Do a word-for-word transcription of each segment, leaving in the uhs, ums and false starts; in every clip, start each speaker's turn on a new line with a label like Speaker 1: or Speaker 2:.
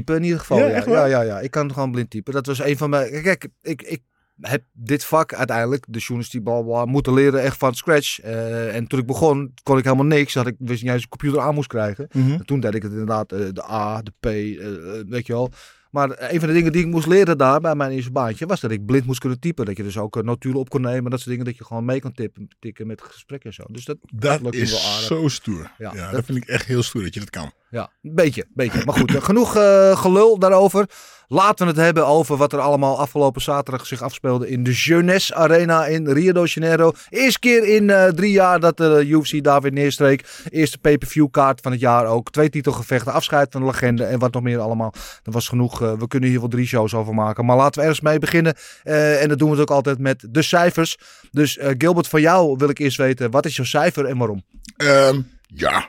Speaker 1: typen in ieder geval.
Speaker 2: Ja,
Speaker 1: Ja,
Speaker 2: echt
Speaker 1: ja,
Speaker 2: waar?
Speaker 1: ja, ja, ik kan gewoon blind typen. Dat was een van mijn... Kijk, ik, ik heb dit vak uiteindelijk, de journalistiek, bla, bla, moeten leren echt van scratch. Uh, en toen ik begon, kon ik helemaal niks. Had ik wist niet eens een computer aan moest krijgen.
Speaker 2: Mhm.
Speaker 1: En toen deed ik het inderdaad, uh, de A, de P, uh, weet je wel. Maar een van de dingen die ik moest leren daar bij mijn eerste baantje was dat ik blind moest kunnen typen. Dat je dus ook uh, notulen op kon nemen. Dat soort dingen dat je gewoon mee kan tippen, tikken met gesprekken en zo. Dus dat,
Speaker 2: Dat
Speaker 1: lukt me wel
Speaker 2: is
Speaker 1: aardig.
Speaker 2: zo stoer.
Speaker 1: Ja,
Speaker 2: Ja,
Speaker 1: dat-
Speaker 2: dat vind ik echt heel stoer dat je dat kan.
Speaker 1: Ja, een beetje, beetje. Maar goed, uh, genoeg uh, gelul daarover. Laten we het hebben over wat er allemaal afgelopen zaterdag zich afspeelde in de Jeunesse Arena in Rio de Janeiro. Eerste keer in uh, drie jaar dat de U F C daar weer neerstreek. Eerste pay-per-view kaart van het jaar ook. Twee titelgevechten, afscheid van de legende en wat nog meer allemaal. Er was genoeg genoeg. Uh, we kunnen hier wel drie shows over maken. Maar laten we ergens mee beginnen. Uh, en dat doen we het ook altijd met de cijfers. Dus uh, Gilbert, van jou wil ik eerst weten. Wat is jouw cijfer en waarom?
Speaker 2: Um, ja...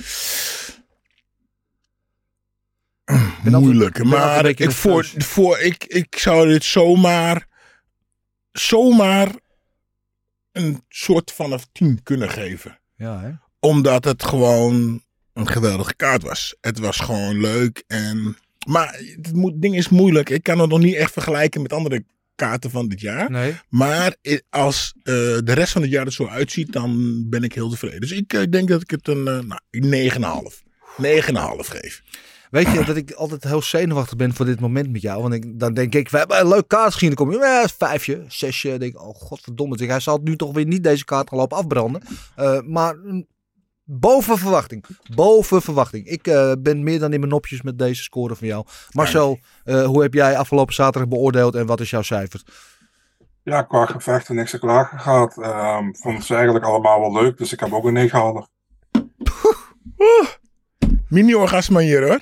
Speaker 2: Moeilijk, maar ik, voor, voor, ik, ik zou dit zomaar, zomaar een soort van een tien kunnen geven.
Speaker 1: Ja, hè?
Speaker 2: Omdat het gewoon een geweldige kaart was. Het was gewoon leuk. En, maar het moet, ding is moeilijk. Ik kan het nog niet echt vergelijken met andere kaarten van dit jaar.
Speaker 1: Nee.
Speaker 2: Maar als uh, de rest van het jaar er zo uitziet, dan ben ik heel tevreden. Dus ik uh, denk dat ik het een uh, nou, negen komma vijf. negen komma vijf geef.
Speaker 1: Weet je dat ik altijd heel zenuwachtig ben voor dit moment met jou? Want ik, dan denk ik, we hebben een leuk kaart gezien. Dan kom je, ja, vijfje, zesje. Dan denk ik, oh godverdomme. Denk, hij zal nu toch weer niet deze kaart gaan lopen afbranden. Uh, maar mm, boven verwachting. Boven verwachting. Ik uh, ben meer dan in mijn nopjes met deze score van jou. Marcel, uh, hoe heb jij afgelopen zaterdag beoordeeld en wat is jouw cijfer?
Speaker 3: Ja, qua gevechten niks te klagen gehad. Um, vond ze eigenlijk allemaal wel leuk. Dus ik heb ook een negen komma vijf.
Speaker 2: Mini-orgasme hier hoor.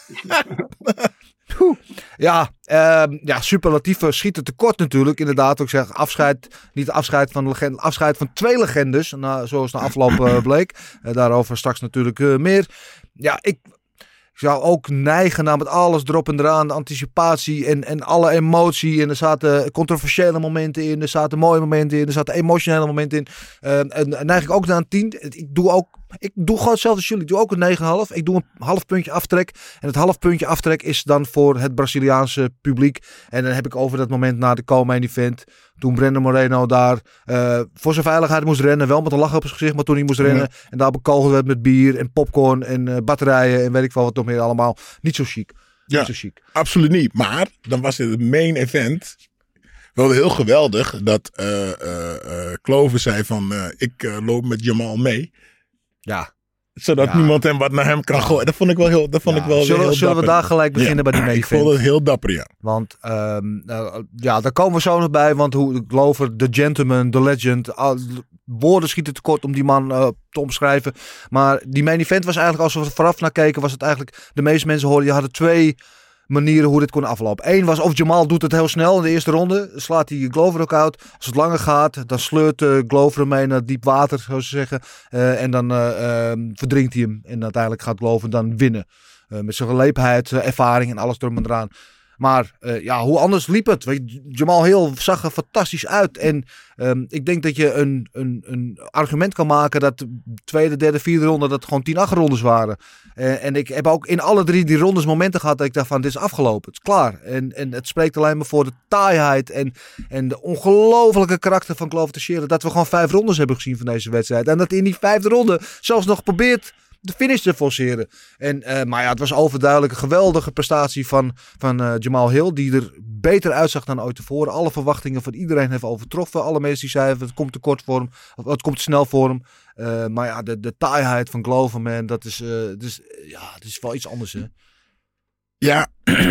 Speaker 1: ja, uh, ja, superlatieven schieten tekort natuurlijk. Inderdaad, ook zeg afscheid, niet afscheid van legende, afscheid van twee legendes. Nou, zoals na afloop uh, bleek. Uh, daarover straks natuurlijk uh, meer. Ja, ik... Ik zou ook neigen naar met alles erop en eraan. De anticipatie en, en alle emotie. En er zaten controversiële momenten in. Er zaten mooie momenten in. Er zaten emotionele momenten in. Uh, en, en neig ik ook naar een tien. Ik doe ook... Ik doe gewoon hetzelfde als jullie. Ik doe ook een negen komma vijf. Ik doe een half puntje aftrek. En het half puntje aftrek is dan voor het Braziliaanse publiek. En dan heb ik over dat moment na de co-main event. Toen Brandon Moreno daar uh, voor zijn veiligheid moest rennen. Wel met een lach op zijn gezicht, maar toen hij moest rennen. Ja. En daar bekogeld werd met bier en popcorn en uh, batterijen. En weet ik wel wat nog meer allemaal. Niet zo chic.
Speaker 2: Ja,
Speaker 1: niet zo chic.
Speaker 2: Absoluut niet. Maar dan was het main event wel heel geweldig. Dat uh, uh, uh, Clover zei van uh, ik uh, loop met Jamal mee.
Speaker 1: Ja.
Speaker 2: Zodat
Speaker 1: ja.
Speaker 2: niemand hem wat naar hem kan gooien. Dat vond ik wel heel, dat vond
Speaker 1: ja.
Speaker 2: ik wel
Speaker 1: Zullen,
Speaker 2: heel
Speaker 1: zullen we daar gelijk beginnen
Speaker 2: ja.
Speaker 1: bij die main
Speaker 2: Ik
Speaker 1: event?
Speaker 2: vond het heel dapper, ja.
Speaker 1: Want um, uh, ja, daar komen we zo nog bij. Want hoe Glover, de gentleman, de legend. Al, woorden schieten tekort om die man uh, te omschrijven. Maar die main event was eigenlijk, als we er vooraf naar keken, was het eigenlijk, de meeste mensen hoorden, je hadden twee manieren hoe dit kon aflopen. Eén was of Jamal doet het heel snel in de eerste ronde. Slaat hij Glover ook uit. Als het langer gaat, dan sleurt uh, Glover hem mee naar diep water, zo ze zeggen. Uh, en dan uh, uh, verdrinkt hij hem. En uiteindelijk gaat Glover dan winnen. Uh, met zijn gelepenheid, uh, ervaring en alles erom en eraan. Maar uh, ja, hoe anders liep het? Weet je, Jamal Hill zag er fantastisch uit. En um, ik denk dat je een, een, een argument kan maken dat de tweede, derde, vierde ronde dat gewoon tien acht rondes waren. Uh, en ik heb ook in alle drie die rondes momenten gehad dat ik dacht van dit is afgelopen. Het is klaar. En, en het spreekt alleen maar voor de taaiheid en, en de ongelofelijke karakter van Glover Teixeira. Dat we gewoon vijf rondes hebben gezien van deze wedstrijd. En dat hij in die vijfde ronde zelfs nog probeert de finish te forceren. En, uh, maar ja, het was overduidelijk een geweldige prestatie van, van uh, Jamal Hill. Die er beter uitzag dan ooit tevoren. Alle verwachtingen van iedereen heeft overtroffen. Alle mensen die zeiden het komt te kort voor hem. Of het komt te snel voor hem. Uh, maar ja, de, de taaiheid van Glover, man. Dat is, uh, dus, ja, het is wel iets anders, hè.
Speaker 2: Ja,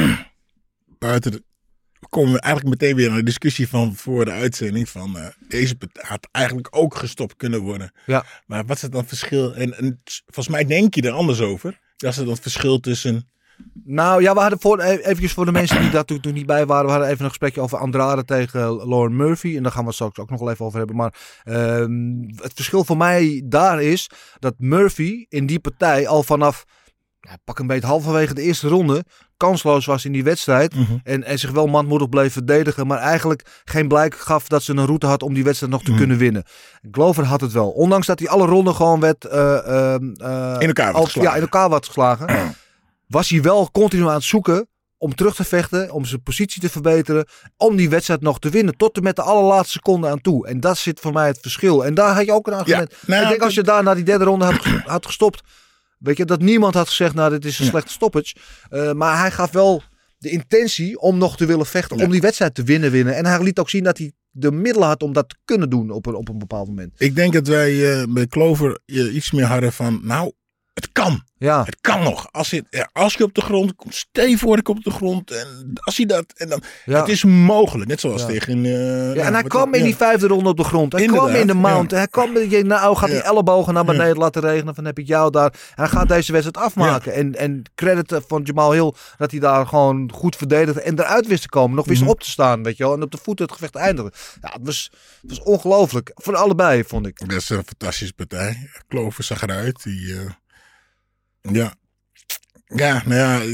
Speaker 2: buiten de... komen we eigenlijk meteen weer naar de discussie van voor de uitzending. Van uh, deze had eigenlijk ook gestopt kunnen worden.
Speaker 1: Ja.
Speaker 2: Maar wat is het dan verschil? En, en volgens mij denk je er anders over. Dat is het dan verschil tussen...
Speaker 1: Nou ja, we hadden voor, eventjes voor de mensen die daar toen, toen niet bij waren. We hadden even een gesprekje over Andrade tegen Lauren Murphy. En daar gaan we het straks ook nog wel even over hebben. Maar um, het verschil voor mij daar is dat Murphy in die partij al vanaf... Ja, pak een beetje halverwege de eerste ronde kansloos was in die wedstrijd.
Speaker 2: Mm-hmm. En,
Speaker 1: en zich wel manmoedig bleef verdedigen. Maar eigenlijk geen blijk gaf dat ze een route had om die wedstrijd nog te
Speaker 2: mm-hmm.
Speaker 1: kunnen winnen. Glover had het wel. Ondanks dat hij alle ronden gewoon werd... Uh, uh, uh,
Speaker 2: in elkaar
Speaker 1: al, ja, in elkaar werd geslagen.
Speaker 2: Ja.
Speaker 1: Was hij wel continu aan het zoeken om terug te vechten. Om zijn positie te verbeteren. Om die wedstrijd nog te winnen. Tot en met de allerlaatste seconde aan toe. En dat zit voor mij het verschil. En daar had je ook een argument.
Speaker 2: Ja, nou,
Speaker 1: ik denk als je daar na die derde ronde had, had gestopt... Weet je, dat niemand had gezegd, nou, dit is een ja. slechte stoppage. Uh, maar hij gaf wel de intentie om nog te willen vechten. Ja. Om die wedstrijd te winnen, winnen. En hij liet ook zien dat hij de middelen had om dat te kunnen doen op een, op een bepaald moment.
Speaker 2: Ik denk dat wij uh, bij Glover uh, iets meer hadden van, nou, Het kan.
Speaker 1: Ja.
Speaker 2: Het kan nog. Als je, ja, als je op de grond komt, stel je voor ik op de grond. En als hij dat. En dan,
Speaker 1: Ja.
Speaker 2: Het is mogelijk. Net zoals
Speaker 1: Ja.
Speaker 2: tegen. Uh,
Speaker 1: Ja, en hij
Speaker 2: wat-
Speaker 1: kwam in
Speaker 2: ja.
Speaker 1: die vijfde ronde op de grond. Hij
Speaker 2: Inderdaad,
Speaker 1: kwam in de mount.
Speaker 2: ja.
Speaker 1: Hij kwam, je, nou gaat die
Speaker 2: Ja.
Speaker 1: ellebogen naar beneden
Speaker 2: Ja.
Speaker 1: laten regenen. Van heb ik jou daar. Hij gaat deze wedstrijd afmaken. En, en credit van Jamal Hill dat hij daar gewoon goed verdedigde. En eruit wist te komen. Nog wist
Speaker 2: Mhm.
Speaker 1: op te staan. Weet je wel. En op de voeten het gevecht eindigen. Ja, het was, het was ongelooflijk. Voor allebei vond ik.
Speaker 2: Dat is een fantastische partij. Clover zag eruit. Die, uh, ja. Ja, nou ja.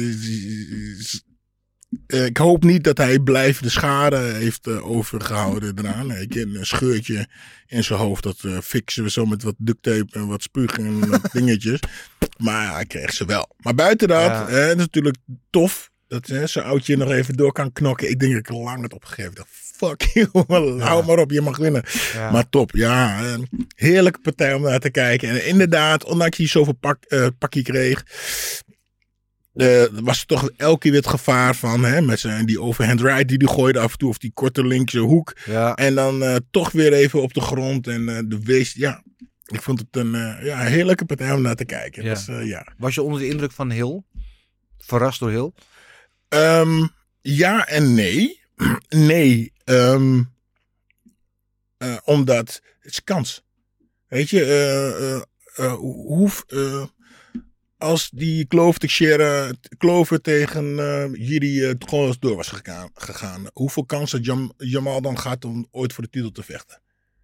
Speaker 2: Uh, ik hoop niet dat hij blijvende schade heeft uh, overgehouden daarna. Nee, ik ken een scheurtje in zijn hoofd. Dat uh, fixen we zo met wat duct tape en wat spuug en wat dingetjes. Maar ja, hij kreeg ze wel. Maar buiten dat,
Speaker 1: Ja.
Speaker 2: uh, het is natuurlijk tof. Dat hè, zijn oudje nog even door kan knokken. Ik denk dat ik lang het opgegeven heb. Fuck you, hou maar op, je mag winnen.
Speaker 1: Ja.
Speaker 2: Maar top, ja. Een heerlijke partij om naar te kijken. En inderdaad, ondanks hij zoveel pak, uh, pakje kreeg... Uh, was er toch elke keer weer het gevaar van... Hè, met zijn, die overhand right die hij gooide af en toe... of die korte linkse hoek.
Speaker 1: Ja.
Speaker 2: En dan uh, toch weer even op de grond. En uh, de wees, ja... Ik vond het een uh, ja, heerlijke partij om naar te kijken.
Speaker 1: Ja.
Speaker 2: Dus, uh, ja.
Speaker 1: Was je onder de indruk van Hill? Verrast door Hill?
Speaker 2: Um, ja en nee. nee. Um, uh, omdat het is kans. Weet je, uh, uh, uh, hoe... Uh, als die Clover Teixeira, Clover tegen uh, Jiri uh, gewoon eens door was gegaan, gegaan. Hoeveel kans had Jam, Jamal dan gehad om ooit voor de titel te vechten?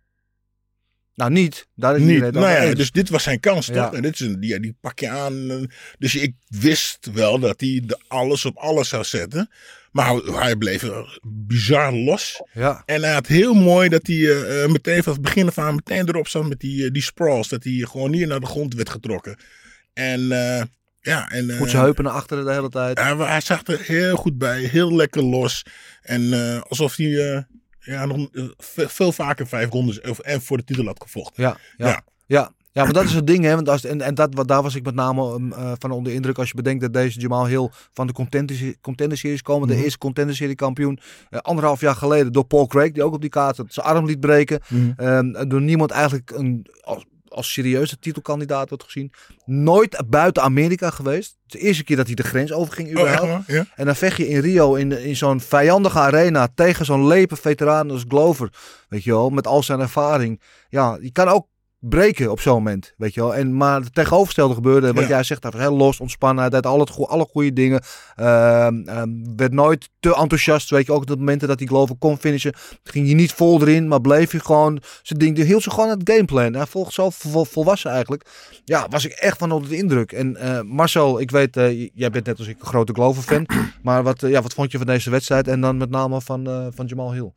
Speaker 1: Nou, niet. Daar is
Speaker 2: Niet.
Speaker 1: iedereen het
Speaker 2: Nou
Speaker 1: over
Speaker 2: ja,
Speaker 1: eens.
Speaker 2: dus dit was zijn kans, toch?
Speaker 1: Ja.
Speaker 2: En dit is een, ja, die pak je aan. uh, Dus ik wist wel dat hij de alles op alles zou zetten. Maar hij, hij bleef uh, bizar los.
Speaker 1: Ja.
Speaker 2: En hij had heel mooi dat hij uh, meteen van het begin af aan meteen erop zat met die, uh, die sprawls. Dat hij gewoon niet naar de grond werd getrokken. En uh, ja, en... Uh,
Speaker 1: Goed zijn heupen naar achteren de hele tijd.
Speaker 2: hij, hij zag er heel goed bij. Heel lekker los. En uh, alsof hij uh, ja, nog uh, veel, veel vaker vijf rondes of, en voor de titel had gevochten.
Speaker 1: Ja, ja, ja. ja. Ja, maar dat is het ding, hè. Want als, en en dat, wat, daar was ik met name uh, van onder indruk. Als je bedenkt dat deze Jamal Hill van de contender, contender series komen. Mm-hmm. De eerste contender serie kampioen. Uh, anderhalf jaar geleden door Paul Craig. Die ook op die kaart zijn arm liet breken. Mm-hmm. Uh, door niemand eigenlijk een... Als, als serieuze titelkandidaat wordt gezien. Nooit buiten Amerika geweest. Het is de eerste keer dat hij de grens overging überhaupt.
Speaker 2: Oh, ja?
Speaker 1: En dan vecht je in Rio in, in zo'n vijandige arena tegen zo'n lepe veteraan als Glover. Weet je wel, met al zijn ervaring. Ja, je kan ook breken op zo'n moment, weet je wel. En, maar het tegenovergestelde gebeurde, wat ja. jij zegt, hij was heel los, ontspannen, hij deed alle, alle goede dingen. Uh, uh, werd nooit te enthousiast, weet je, ook op de momenten dat hij Glover kon finishen, ging hij niet vol erin, maar bleef hij gewoon zijn ding, die hield zich gewoon aan het gameplan. Hij volgt zo vol, volwassen eigenlijk. Ja, was ik echt van onder de indruk. En uh, Marcel, ik weet, uh, jij bent net als ik een grote Glover fan, maar wat, uh, ja, wat vond je van deze wedstrijd en dan met name van, uh, van Jamal Hill?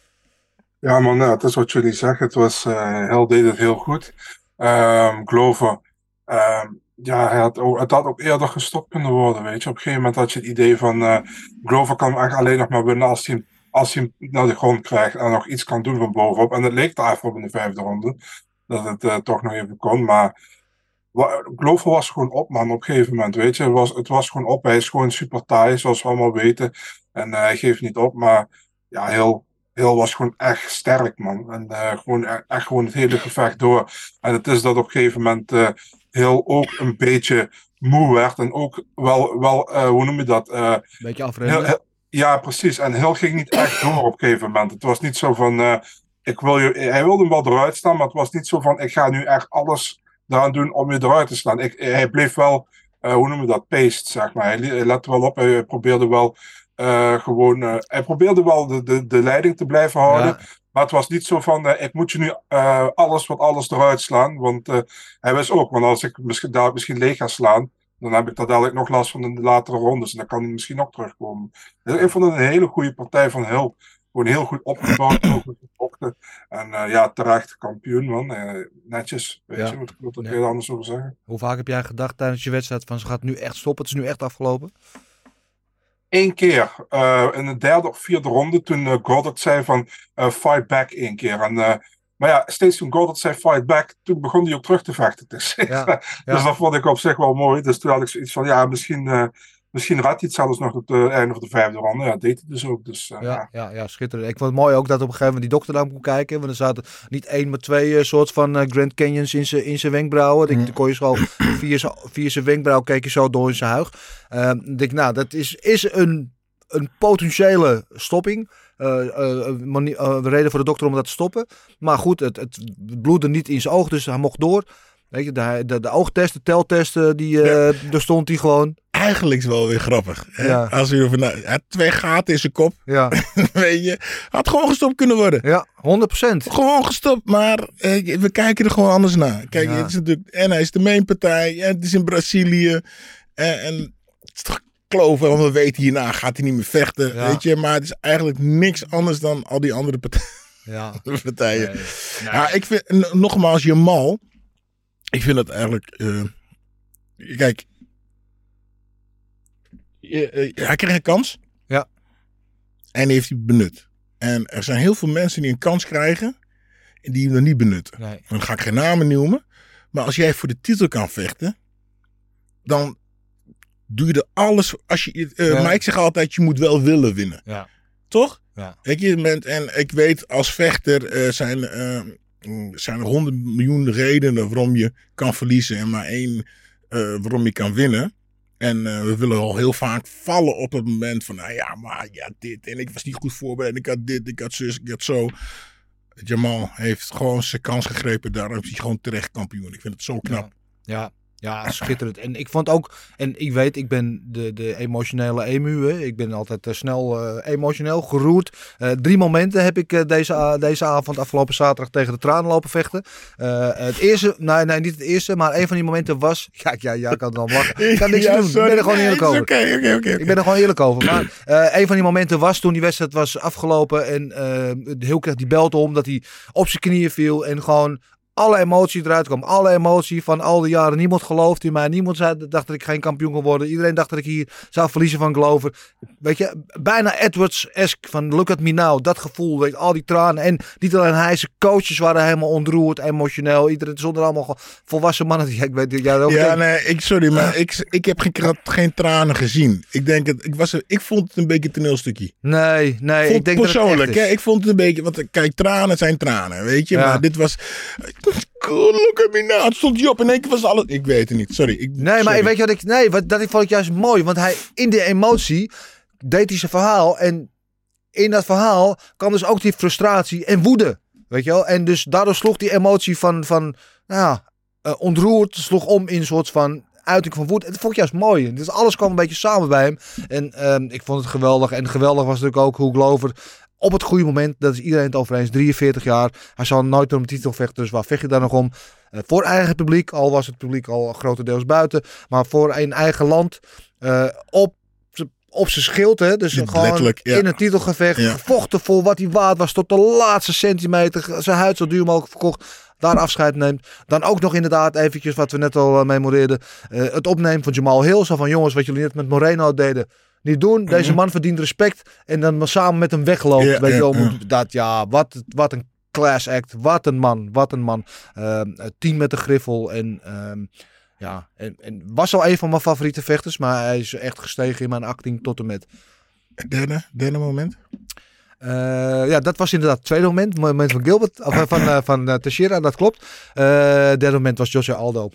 Speaker 3: Ja, man, nou, het is wat jullie zeggen. Het was, uh, Hill deed het heel goed. Um, Glover, um, ja, hij had ook, het had ook eerder gestopt kunnen worden, weet je. Op een gegeven moment had je het idee van, uh, Glover kan echt alleen nog maar winnen als hij, als hij hem naar de grond krijgt en nog iets kan doen van bovenop. En het leek daar even op in de vijfde ronde, dat het uh, toch nog even kon, maar Glover was gewoon op, man, op een gegeven moment, weet je. Het was, het was gewoon op, hij is gewoon super taai, zoals we allemaal weten. En uh, hij geeft niet op, maar ja, heel... Hill was gewoon echt sterk, man. En uh, gewoon, echt gewoon het hele gevecht door. En het is dat op een gegeven moment uh, Hill ook een beetje moe werd. En ook wel, wel uh, hoe noem je dat? Uh,
Speaker 1: beetje afremmen.
Speaker 3: Ja, precies. En Hill ging niet echt door op een gegeven moment. Het was niet zo van, uh, ik wil je, hij wilde hem wel eruit staan, maar het was niet zo van, ik ga nu echt alles eraan doen om je eruit te slaan. Ik, hij bleef wel, uh, hoe noem je dat, paced, zeg maar. Hij, hij lette wel op, hij probeerde wel... Uh, gewoon, uh, hij probeerde wel de, de, de leiding te blijven houden. Ja. Maar het was niet zo van, uh, ik moet je nu uh, alles wat alles eruit slaan. Want uh, hij wist ook, want als ik misschien, daar misschien leeg ga slaan, dan heb ik daar dadelijk nog last van in de latere rondes. En dan kan hij misschien ook terugkomen. Dus ik vond het een hele goede partij van Hill. Gewoon heel goed opgebouwd, heel goed gevochten. En uh, ja, terecht kampioen, man. Uh, netjes, weet ja. je, wat ik er ja. heel anders over zeggen.
Speaker 1: Hoe vaak heb jij gedacht tijdens je wedstrijd van, ze gaat nu echt stoppen, het is nu echt afgelopen?
Speaker 3: Eén keer, uh, in de derde of vierde ronde, toen uh, Goddard zei van uh, fight back één keer. En, uh, maar ja, steeds toen Goddard zei fight back, toen begon hij ook terug te vechten. Dus, ja, ja. dus dat vond ik op zich wel mooi. Dus toen had ik zoiets van, ja, misschien uh, Misschien raadt hij het zelfs nog tot het einde van de vijfde ronde. Ja, dat deed hij dus ook. Dus, uh,
Speaker 1: Ja,
Speaker 3: ja.
Speaker 1: ja, ja, schitterend. Ik vond het mooi ook dat op een gegeven moment die dokter daar kon kijken. Want er zaten niet één, maar twee uh, soort van uh, Grand Canyons in zijn in zijn wenkbrauwen. Mm. Dan kon je zo via, via zijn wenkbrauw keek je zo door in zijn huig. Uh, ik denk, nou, dat is, is een, een potentiële stopping. Uh, uh, manie- uh, reden voor de dokter om dat te stoppen. Maar goed, het, het bloedde niet in zijn oog, dus hij mocht door. Weet je, de, de, de oogtest, de teltesten, die, uh, ja. daar stond hij gewoon.
Speaker 2: Eigenlijk is het wel weer grappig. Hè?
Speaker 1: Ja.
Speaker 2: Als je ervan na... Hij had twee gaten in zijn kop.
Speaker 1: Ja.
Speaker 2: Weet je, had gewoon gestopt kunnen worden.
Speaker 1: Ja, honderd procent.
Speaker 2: Gewoon gestopt, maar eh, we kijken er gewoon anders naar. Kijk,
Speaker 1: Ja.
Speaker 2: het is natuurlijk, en hij is de mainpartij, en het is in Brazilië. En, en het is toch kloven, want we weten hierna gaat hij niet meer vechten.
Speaker 1: Ja.
Speaker 2: Weet je, maar het is eigenlijk niks anders dan al die andere partijen.
Speaker 1: Ja.
Speaker 2: partijen.
Speaker 1: Nee. Nee.
Speaker 2: Ja, ik vind, n- nogmaals, Jamal, ik vind het eigenlijk, uh, kijk, je, uh, hij kreeg een kans.
Speaker 1: Ja.
Speaker 2: En die heeft hij benut. En er zijn heel veel mensen die een kans krijgen en die hem dan niet benutten.
Speaker 1: Nee.
Speaker 2: Dan ga ik geen namen noemen. Maar als jij voor de titel kan vechten, dan doe je er alles. Als je, uh,
Speaker 1: Ja.
Speaker 2: Maar ik zeg altijd, je moet wel willen winnen.
Speaker 1: Ja.
Speaker 2: Toch?
Speaker 1: Ja.
Speaker 2: Weet je, met, en ik weet als vechter uh, zijn, uh, zijn er honderd miljoen redenen waarom je kan verliezen en maar één uh, waarom je kan winnen. En uh, we willen al heel vaak vallen op het moment van, nou ja, maar ja, dit. En ik was niet goed voorbereid. En ik had dit, ik had zus, ik had zo. Jamal heeft gewoon zijn kans gegrepen. Daarom is hij gewoon terecht kampioen. Ik vind het zo knap.
Speaker 1: Ja. Ja. Ja, schitterend. En ik vond ook, en ik weet, ik ben de, de emotionele emu. Hè. Ik ben altijd uh, snel uh, emotioneel geroerd. Uh, drie momenten heb ik uh, deze, uh, deze avond, afgelopen zaterdag, tegen de tranen lopen vechten. Uh, het eerste, nee, nee, niet het eerste, maar een van die momenten was. Ja, ja, ja, ik kan het dan lachen. Ik kan niks
Speaker 2: Ja,
Speaker 1: doen.
Speaker 2: sorry.
Speaker 1: Ik ben er gewoon
Speaker 2: Nee,
Speaker 1: eerlijk
Speaker 2: het is
Speaker 1: over.
Speaker 2: oké, oké, oké, oké.
Speaker 1: Ik ben er gewoon eerlijk over. Maar uh, een van die momenten was toen die wedstrijd was afgelopen en uh, heel kreeg die belt om dat hij op zijn knieën viel en gewoon alle emotie eruit kwam. Alle emotie van al die jaren. Niemand geloofde in mij. Niemand zei, dacht dat ik geen kampioen kon worden. Iedereen dacht dat ik hier zou verliezen van Glover. Weet je, bijna Edwards-esque van look at me now. Dat gevoel, weet je, al die tranen. En niet alleen hij, zijn coaches waren helemaal ontroerd, emotioneel. Iedereen zonder allemaal volwassen mannen. Ja, ik weet, jij ook.
Speaker 2: Ja, nee, ik, sorry, maar ik, ik heb geen, geen tranen gezien. Ik denk het, ik, was, ik vond het een beetje een toneelstukje.
Speaker 1: Nee, nee.
Speaker 2: Vond
Speaker 1: ik denk
Speaker 2: persoonlijk,
Speaker 1: dat het echt
Speaker 2: hè? Ik vond het een beetje, want kijk, tranen zijn tranen, weet je.
Speaker 1: Ja.
Speaker 2: Maar dit was, cool, look at me now. Het stond je op en één keer was alles, ik weet het niet, sorry. Ik,
Speaker 1: Nee, maar
Speaker 2: sorry.
Speaker 1: weet je wat ik... Nee, wat, dat vond ik juist mooi. Want hij, in die emotie, deed hij zijn verhaal. En in dat verhaal kwam dus ook die frustratie en woede. Weet je wel? En dus daardoor sloeg die emotie van, van nou ja, uh, ontroerd, sloeg om in een soort van uiting van woede. Dat vond ik juist mooi. Dus alles kwam een beetje samen bij hem. En um, ik vond het geweldig. En geweldig was natuurlijk ook hoe Glover op het goede moment, dat is iedereen het over eens, drieënveertig jaar. Hij zal nooit om de titel vechten, dus waar vecht je daar nog om? Uh, voor eigen publiek, al was het publiek al grotendeels buiten. Maar voor een eigen land, uh, op op zijn schild, hè? Dus
Speaker 2: Ja,
Speaker 1: gewoon
Speaker 2: letterlijk, ja.
Speaker 1: in een titelgevecht,
Speaker 2: Ja.
Speaker 1: gevochten voor wat hij waard was, tot de laatste centimeter, zijn huid zo duur mogelijk verkocht, daar afscheid neemt. Dan ook nog inderdaad eventjes, wat we net al uh, memoreerden, uh, het opnemen van Jamal Hill, zo van jongens, wat jullie net met Moreno deden, niet doen. Deze man verdient respect en dan maar samen met hem wegloopt.
Speaker 2: Ja,
Speaker 1: weet je
Speaker 2: ja,
Speaker 1: wel,
Speaker 2: ja.
Speaker 1: moet- dat ja, wat, wat een class act, wat een man, wat een man. Uh, het team met de griffel en um, ja, en, en was al een van mijn favoriete vechters, maar hij is echt gestegen in mijn acting tot en met.
Speaker 2: Derde, derde moment.
Speaker 1: Uh, ja, dat was inderdaad het tweede moment. Het moment van Gilbert, of uh, van, uh, van uh, Teixeira, dat klopt. Uh, het derde moment was José Aldo.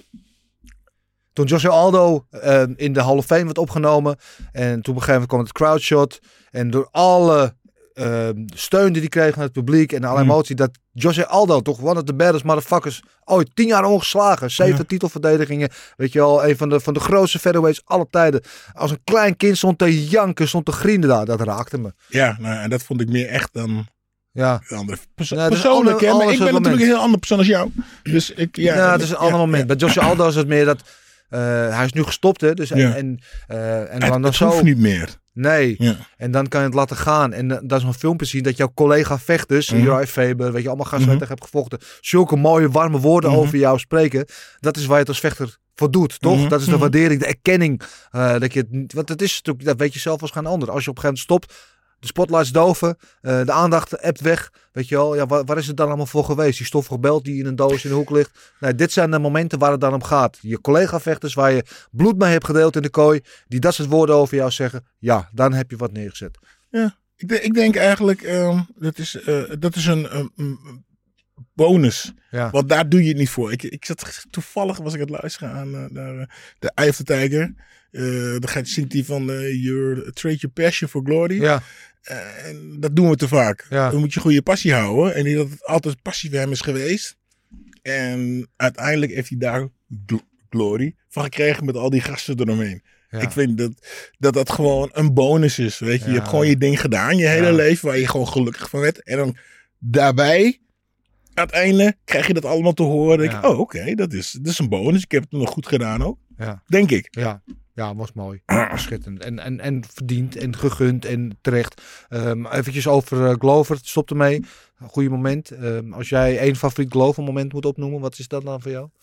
Speaker 1: Toen José Aldo uh, in de Hall of Fame werd opgenomen. En toen op een gegeven moment kwam het crowdshot. En door alle uh, steun die hij kreeg van het publiek en alle
Speaker 2: Mm.
Speaker 1: emotie. Dat José Aldo, toch one of the baddest motherfuckers. Ooit tien jaar ongeslagen. Zeven
Speaker 2: Ja.
Speaker 1: titelverdedigingen. Weet je wel, een van de, van de grootste featherweights aller tijden. Als een klein kind stond te janken, stond te grienden daar. Dat raakte me.
Speaker 2: Ja, nou, en dat vond ik meer echt dan
Speaker 1: Ja.
Speaker 2: de andere. Perso-
Speaker 1: Nee, dat is een
Speaker 2: persoonlijk,
Speaker 1: ander-
Speaker 2: hè, maar
Speaker 1: ander
Speaker 2: ik ben
Speaker 1: soort
Speaker 2: natuurlijk
Speaker 1: moment.
Speaker 2: een heel ander persoon als jou. Dus ik, ja,
Speaker 1: Ja, het is een ander
Speaker 2: ja,
Speaker 1: moment.
Speaker 2: ja.
Speaker 1: Bij José Aldo is het meer dat uh, hij is nu gestopt, hè? Dus en,
Speaker 2: Ja.
Speaker 1: en, uh, en
Speaker 2: Het,
Speaker 1: dan
Speaker 2: het
Speaker 1: zo.
Speaker 2: hoeft niet meer.
Speaker 1: Nee.
Speaker 2: Ja.
Speaker 1: En dan kan je het laten gaan. En uh, dat is een filmpje zien dat jouw collega vechters,
Speaker 2: Mhm.
Speaker 1: Uriah Faber, weet je, allemaal gasten waar je
Speaker 2: Mhm.
Speaker 1: tegen hebt gevochten, zulke mooie warme woorden
Speaker 2: Mhm.
Speaker 1: over jou spreken. Dat is waar je het als vechter voor doet, toch?
Speaker 2: Mhm.
Speaker 1: Dat is de
Speaker 2: Mhm.
Speaker 1: waardering, de erkenning. Uh, dat je het niet, want het is natuurlijk, dat weet je zelf als geen ander. Als je op een gegeven moment stopt, de spotlights doven, uh, de aandacht appt weg. Weet je wel, ja, waar, waar is het dan allemaal voor geweest? Die stoffige belt die in een doos in de hoek ligt. Nee, dit zijn de momenten waar het dan om gaat. Je collega-vechters waar je bloed mee hebt gedeeld in de kooi, die dat soort woorden over jou zeggen. Ja, dan heb je wat neergezet.
Speaker 2: Ja, ik, de, ik denk eigenlijk, um, dat, is, uh, dat is een, een, een bonus.
Speaker 1: Ja.
Speaker 2: Want daar doe je het niet voor. Ik, ik zat toevallig, was ik aan het luisteren aan uh, naar uh, de Eye of the Tiger. Uh, dan gaat zingt die van uh, your, trade your passion for glory.
Speaker 1: Ja.
Speaker 2: Uh, en dat doen we te vaak.
Speaker 1: Ja.
Speaker 2: Dan moet je goede passie houden. En niet dat het altijd passie voor hem is geweest. En uiteindelijk heeft hij daar gl- glory van gekregen met al die gasten eromheen. Ja. Ik vind dat, dat dat gewoon een bonus is. Weet je, ja. Je hebt gewoon je ding gedaan, je hele ja. leven, waar je gewoon gelukkig van werd. En dan daarbij, uiteindelijk, krijg je dat allemaal te horen. Denk ja. ik, oh oké, okay, dat, is, dat is een bonus. Ik heb het nog goed gedaan ook. Ja. Denk ik.
Speaker 1: Ja. Ja, was mooi. Schitterend. En, en, en verdiend en gegund en terecht. Um, eventjes over uh, Glover, stop ermee. Een goede moment. Um, als jij één favoriet Glover moment moet opnoemen, wat is dat dan voor jou?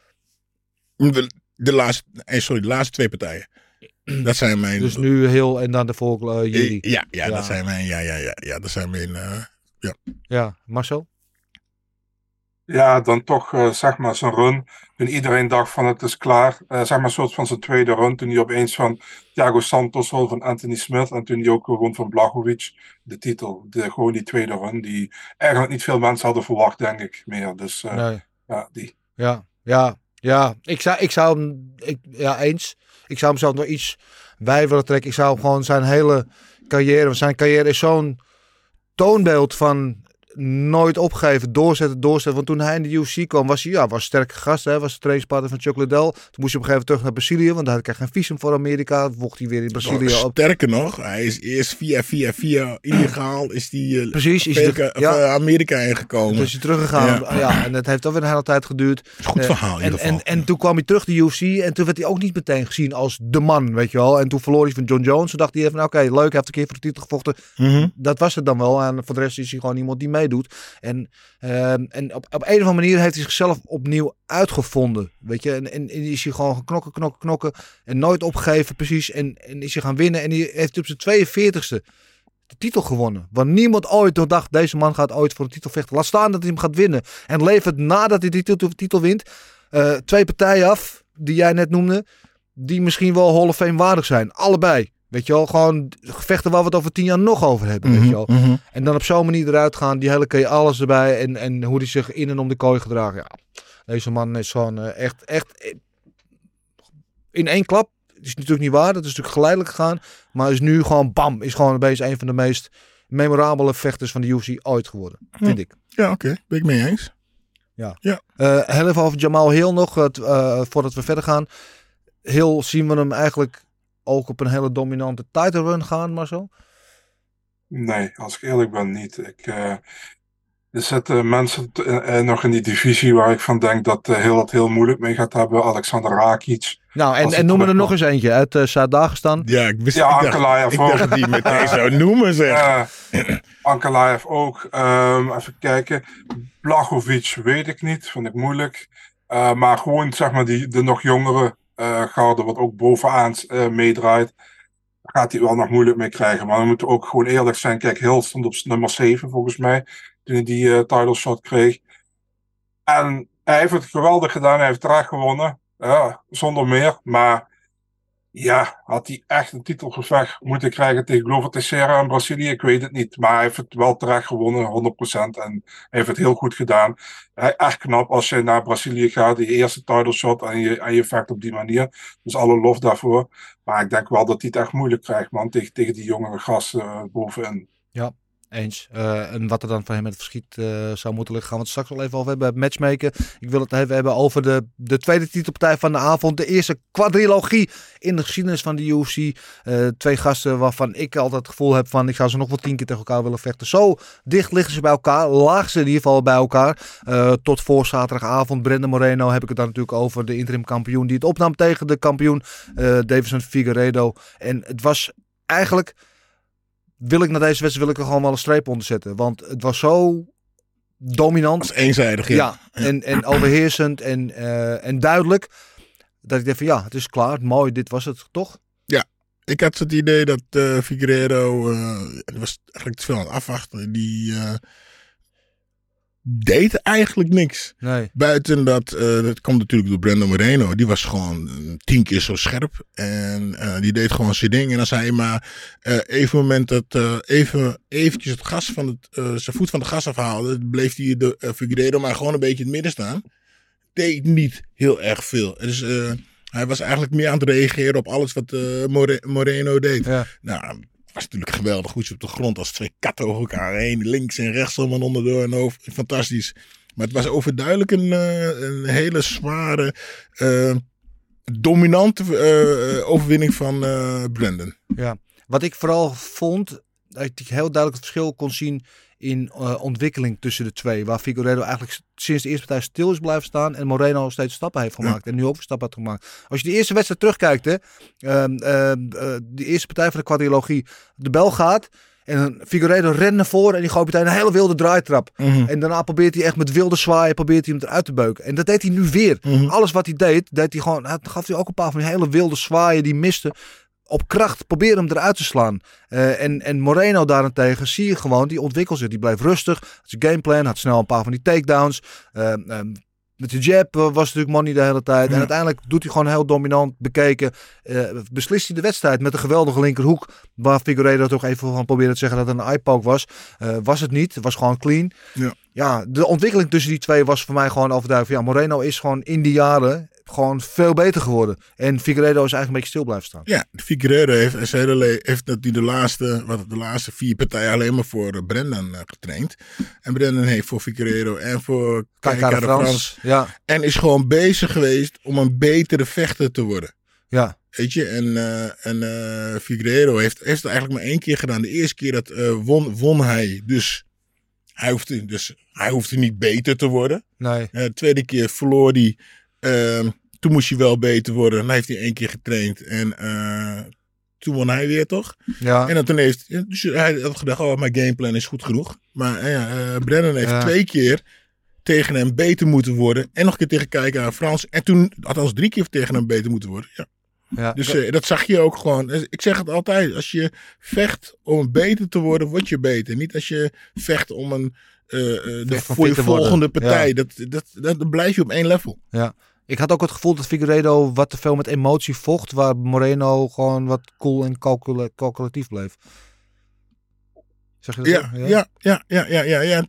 Speaker 2: De, de, laatste, sorry, de laatste twee partijen. Dat zijn mijn...
Speaker 1: Dus nu heel en dan de volgende uh, jullie.
Speaker 2: Ja, ja, ja, dat zijn mijn... Ja, ja, ja, ja dat zijn mijn... Uh, ja.
Speaker 1: ja, Marcel?
Speaker 3: Ja, dan toch uh, zeg maar zijn run. Toen iedereen dacht van het is klaar. Uh, zeg maar een soort van zijn tweede run. Toen hij opeens van Thiago Santos won van Anthony Smith. En toen hij ook won van Blachowicz. De titel. De, gewoon die tweede run. Die eigenlijk niet veel mensen hadden verwacht, denk ik. Meer. Dus uh, nee. ja, die.
Speaker 1: Ja, ja, ja. Ik zou, ik zou hem... Ik, ja, eens. Ik zou hem zelf nog iets bij willen trekken. Ik zou hem gewoon zijn hele carrière... Want zijn carrière is zo'n toonbeeld van... nooit opgeven, doorzetten, doorzetten. Want toen hij in de U F C kwam, was hij ja, was een sterke gast. Hè, was de trainingspartner van Chuck Liddell. Toen moest hij op een gegeven moment terug naar Brazilië, want daar had hij geen visum voor Amerika. Toen vocht hij weer in Brazilië
Speaker 2: oh,
Speaker 1: op.
Speaker 2: Sterker nog, hij is eerst via, via, via illegaal is die uh,
Speaker 1: Precies, is
Speaker 2: Amerika,
Speaker 1: de, ja.
Speaker 2: of, uh, Amerika ingekomen.
Speaker 1: Toen is hij teruggegaan. Ja. Ja, en dat heeft ook weer een hele tijd geduurd.
Speaker 2: Goed verhaal in
Speaker 1: uh, en,
Speaker 2: ieder geval.
Speaker 1: En, en toen kwam hij terug de U F C en toen werd hij ook niet meteen gezien als de man, weet je wel. En toen verloor hij van John Jones. Toen dacht hij even, oké, okay, leuk, hij heeft een keer voor de titel gevochten.
Speaker 2: Mm-hmm.
Speaker 1: Dat was het dan wel. En voor de rest is hij gewoon iemand die meedoet. En Uh, en op, op een of andere manier heeft hij zichzelf opnieuw uitgevonden. Weet je, en, en, en is hij gewoon knokken, knokken, knokken. En nooit opgegeven, precies. En, en is hij gaan winnen. En hij heeft op zijn tweeënveertigste de titel gewonnen. Want niemand ooit nog dacht, deze man gaat ooit voor de titel vechten. Laat staan dat hij hem gaat winnen. En levert nadat hij die titel, titel wint, uh, twee partijen af, die jij net noemde, die misschien wel Hall of Fame waardig zijn. Allebei. Weet je wel, gewoon gevechten waar we het over tien jaar nog over hebben. Mm-hmm, weet je wel.
Speaker 2: Mm-hmm.
Speaker 1: En dan op zo'n manier eruit gaan, die hele keer alles erbij. En, en hoe die zich in en om de kooi gedragen. Ja, deze man is gewoon uh, echt, echt in één klap. Het is natuurlijk niet waar, dat is natuurlijk geleidelijk gegaan. Maar is nu gewoon bam, is gewoon opeens een van de meest memorabele vechters van de U F C ooit geworden.
Speaker 2: Ja.
Speaker 1: Vind ik.
Speaker 2: Ja, oké. Okay. Ben ik mee eens.
Speaker 1: Ja.
Speaker 2: ja.
Speaker 1: Uh, heel even over Jamal Hill nog, uh, uh, voordat we verder gaan. Hill zien we hem eigenlijk ook op een hele dominante title run gaan, Marcel?
Speaker 3: Nee, als ik eerlijk ben, niet. Ik, uh, er zitten mensen t- uh, nog in die divisie waar ik van denk dat uh, heel, dat heel moeilijk mee gaat hebben. Alexander Rakic.
Speaker 1: Nou, en, en noem er nog eens eentje uit uh, Zuid-Dagestan.
Speaker 2: Ja, ik wist
Speaker 3: ja,
Speaker 2: ik
Speaker 3: Ankalaev
Speaker 2: dacht,
Speaker 3: ook.
Speaker 2: Ik dacht die meteen zou noemen, zeg.
Speaker 3: Uh, Ankalaev ook. Um, even kijken. Blachowicz weet ik niet, vind ik moeilijk. Uh, maar gewoon, zeg maar, die, de nog jongere Uh, garde wat ook bovenaan uh, meedraait, gaat hij wel nog moeilijk mee krijgen. Maar we moeten ook gewoon eerlijk zijn. Kijk, Hill stond op nummer zeven volgens mij, toen hij die uh, title shot kreeg. En hij heeft het geweldig gedaan, hij heeft terecht gewonnen, uh, zonder meer. Maar ja, had hij echt een titelgevecht moeten krijgen tegen Glover Teixeira in Brazilië? Ik weet het niet. Maar hij heeft het wel terecht gewonnen, honderd procent. En hij heeft het heel goed gedaan. Hij, echt knap als je naar Brazilië gaat, je eerste title shot en je, en je vecht op die manier. Dus alle lof daarvoor. Maar ik denk wel dat hij het echt moeilijk krijgt, man. Tegen, tegen die jongere gasten uh, bovenin.
Speaker 1: Ja. Eens. Uh, en wat er dan voor hem met het verschiet uh, zou moeten liggen, gaan we het straks wel even over hebben. Matchmaker. Ik wil het even hebben over de, de tweede titelpartij van de avond. De eerste quadrilogie in de geschiedenis van de U F C. Uh, twee gasten waarvan ik altijd het gevoel heb van ik zou ze nog wel tien keer tegen elkaar willen vechten. Zo dicht liggen ze bij elkaar. Laag ze in ieder geval bij elkaar. Uh, tot voor zaterdagavond. Brandon Moreno heb ik het dan natuurlijk over. De interim kampioen die het opnam tegen de kampioen uh, Davison Figueiredo. En het was eigenlijk... Wil ik naar deze wedstrijd wil ik er gewoon wel een streep onder zetten. Want het was zo dominant.
Speaker 2: Het was eenzijdig, ja.
Speaker 1: Ja, en, en overheersend en, uh, en duidelijk. Dat ik dacht van ja, het is klaar. Mooi, dit was het, toch?
Speaker 2: Ja, Ik had het idee dat uh, Figueiredo, uh, die was eigenlijk te veel aan het afwachten. Die uh, deed eigenlijk niks.
Speaker 1: Nee.
Speaker 2: Buiten dat, uh, dat komt natuurlijk door Brandon Moreno. Die was gewoon tien keer zo scherp. En uh, die deed gewoon zijn ding. En als hij maar uh, even moment dat uh, even eventjes het gas van het, uh, zijn voet van de gas afhaalde, bleef die de uh, Figueiredo maar gewoon een beetje in het midden staan. Deed niet heel erg veel. Dus uh, hij was eigenlijk meer aan het reageren op alles wat uh, More- Moreno deed.
Speaker 1: Ja.
Speaker 2: Nou, het was natuurlijk geweldig. Goed op de grond als twee katten over elkaar heen. Links en rechts om en onderdoor en over. Fantastisch. Maar het was overduidelijk een, uh, een hele zware, uh, dominante uh, overwinning van uh, Brandon.
Speaker 1: Ja. Wat ik vooral vond, dat ik heel duidelijk het verschil kon zien in uh, ontwikkeling tussen de twee. Waar Figueiredo eigenlijk sinds de eerste partij stil is blijven staan en Moreno steeds stappen heeft gemaakt. Ja. En nu ook weer stappen had gemaakt. Als je de eerste wedstrijd terugkijkt, hè, uh, uh, uh, de eerste partij van de quadrilogie, de bel gaat en Figueiredo rent naar voren en die gooit meteen een hele wilde draaitrap. Mm-hmm. En daarna probeert hij echt met wilde zwaaien, probeert hij hem eruit te beuken. En dat deed hij nu weer. Mm-hmm. Alles wat hij deed, deed hij gewoon, gaf hij ook een paar van die hele wilde zwaaien die misten. Op kracht, probeer hem eruit te slaan. Uh, en, en Moreno daarentegen zie je gewoon, die ontwikkelt zich. Die blijft rustig. Had zijn gameplan, had snel een paar van die takedowns. Uh, uh, met de jab uh, was natuurlijk money de hele tijd. Ja. En uiteindelijk doet hij gewoon heel dominant bekeken. Uh, beslist hij de wedstrijd met een geweldige linkerhoek. Waar Figueiredo toch even van probeerde te zeggen dat het een eye-poke was. Uh, was het niet. Het was gewoon clean.
Speaker 2: Ja.
Speaker 1: Ja, de ontwikkeling tussen die twee was voor mij gewoon overduidelijk. Ja, Moreno is gewoon in die jaren gewoon veel beter geworden. En Figueiredo is eigenlijk een beetje stil blijven staan.
Speaker 2: Ja, Figueiredo heeft, heeft dat die de laatste, wat de laatste vier partijen alleen maar voor Brandon uh, getraind. En Brandon heeft voor Figueiredo en voor Kaikara de Frans. Frans.
Speaker 1: Ja.
Speaker 2: En is gewoon bezig geweest om een betere vechter te worden.
Speaker 1: Ja.
Speaker 2: Weet je, en, uh, en uh, Figueiredo heeft, heeft het eigenlijk maar één keer gedaan. De eerste keer dat uh, won, won hij. Dus hij hoefde, dus hij hoefde niet beter te worden.
Speaker 1: Nee.
Speaker 2: Uh, de tweede keer verloor hij. Uh, toen moest hij wel beter worden. Dan heeft hij één keer getraind. En uh, toen won hij weer, toch?
Speaker 1: Ja.
Speaker 2: En dan toen heeft ja, dus hij had gedacht, oh, mijn gameplan is goed genoeg. Maar uh, uh, Brandon heeft ja. twee keer tegen hem beter moeten worden. En nog een keer tegen kijken aan Frans. En toen, althans drie keer tegen hem beter moeten worden. Ja.
Speaker 1: Ja.
Speaker 2: Dus uh, dat zag je ook gewoon. Ik zeg het altijd. Als je vecht om beter te worden, word je beter. Niet als je vecht om een uh, uh, de, voor je volgende partij. Ja. Dat, dat, dat, dan blijf je op één level.
Speaker 1: Ja. Ik had ook het gevoel dat Figueiredo wat te veel met emotie vocht. Waar Moreno gewoon wat cool en calcula- calculatief bleef. Zeg je dat?
Speaker 2: Ja, ja, ja, ja, ja, ja, ja, ja.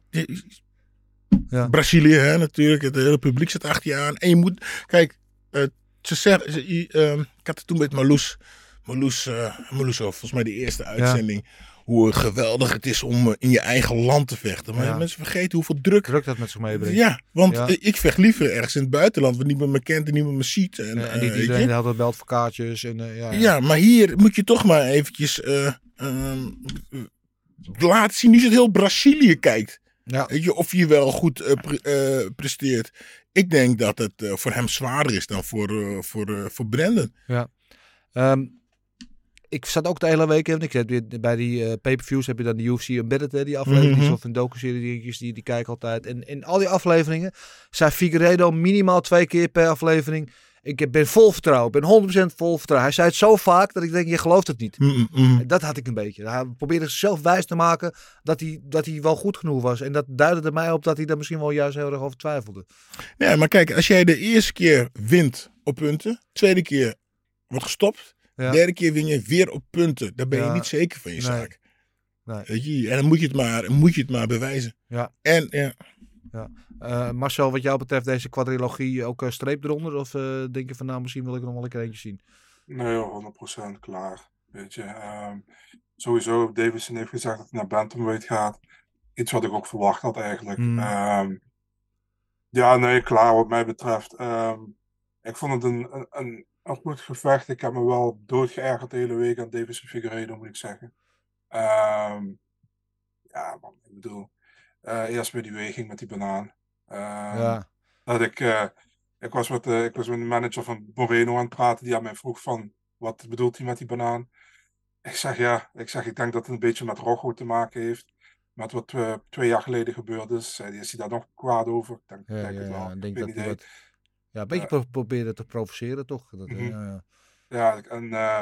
Speaker 2: ja. Brazilië, hè, natuurlijk. Het hele publiek zit achter je aan. En je moet, kijk, uh, ze zeggen, ze, uh, ik had het toen met Marloes, Marloes, uh, Marloes over, volgens mij de eerste uitzending. Ja. Hoe geweldig het is om in je eigen land te vechten. Maar ja. mensen vergeten hoeveel druk...
Speaker 1: Druk dat met zich meebrengt.
Speaker 2: Ja, want ja. ik vecht liever ergens in het buitenland. Waar niemand me kent en niemand me ziet. En,
Speaker 1: ja, en niet uh, iedereen had het belt voor kaartjes. En, uh, ja, ja.
Speaker 2: ja, maar hier moet je toch maar eventjes uh, uh, laten zien. Nu is het heel Brazilië kijkt.
Speaker 1: Ja.
Speaker 2: Weet je, of je wel goed uh, pre- uh, presteert. Ik denk dat het uh, voor hem zwaarder is dan voor, uh, voor, uh, voor Brandon.
Speaker 1: Ja. Um, Ik zat ook de hele week, en ik heb bij die uh, pay-per-views heb je dan de U F C Embedded, hè, die aflevering, mm-hmm. of een docu-serie die, die kijk altijd. En in al die afleveringen zei Figueiredo minimaal twee keer per aflevering: ik ben vol vertrouwen, ik ben honderd procent vol vertrouwen. Hij zei het zo vaak dat ik denk, je gelooft het niet.
Speaker 2: Mm-hmm.
Speaker 1: Dat had ik een beetje. Hij probeerde zichzelf wijs te maken dat hij, dat hij wel goed genoeg was. En dat duidde er mij op dat hij daar misschien wel juist heel erg over twijfelde.
Speaker 2: Ja, maar kijk, als jij de eerste keer wint op punten, tweede keer wordt gestopt, ja. derde keer win je weer op punten. Dan ben je ja. niet zeker van je
Speaker 1: nee.
Speaker 2: zaak.
Speaker 1: Nee.
Speaker 2: Weet je? En dan moet je het maar, moet je het maar bewijzen.
Speaker 1: Ja.
Speaker 2: En ja.
Speaker 1: ja. Uh, Marcel, wat jou betreft deze quadrilogie ook uh, streep eronder? Of uh, denk je van nou, misschien wil ik er nog wel een keer eentje zien?
Speaker 3: Nee, honderd procent klaar. Weet je, um, sowieso Davison heeft gezegd dat hij naar bantamweight gaat. Iets wat ik ook verwacht had eigenlijk. Mm. Um, ja, nee, klaar wat mij betreft. Um, ik vond het een, een, een, een goed gevecht. Ik heb me wel doodgeërgerd de hele week aan Davison Figueiredo, moet ik zeggen. Um, ja, man, ik bedoel, uh, eerst met die weging met die banaan. Um,
Speaker 1: ja.
Speaker 3: Dat ik, uh, ik, was met, uh, ik was met de manager van Moreno aan het praten, die aan mij vroeg van, wat bedoelt hij met die banaan? Ik zeg ja, ik zeg, ik denk dat het een beetje met Rojo te maken heeft. Met wat uh, twee jaar geleden gebeurd is. Uh, is hij daar nog kwaad over? Ik denk,
Speaker 1: ja,
Speaker 3: denk
Speaker 1: ja,
Speaker 3: het wel.
Speaker 1: Ja, denk
Speaker 3: ik
Speaker 1: dat
Speaker 3: weet niet.
Speaker 1: Ja, een beetje uh, proberen te provoceren, toch? Dat,
Speaker 3: mm-hmm.
Speaker 1: ja, ja.
Speaker 3: ja, en uh,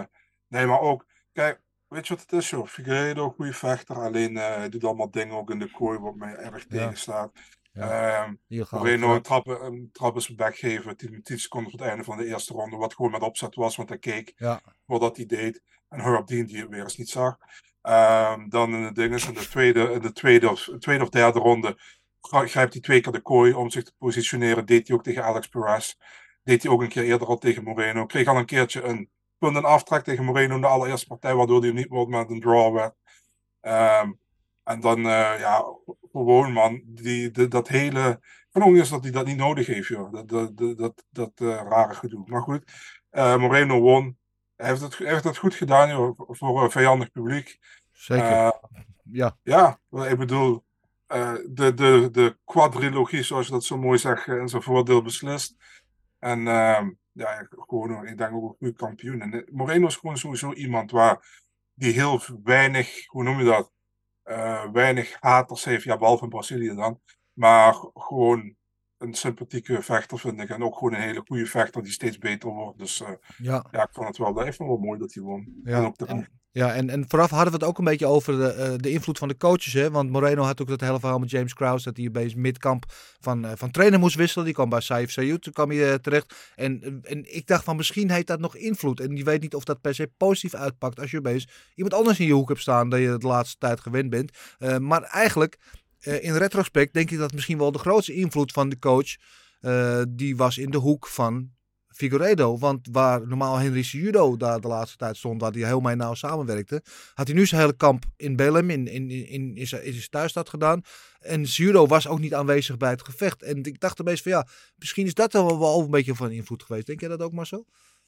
Speaker 3: Nee, maar ook, kijk, weet je wat het is, joh? Figueiredo, goede vechter, alleen uh, hij doet allemaal dingen ook in de kooi wat mij erg
Speaker 1: Ja.
Speaker 3: tegenstaat.
Speaker 1: Ja.
Speaker 3: Um,
Speaker 1: Illegaal,
Speaker 3: Moreno
Speaker 1: ja.
Speaker 3: een trap, een trap is back geven, tien seconden voor het einde van de eerste ronde, wat gewoon met opzet was, want hij keek
Speaker 1: Ja.
Speaker 3: voordat hij deed. En Herb Dean die het weer eens niet zag. Um, dan in de dinges, in de tweede, in de tweede of, tweede of derde ronde grijpt hij twee keer de kooi om zich te positioneren. Deed hij ook tegen Alex Perez. Deed hij ook een keer eerder al tegen Moreno. Kreeg al een keertje een punt en aftrek tegen Moreno in de allereerste partij, waardoor hij niet wordt met een draw werd. Um, en dan, uh, ja, gewoon man, die, die, dat hele... Ik vind ook eens dat hij dat niet nodig heeft, joh. Dat, dat, dat, dat, dat uh, rare gedoe. Maar goed, uh, Moreno won. Hij heeft het, hij heeft het goed gedaan, joh, voor een vijandig publiek.
Speaker 1: Zeker,
Speaker 3: uh,
Speaker 1: ja.
Speaker 3: Ja, ik bedoel, uh, de, de, de quadrilogie, zoals je dat zo mooi zegt, in zijn voordeel beslist. En uh, ja, gewoon, ik denk ook een goede kampioen. En Moreno is gewoon sowieso iemand waar die heel weinig, hoe noem je dat, uh, weinig haters heeft, ja, behalve in Brazilië dan. Maar gewoon een sympathieke vechter, vind ik. En ook gewoon een hele goede vechter die steeds beter wordt. Dus uh,
Speaker 1: ja.
Speaker 3: ja, ik vond het wel, dat heeft wel mooi dat hij won.
Speaker 1: Ja.
Speaker 3: En ook de
Speaker 1: en, ja, en, en vooraf hadden we het ook een beetje over de, uh, de invloed van de coaches. Hè? Want Moreno had ook dat hele verhaal met James Krause, dat hij bij midkamp van, uh, van trainer moest wisselen. Die kwam bij Saif Sayoud, toen kwam hij uh, terecht. En, en ik dacht van, misschien heeft dat nog invloed. En je weet niet of dat per se positief uitpakt als je opeens iemand anders in je hoek hebt staan, dat je de laatste tijd gewend bent. Uh, maar eigenlijk... Uh, in retrospect denk ik dat misschien wel de grootste invloed van de coach, uh, die was in de hoek van Figueiredo. Want waar normaal Henry Cejudo daar de laatste tijd stond, waar hij heel mee nauw samenwerkte, had hij nu zijn hele kamp in Belém, in, in, in, in, zijn, in zijn thuisstad gedaan. En Cejudo was ook niet aanwezig bij het gevecht. En ik dacht opeens van ja, misschien is dat wel, wel een beetje van invloed geweest. Denk jij dat ook maar zo?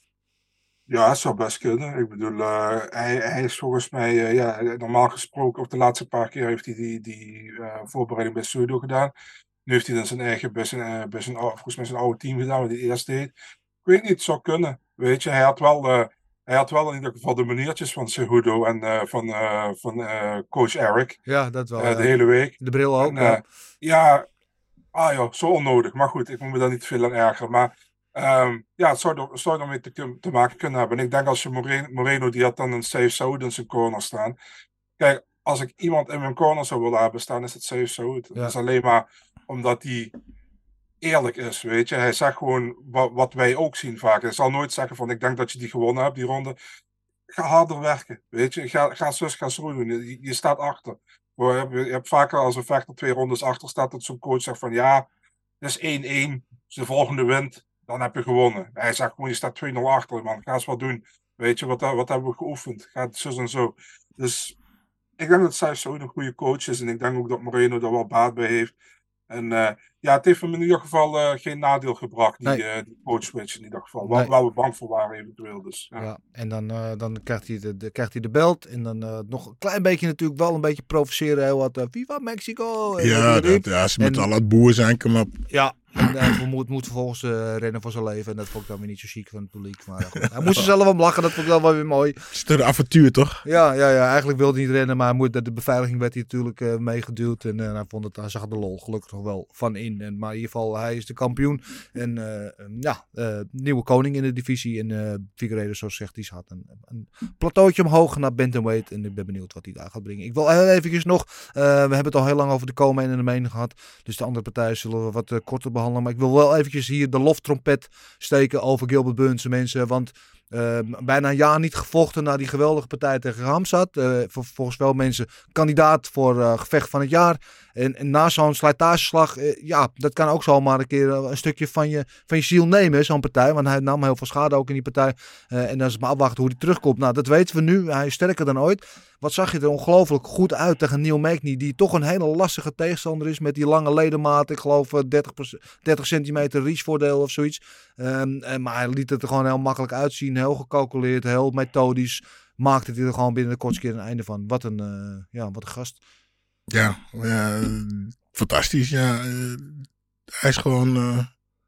Speaker 3: Ja, dat zou best kunnen. Ik bedoel, uh, hij, hij is volgens mij, uh, ja, normaal gesproken, of de laatste paar keer heeft hij die, die uh, voorbereiding bij Cejudo gedaan. Nu heeft hij dan zijn eigen, bij zijn, uh, bij zijn, volgens mij zijn oude team gedaan, wat hij eerst deed. Ik weet niet, het zou kunnen. Weet je, hij had wel, uh, hij had wel in ieder geval de maniertjes van Cejudo en uh, van, uh, van uh, coach Eric.
Speaker 1: Ja, dat wel.
Speaker 3: Uh,
Speaker 1: ja.
Speaker 3: De hele week.
Speaker 1: De bril ook.
Speaker 3: En, uh,
Speaker 1: ja.
Speaker 3: ja, ah joh, zo onnodig. Maar goed, ik moet me daar niet te veel aan ergeren. Maar Um, ja, het zou, er, zou ermee te, te maken kunnen hebben. En ik denk als je Moreno, Moreno die had dan een Saif Saud in zijn corner staan. Kijk, als ik iemand in mijn corner zou willen hebben staan, is het Saif Saud. Ja. Dat is alleen maar omdat hij eerlijk is, weet je. Hij zegt gewoon wat, wat wij ook zien vaak. Hij zal nooit zeggen van, ik denk dat je die gewonnen hebt, die ronde. Ga harder werken, weet je. Ga, ga zus, ga zo doen. Je, je staat achter. Je hebt, je hebt vaker als een vechter twee rondes achter staat, dat zo'n coach zegt van, ja, het is één-één. Als de volgende wint, dan heb je gewonnen. Hij zegt gewoon, je staat twee nul achter, man. Ga eens wat doen. Weet je, wat, wat hebben we geoefend? Ga het zus en zo. Dus ik denk dat Saif Saud een goede coach is. En ik denk ook dat Moreno daar wel baat bij heeft. En uh, ja, het heeft hem in ieder geval uh, geen nadeel gebracht, die,
Speaker 1: nee.
Speaker 3: uh, die coach switch in ieder geval. Waar,
Speaker 1: Nee.
Speaker 3: waar we bang voor waren eventueel. Dus, ja.
Speaker 1: Ja, en dan, uh, dan krijgt, hij de, de, krijgt hij de belt. En dan uh, nog een klein beetje natuurlijk wel een beetje provoceren. Heel wat uh, Viva Mexico.
Speaker 2: Ja, dat, ja, ze moeten al het boer zijn, kom op.
Speaker 1: Ja, en hij moet, moet vervolgens uh, rennen voor zijn leven. En dat vond ik dan weer niet zo chic van het publiek. Maar goed, hij moest er zelf om lachen, dat vond ik wel, wel weer mooi.
Speaker 2: Het is toch de avontuur, toch?
Speaker 1: Ja, ja, ja, eigenlijk wilde hij niet rennen. Maar hij moet, de beveiliging werd hij natuurlijk uh, meegeduwd. En uh, hij, vond het, hij zag de lol gelukkig nog wel van in. En, maar in ieder geval, hij is de kampioen. En uh, ja, uh, nieuwe koning in de divisie. En uh, Figueiredo, zoals zegt, die had een, een plateautje omhoog naar bantamweight. En ik ben benieuwd wat hij daar gaat brengen. Ik wil heel eventjes nog, uh, we hebben het al heel lang over de komen en de mening gehad. Dus de andere partijen zullen we wat uh, korter behandelen. Maar ik wil wel eventjes hier de loftrompet steken over Gilbert Burns, mensen. Want uh, bijna een jaar niet gevochten na die geweldige partij tegen Hamzat. Uh, vol, volgens wel mensen kandidaat voor uh, gevecht van het jaar. En, en na zo'n slijtageslag, uh, ja, dat kan ook zomaar een keer uh, een stukje van je, van je ziel nemen, zo'n partij. Want hij nam heel veel schade ook in die partij. Uh, en dan is het maar afwachten hoe hij terugkomt. Nou, dat weten we nu. Hij is sterker dan ooit. Wat zag je er ongelooflijk goed uit tegen Neil Magny, die toch een hele lastige tegenstander is met die lange ledemaat. Ik geloof dertig centimeter reachvoordeel of zoiets. Um, en, maar hij liet het er gewoon heel makkelijk uitzien. Heel gecalculeerd, heel methodisch. Maakte hij er gewoon binnen de kortste keer een einde van. Wat een, uh, ja, wat een gast.
Speaker 2: Ja, ja fantastisch. Ja. Uh, hij is gewoon uh,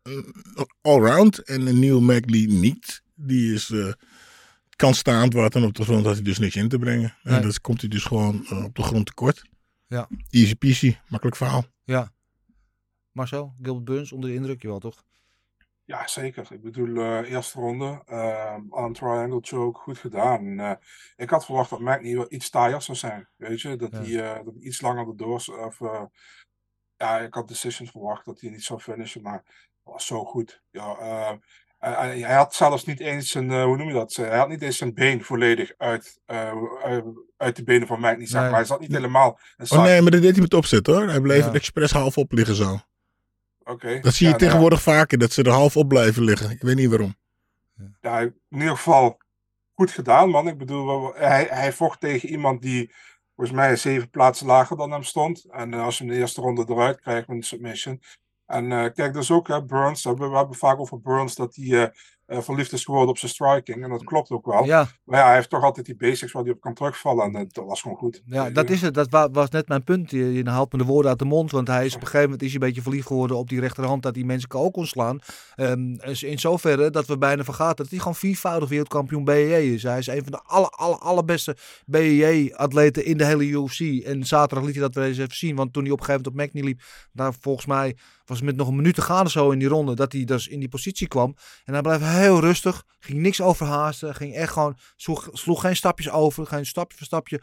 Speaker 2: allround. En Neil Magny niet. Die is uh, kanstaand wat en op de grond had hij dus niks in te brengen. Nee. En dat komt hij dus gewoon uh, op de grond tekort.
Speaker 1: Ja.
Speaker 2: Easy peasy, makkelijk verhaal.
Speaker 1: Ja. Marcel, Gilbert Burns onder de indruk, jawel toch?
Speaker 3: Ja, zeker. Ik bedoel, uh, eerste ronde, uh, arm triangle choke, goed gedaan. Uh, ik had verwacht dat Magny wel iets taaier zou zijn, weet je. Dat hij ja. uh, iets langer de doors, of uh, ja, ik had decisions verwacht dat hij niet zou finishen, maar dat was zo goed. Ja, uh, uh, hij had zelfs niet eens zijn, uh, hoe noem je dat? Hij had niet eens zijn been volledig uit, uh, uh, uit de benen van Magny, zeg nee. maar. Hij zat niet helemaal.
Speaker 2: Oh nee, maar dat deed hij met opzet hoor. Hij bleef ja. expres half op liggen zo.
Speaker 3: Okay.
Speaker 2: Dat zie je
Speaker 3: ja,
Speaker 2: tegenwoordig
Speaker 3: nou,
Speaker 2: vaker, dat ze er half op blijven liggen. Ik weet niet waarom.
Speaker 3: Ja, in ieder geval goed gedaan, man. Ik bedoel, hij, hij vocht tegen iemand die volgens mij zeven plaatsen lager dan hem stond. En uh, als je hem de eerste ronde eruit krijgt met een submission. En uh, kijk, dus ook, hè, Burns, we hebben, we hebben vaak over Burns dat hij uh, uh, verliefd is geworden op zijn striking. En dat klopt ook wel.
Speaker 1: Ja.
Speaker 3: Maar ja, hij heeft toch altijd die basics waar hij op kan terugvallen. En uh, dat was gewoon goed.
Speaker 1: Ja, dat is het. Dat wa- was net mijn punt. Je, je haalt me de woorden uit de mond. Want hij is op een gegeven moment is hij een beetje verliefd geworden op die rechterhand. Dat hij mensen ook kon slaan. Um, in zoverre dat we bijna vergaten dat hij gewoon viervoudig wereldkampioen B J J is. Hij is een van de aller, aller, allerbeste B J J-atleten in de hele U F C. En zaterdag liet hij dat weer eens even zien. Want toen hij op een gegeven moment op Magny liep. Daar volgens mij was het met nog een minuut te gaan of zo in die ronde. Dat hij dus in die positie kwam. En hij bleef heel rustig. Ging niks overhaasten. Ging echt gewoon, sloeg, sloeg geen stapjes over. Geen stapje voor stapje.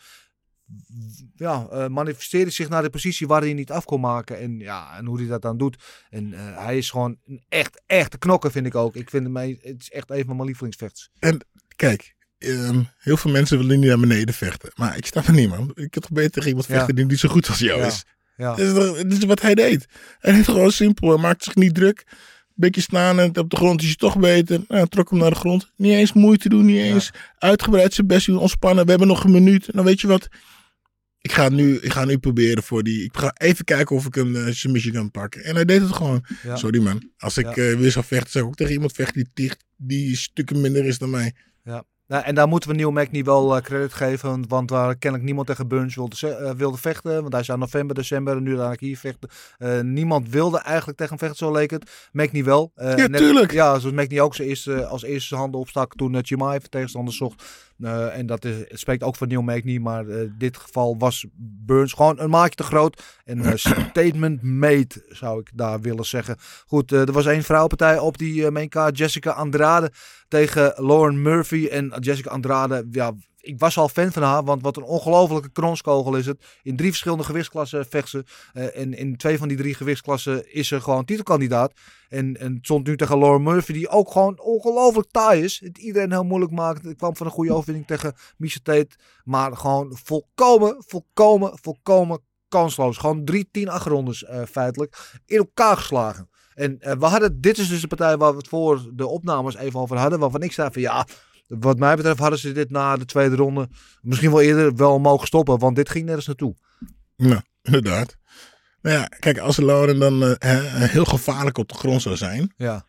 Speaker 1: Ja, uh, manifesteerde zich naar de positie waar hij niet af kon maken. En ja, en hoe hij dat dan doet. En uh, hij is gewoon een echt, echte knokker, vind ik ook. Ik vind hem, het is echt een van mijn lievelingsvechters.
Speaker 2: En kijk, um, heel veel mensen willen niet naar beneden vechten. Maar ik snap er niet, man. Ik kan toch beter tegen iemand vechten ja. die niet zo goed als jou ja. is. Ja. Dat, is toch, dat is wat hij deed. Hij deed gewoon simpel. Hij maakte zich niet druk. Beetje staan en op de grond is hij toch beter. Nou, trok hem naar de grond. Niet eens moeite doen, niet eens ja. uitgebreid zijn best doen, ontspannen. We hebben nog een minuut. Nou, weet je wat? Ik ga nu, ik ga nu proberen voor die... Ik ga even kijken of ik een uh, submission kan pakken. En hij deed het gewoon. Ja. Sorry man. Als ik ja. uh, weer zou vechten, zou ik ook tegen iemand vechten die, die, die stukken minder is dan mij.
Speaker 1: Ja. Nou, en daar moeten we Neil Magny wel uh, credit geven. Want waar kennelijk niemand tegen Burns wilde, uh, wilde vechten. Want hij zou november, december en nu uiteindelijk hier vechten. Uh, niemand wilde eigenlijk tegen hem vechten, zo leek het. Magny wel. Uh,
Speaker 2: ja,
Speaker 1: net,
Speaker 2: tuurlijk.
Speaker 1: Ja, zoals Magny ook zijn eerste, als eerste handen opstak toen uh, Chimaev tegenstander zocht. Uh, en dat is, het spreekt ook voor Neil Magny. Maar in uh, dit geval was Burns gewoon een maatje te groot. En uh, statement made, zou ik daar willen zeggen. Goed, uh, er was één vrouwenpartij op die uh, main card. Jessica Andrade tegen Lauren Murphy. En Jessica Andrade, ja, ik was al fan van haar, want wat een ongelofelijke kronskogel is het. In drie verschillende gewichtsklassen vecht ze. Uh, en in twee van die drie gewichtsklassen is ze gewoon titelkandidaat. En, en het stond nu tegen Lauren Murphy, die ook gewoon ongelooflijk taai is. Het iedereen heel moeilijk maakt. Het kwam van een goede overwinning tegen Miesha Tate. Maar gewoon volkomen, volkomen, volkomen kansloos. Gewoon drie tien acht rondes uh, feitelijk in elkaar geslagen. En uh, we hadden, dit is dus de partij waar we het voor de opnames even over hadden. Waarvan ik zei van ja, wat mij betreft hadden ze dit na de tweede ronde misschien wel eerder wel mogen stoppen. Want dit ging nergens naartoe.
Speaker 2: Nou, inderdaad. Nou ja, kijk, als Lauren dan uh, heel gevaarlijk op de grond zou zijn.
Speaker 1: Ja.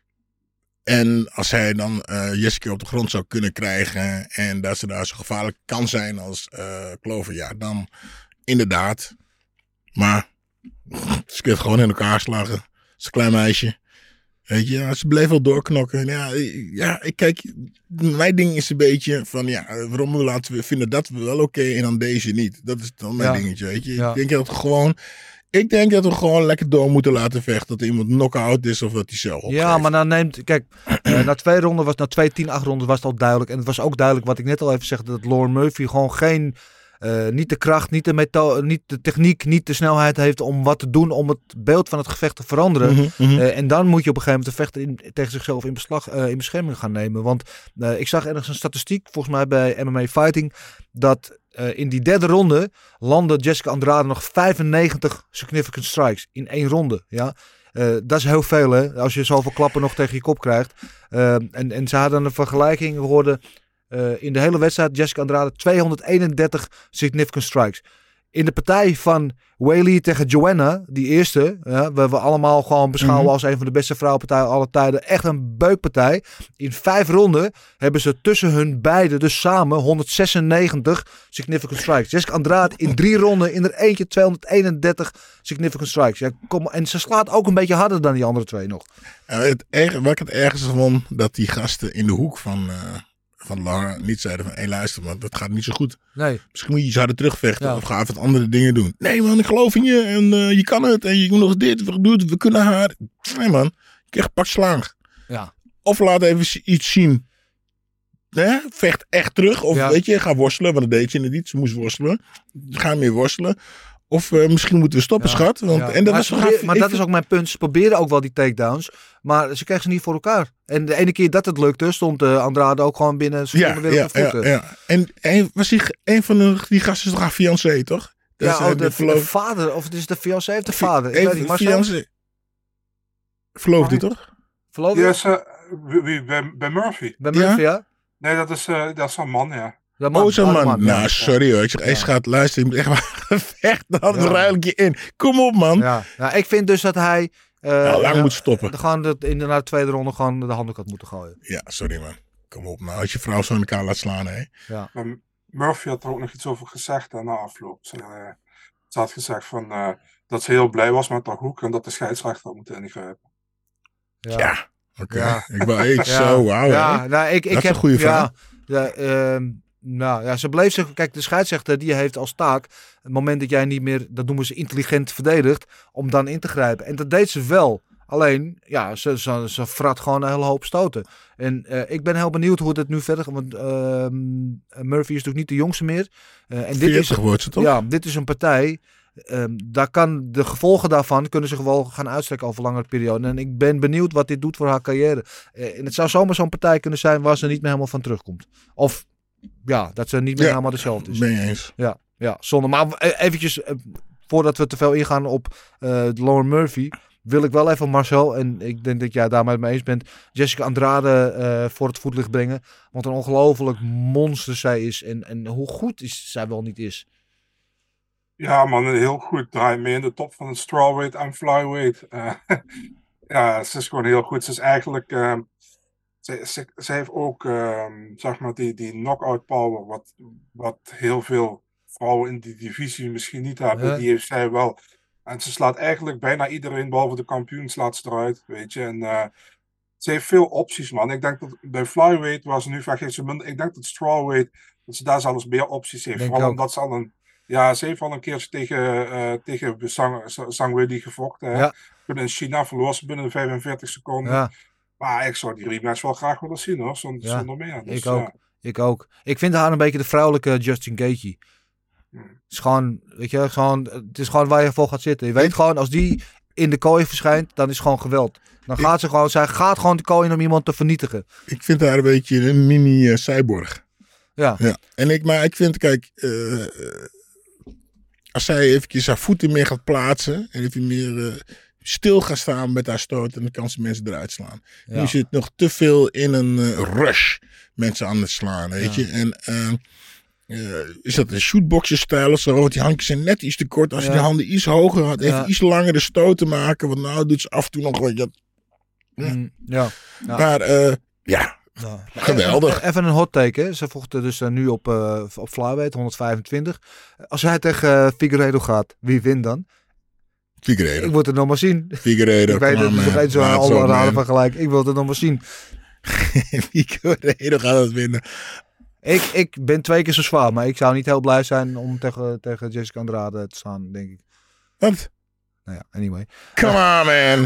Speaker 2: En als hij dan uh, Jessica op de grond zou kunnen krijgen. En dat ze daar zo gevaarlijk kan zijn als uh, Glover. Ja, dan inderdaad. Maar ze kunnen gewoon in elkaar slagen. Het is een klein meisje. Weet je, ja, ze bleef wel doorknokken. Ja, ja, ik kijk, mijn ding is een beetje van, ja, waarom we laten we vinden dat we wel oké okay, en dan deze niet. Dat is dan mijn ja. dingetje, weet je. Ja. Ik denk dat we gewoon, ik denk dat we gewoon lekker door moeten laten vechten. Dat iemand knock-out is of dat hij zelf opgeeft.
Speaker 1: Ja, maar dan neemt, kijk, uh, na twee ronden was, na twee tien acht rondes was het al duidelijk. En het was ook duidelijk, wat ik net al even zeg, dat Lauren Murphy gewoon geen... Uh, niet de kracht, niet de, metho- niet de techniek, niet de snelheid heeft om wat te doen om het beeld van het gevecht te veranderen. Mm-hmm, mm-hmm. Uh, en dan moet je op een gegeven moment de vechter in, tegen zichzelf in, beslag, uh, in bescherming gaan nemen. Want uh, ik zag ergens een statistiek, volgens mij bij M M A Fighting, dat uh, in die derde ronde landde Jessica Andrade nog vijfennegentig significant strikes in één ronde. Ja? Uh, dat is heel veel, hè, als je zoveel klappen nog tegen je kop krijgt. Uh, en, en ze hadden een vergelijking, we hoorden... Uh, in de hele wedstrijd Jessica Andrade tweehonderdeenendertig significant strikes. In de partij van Weili tegen Joanna, die eerste, ja, waar we allemaal gewoon beschouwen mm-hmm. als een van de beste vrouwenpartijen aller tijden, echt een beukpartij. In vijf ronden hebben ze tussen hun beiden, dus samen, honderdzesennegentig significant strikes. Jessica Andrade in drie ronden in er eentje tweehonderdeenendertig significant strikes. Ja, kom, en ze slaat ook een beetje harder dan die andere twee nog.
Speaker 2: Uh, het erg, wat ik het ergste vond, dat die gasten in de hoek van... Uh... van Lara niet zeiden van, hé hey, luister man, dat gaat niet zo goed.
Speaker 1: Nee.
Speaker 2: Misschien moet je iets harder terugvechten ja. of ga even wat andere dingen doen. Nee man, ik geloof in je en uh, je kan het en je moet nog dit, we doen het, we kunnen haar. Nee man, je krijgt pak slaag.
Speaker 1: Ja.
Speaker 2: Of laat even iets zien. Hè? Vecht echt terug. Of
Speaker 1: Ja.
Speaker 2: weet je, ga worstelen. Want dat deed je niet. Ze moest worstelen. Ga meer worstelen. Of uh, misschien moeten we stoppen,
Speaker 1: Ja.
Speaker 2: schat. Want,
Speaker 1: Ja.
Speaker 2: en dat
Speaker 1: maar
Speaker 2: was
Speaker 1: ze
Speaker 2: toch
Speaker 1: probeer-
Speaker 2: gaaf.
Speaker 1: maar
Speaker 2: Ik
Speaker 1: dat
Speaker 2: vind-
Speaker 1: is ook mijn punt. Ze probeerden ook wel die takedowns. Maar ze kregen ze niet voor elkaar. En de ene keer dat het lukte, stond uh, Andrade ook gewoon binnen. Ze
Speaker 2: Ja,
Speaker 1: weer
Speaker 2: ja,
Speaker 1: op de voeten.
Speaker 2: ja, ja. En, en was die, een van de, die gasten is toch haar fiancé, toch? Dat
Speaker 1: Ja,
Speaker 2: is,
Speaker 1: oh,
Speaker 2: uh,
Speaker 1: de,
Speaker 2: de
Speaker 1: de
Speaker 2: verloof-
Speaker 1: vader, of het is de fiancé of de vader. Ik
Speaker 2: Even
Speaker 1: weet niet,
Speaker 2: de
Speaker 1: Marcel?
Speaker 2: fiancé. Verloofde, toch?
Speaker 1: Verloofde?
Speaker 3: Die is, uh, wie, wie, bij, bij Murphy.
Speaker 1: Bij Murphy, ja?
Speaker 3: Nee, dat is, uh, dat is een man, ja.
Speaker 1: De man.
Speaker 2: Oh, zo'n
Speaker 1: Oh, de
Speaker 2: man.
Speaker 1: ja.
Speaker 2: Nou, sorry hoor. Ik zeg, hey, schat, luister. Je moet echt maar vechten. Anders
Speaker 1: Ja.
Speaker 2: ruil ik je in. Kom op, man.
Speaker 1: Ja. Nou, ik vind dus dat hij... Uh,
Speaker 2: Nou, lang
Speaker 1: ja,
Speaker 2: moet stoppen.
Speaker 1: Gewoon de, in de, na de tweede ronde gewoon de handdoek had moeten gooien.
Speaker 2: Ja, sorry, man. Kom op, nou. Als je vrouw zo in elkaar laat slaan, hè.
Speaker 1: Ja.
Speaker 3: Maar Murphy had er ook nog iets over gezegd hè, na afloop. Ze, uh, ze had gezegd van, uh, dat ze heel blij was met haar hoek en dat de scheidsrechter had moeten ingrijpen.
Speaker 1: Ja.
Speaker 2: Ja. Oké.
Speaker 1: Ja.
Speaker 2: Ik wou ik
Speaker 1: Ja.
Speaker 2: zo, wauw.
Speaker 1: Ja,
Speaker 2: hè.
Speaker 1: nou, ik, ik
Speaker 2: Dat is
Speaker 1: heb,
Speaker 2: een goede vraag.
Speaker 1: Ja, ja, ehm, nou, ja, ze bleef zich... Kijk, de scheidsrechter die heeft als taak... Het moment dat jij niet meer, dat noemen ze intelligent verdedigt... om dan in te grijpen. En dat deed ze wel. Alleen, ja, ze, ze, ze frat gewoon een hele hoop stoten. En uh, ik ben heel benieuwd hoe het nu verder gaat. Want uh, Murphy is natuurlijk niet de jongste meer. Uh, en dit
Speaker 2: veertig
Speaker 1: is,
Speaker 2: wordt ze toch?
Speaker 1: Ja, dit is een partij... Um, daar kan de gevolgen daarvan kunnen zich wel gaan uitstrekken over een langere periode. En ik ben benieuwd wat dit doet voor haar carrière. Uh, en het zou zomaar zo'n partij kunnen zijn waar ze niet meer helemaal van terugkomt. Of ja, dat ze niet meer
Speaker 2: Ja,
Speaker 1: helemaal dezelfde is.
Speaker 2: Ben je eens.
Speaker 1: Ja, ja, zonde. Maar uh, eventjes, uh, voordat we te veel ingaan op uh, Lauren Murphy, wil ik wel even Marcel, en ik denk dat jij daarmee mee eens bent, Jessica Andrade uh, voor het voetlicht brengen. Want een ongelooflijk monster zij is. En, en hoe goed is, zij wel niet is.
Speaker 3: Ja man, heel goed. Draait mee in de top van het strawweight en flyweight. Uh, ja, ze is gewoon heel goed. Ze is eigenlijk... Uh, ze, ze, ze heeft ook, uh, zeg maar, die, die knockout power, wat, wat heel veel vrouwen in die divisie misschien niet hebben.
Speaker 1: Ja.
Speaker 3: Die heeft zij wel. En ze slaat eigenlijk bijna iedereen, behalve de kampioen, slaat ze eruit, weet je. En uh, ze heeft veel opties, man. Ik denk dat bij flyweight, waar ze nu vaak heeft, ze minder, ik denk dat strawweight, dat ze daar zelfs meer opties heeft.
Speaker 1: Denk
Speaker 3: Vooral
Speaker 1: ook.
Speaker 3: omdat ze al een... Ja, ze heeft al een keer tegen, uh, tegen Zhang, Zhang Weili gevochten.
Speaker 1: Ja.
Speaker 3: In China verloor ze binnen de vijfenveertig seconden.
Speaker 1: Ja,
Speaker 3: Maar ik zou die rematch wel graag willen zien, hoor. Zonder,
Speaker 1: Ja,
Speaker 3: zonder meer. Dus,
Speaker 1: ik ook.
Speaker 3: ja.
Speaker 1: ik ook. Ik vind haar een beetje de vrouwelijke Justin Gaethje. Het is gewoon, weet je, gewoon, het is gewoon waar je voor gaat zitten. Je weet gewoon, als die in de kooi verschijnt, dan is het gewoon geweld. Dan gaat ze gewoon, zij gaat gewoon de kooi in om iemand te vernietigen.
Speaker 2: Ik vind haar een beetje een mini-cyborg.
Speaker 1: Ja.
Speaker 2: Ja. En ik, maar ik vind, kijk, uh, als zij eventjes haar voeten meer gaat plaatsen en even meer uh, stil gaat staan met haar stoten, dan kan ze mensen eruit slaan.
Speaker 1: Ja.
Speaker 2: Nu zit nog te veel in een uh, rush mensen aan het slaan, weet
Speaker 1: Ja.
Speaker 2: je. En uh, uh, is dat een shootboxer-stijl of zo? Want die handjes zijn net iets te kort. Als
Speaker 1: Ja.
Speaker 2: je de handen iets hoger had, even
Speaker 1: Ja.
Speaker 2: iets langer de stoten maken. Want nou doet ze af en toe nog wat. Ja.
Speaker 1: Mm, ja. Ja.
Speaker 2: Maar uh, ja,
Speaker 1: Ja.
Speaker 2: geweldig.
Speaker 1: Even, even een hot take, hè. Ze vochten dus uh, nu op, uh, op flyweight, honderdvijfentwintig. Als hij tegen uh, Figueiredo gaat, wie wint dan?
Speaker 2: Figueiredo.
Speaker 1: Ik wil het nog maar zien.
Speaker 2: Figueiredo.
Speaker 1: Ik weet het,
Speaker 2: come
Speaker 1: het is
Speaker 2: on,
Speaker 1: nog eens zo'n
Speaker 2: man. Laat
Speaker 1: alle
Speaker 2: zo,
Speaker 1: raden
Speaker 2: man.
Speaker 1: van gelijk. Ik wil het nog maar zien.
Speaker 2: Figueiredo gaat het winnen.
Speaker 1: Ik, ik ben twee keer zo zwaar, maar ik zou niet heel blij zijn om tegen, tegen Jessica Andrade te staan, denk ik.
Speaker 2: Wat?
Speaker 1: Nou ja, anyway.
Speaker 2: Come on, man.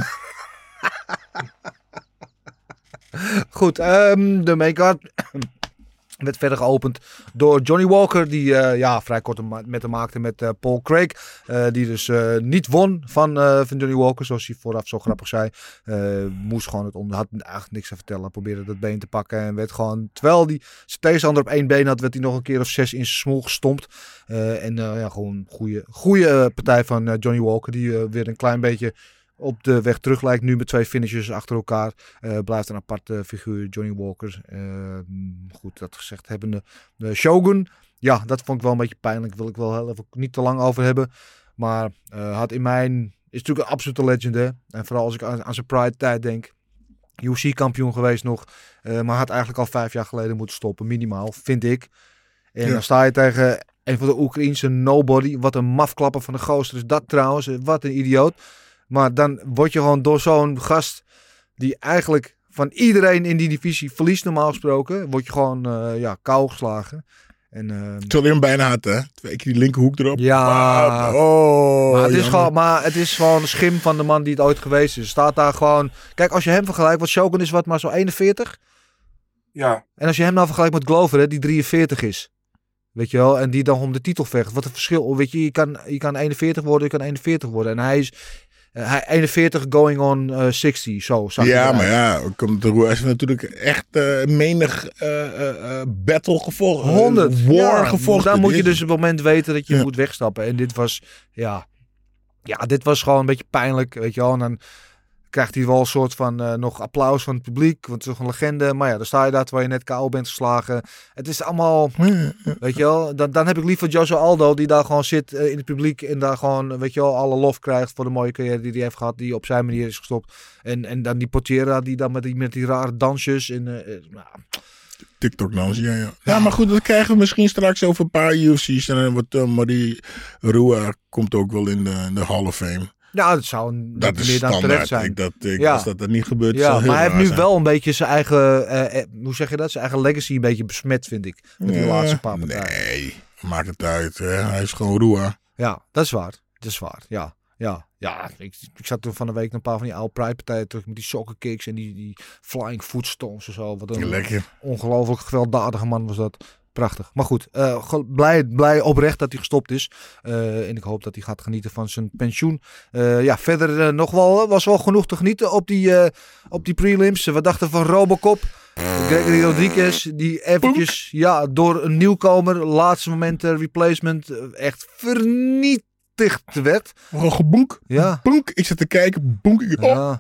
Speaker 1: Goed, um, de make-up werd verder geopend door Johnny Walker, die uh, ja, vrij kort met hem maakte met uh, Paul Craig. Uh, die dus uh, niet won van, uh, van Johnny Walker, zoals hij vooraf zo grappig zei. Uh, moest gewoon het onder, had eigenlijk niks te vertellen. Probeerde dat been te pakken en werd gewoon, terwijl hij zijn tegenstander op één been had, werd hij nog een keer of zes in zijn smoel gestompt. Uh, en uh, ja, gewoon een goede partij van uh, Johnny Walker, die uh, weer een klein beetje op de weg terug lijkt, nu met twee finishes achter elkaar. Uh, blijft een aparte figuur, Johnny Walker. Uh, goed, dat gezegd hebbende. De Shogun, ja, dat vond ik wel een beetje pijnlijk. Wil ik wel heel even niet te lang over hebben. Maar uh, had in mijn... Is natuurlijk een absolute legend, hè. En vooral als ik aan, aan zijn Pride tijd denk. U F C-kampioen geweest nog. Uh, maar had eigenlijk al vijf jaar geleden moeten stoppen, minimaal, vind ik. En ja. Dan sta je tegen een van de Oekraïense nobody. Wat een mafklapper van de gozer is dat trouwens. Wat een idioot. Maar dan word je gewoon door zo'n gast die eigenlijk van iedereen in die divisie verliest normaal gesproken. Word je gewoon uh, ja, kou geslagen. En, uh,
Speaker 2: Terwijl hij hem bijna had, hè? Twee keer die linkerhoek erop.
Speaker 1: Ja.
Speaker 2: Ah, oh,
Speaker 1: maar, het is
Speaker 2: jammer.
Speaker 1: gewoon, maar het is gewoon een schim van de man die het ooit geweest is. Staat daar gewoon... Kijk, als je hem vergelijkt, want Shogun is wat maar zo eenenveertig.
Speaker 3: Ja.
Speaker 1: En als je hem nou vergelijkt met Glover, hè, die drieënveertig is. Weet je wel? En die dan om de titel vecht. Wat een verschil. Weet je, je kan, je kan eenenveertig worden, je kan eenenveertig worden. En hij is uh, hij eenenveertig going on uh, zestig. Zo zag
Speaker 2: Ja,
Speaker 1: hij
Speaker 2: maar
Speaker 1: eruit.
Speaker 2: ja, komt de Roer is natuurlijk echt uh, menig uh, uh, uh, battle gevolgd.
Speaker 1: honderd.
Speaker 2: War
Speaker 1: ja,
Speaker 2: gevolgd.
Speaker 1: Dan moet je
Speaker 2: Dit-
Speaker 1: dus op het moment weten dat je
Speaker 2: Ja.
Speaker 1: moet wegstappen. En dit was, ja... Ja, dit was gewoon een beetje pijnlijk, weet je wel. En dan krijgt hij wel een soort van uh, nog applaus van het publiek. Want het is toch een legende. Maar ja, dan sta je daar terwijl je net K O bent geslagen. Het is allemaal, weet je wel. Dan, dan heb ik liever Jose Aldo die daar gewoon zit uh, in het publiek. En daar gewoon, weet je wel, alle lof krijgt voor de mooie carrière die hij heeft gehad. Die op zijn manier is gestopt. En, en dan die Portiera die dan met die, met die rare dansjes. En, uh, uh, nou,
Speaker 2: TikTok-dans, ja, ja. Ja, maar goed, dat krijgen we misschien straks over een paar U F C's. En dan wordt uh, Marie Rua komt ook wel in de, in de Hall of Fame.
Speaker 1: ja, dat zou een,
Speaker 2: Dat
Speaker 1: meer
Speaker 2: is
Speaker 1: dan terecht
Speaker 2: standaard.
Speaker 1: zijn.
Speaker 2: Ik, dat, ik,
Speaker 1: Ja.
Speaker 2: Als dat er niet gebeurt,
Speaker 1: Ja,
Speaker 2: zal heel
Speaker 1: maar hij heeft
Speaker 2: raar
Speaker 1: nu
Speaker 2: zijn.
Speaker 1: wel een beetje zijn eigen, uh, eh, hoe zeg je dat? Zijn eigen legacy een beetje besmet, vind ik. Met die
Speaker 2: Ja,
Speaker 1: laatste paar partijen.
Speaker 2: Nee, maakt het uit. Hè? Hij is gewoon Rua.
Speaker 1: Ja, dat is waar. Dat is waar. Ja, ja, ja. Ik, ik zat toen van de week een paar van die oude Pride partijen terug met die soccer kicks en die, die flying footstones en zo. Wat een
Speaker 2: Lekker.
Speaker 1: ongelooflijk gewelddadige man was dat. Prachtig. Maar goed, uh, ge- blij, blij oprecht dat hij gestopt is. Uh, en ik hoop dat hij gaat genieten van zijn pensioen. Uh, ja, verder uh, nog wel, was wel genoeg te genieten op die, uh, op die prelims. We dachten van Robocop. Gregory Rodriguez, die eventjes ja, door een nieuwkomer, laatste moment uh, replacement, uh, echt vernietigd werd.
Speaker 2: Gewoon gebonk.
Speaker 1: Ja.
Speaker 2: Bonk. Ik zat te kijken. Bonk. Ik, oh,
Speaker 1: Ja.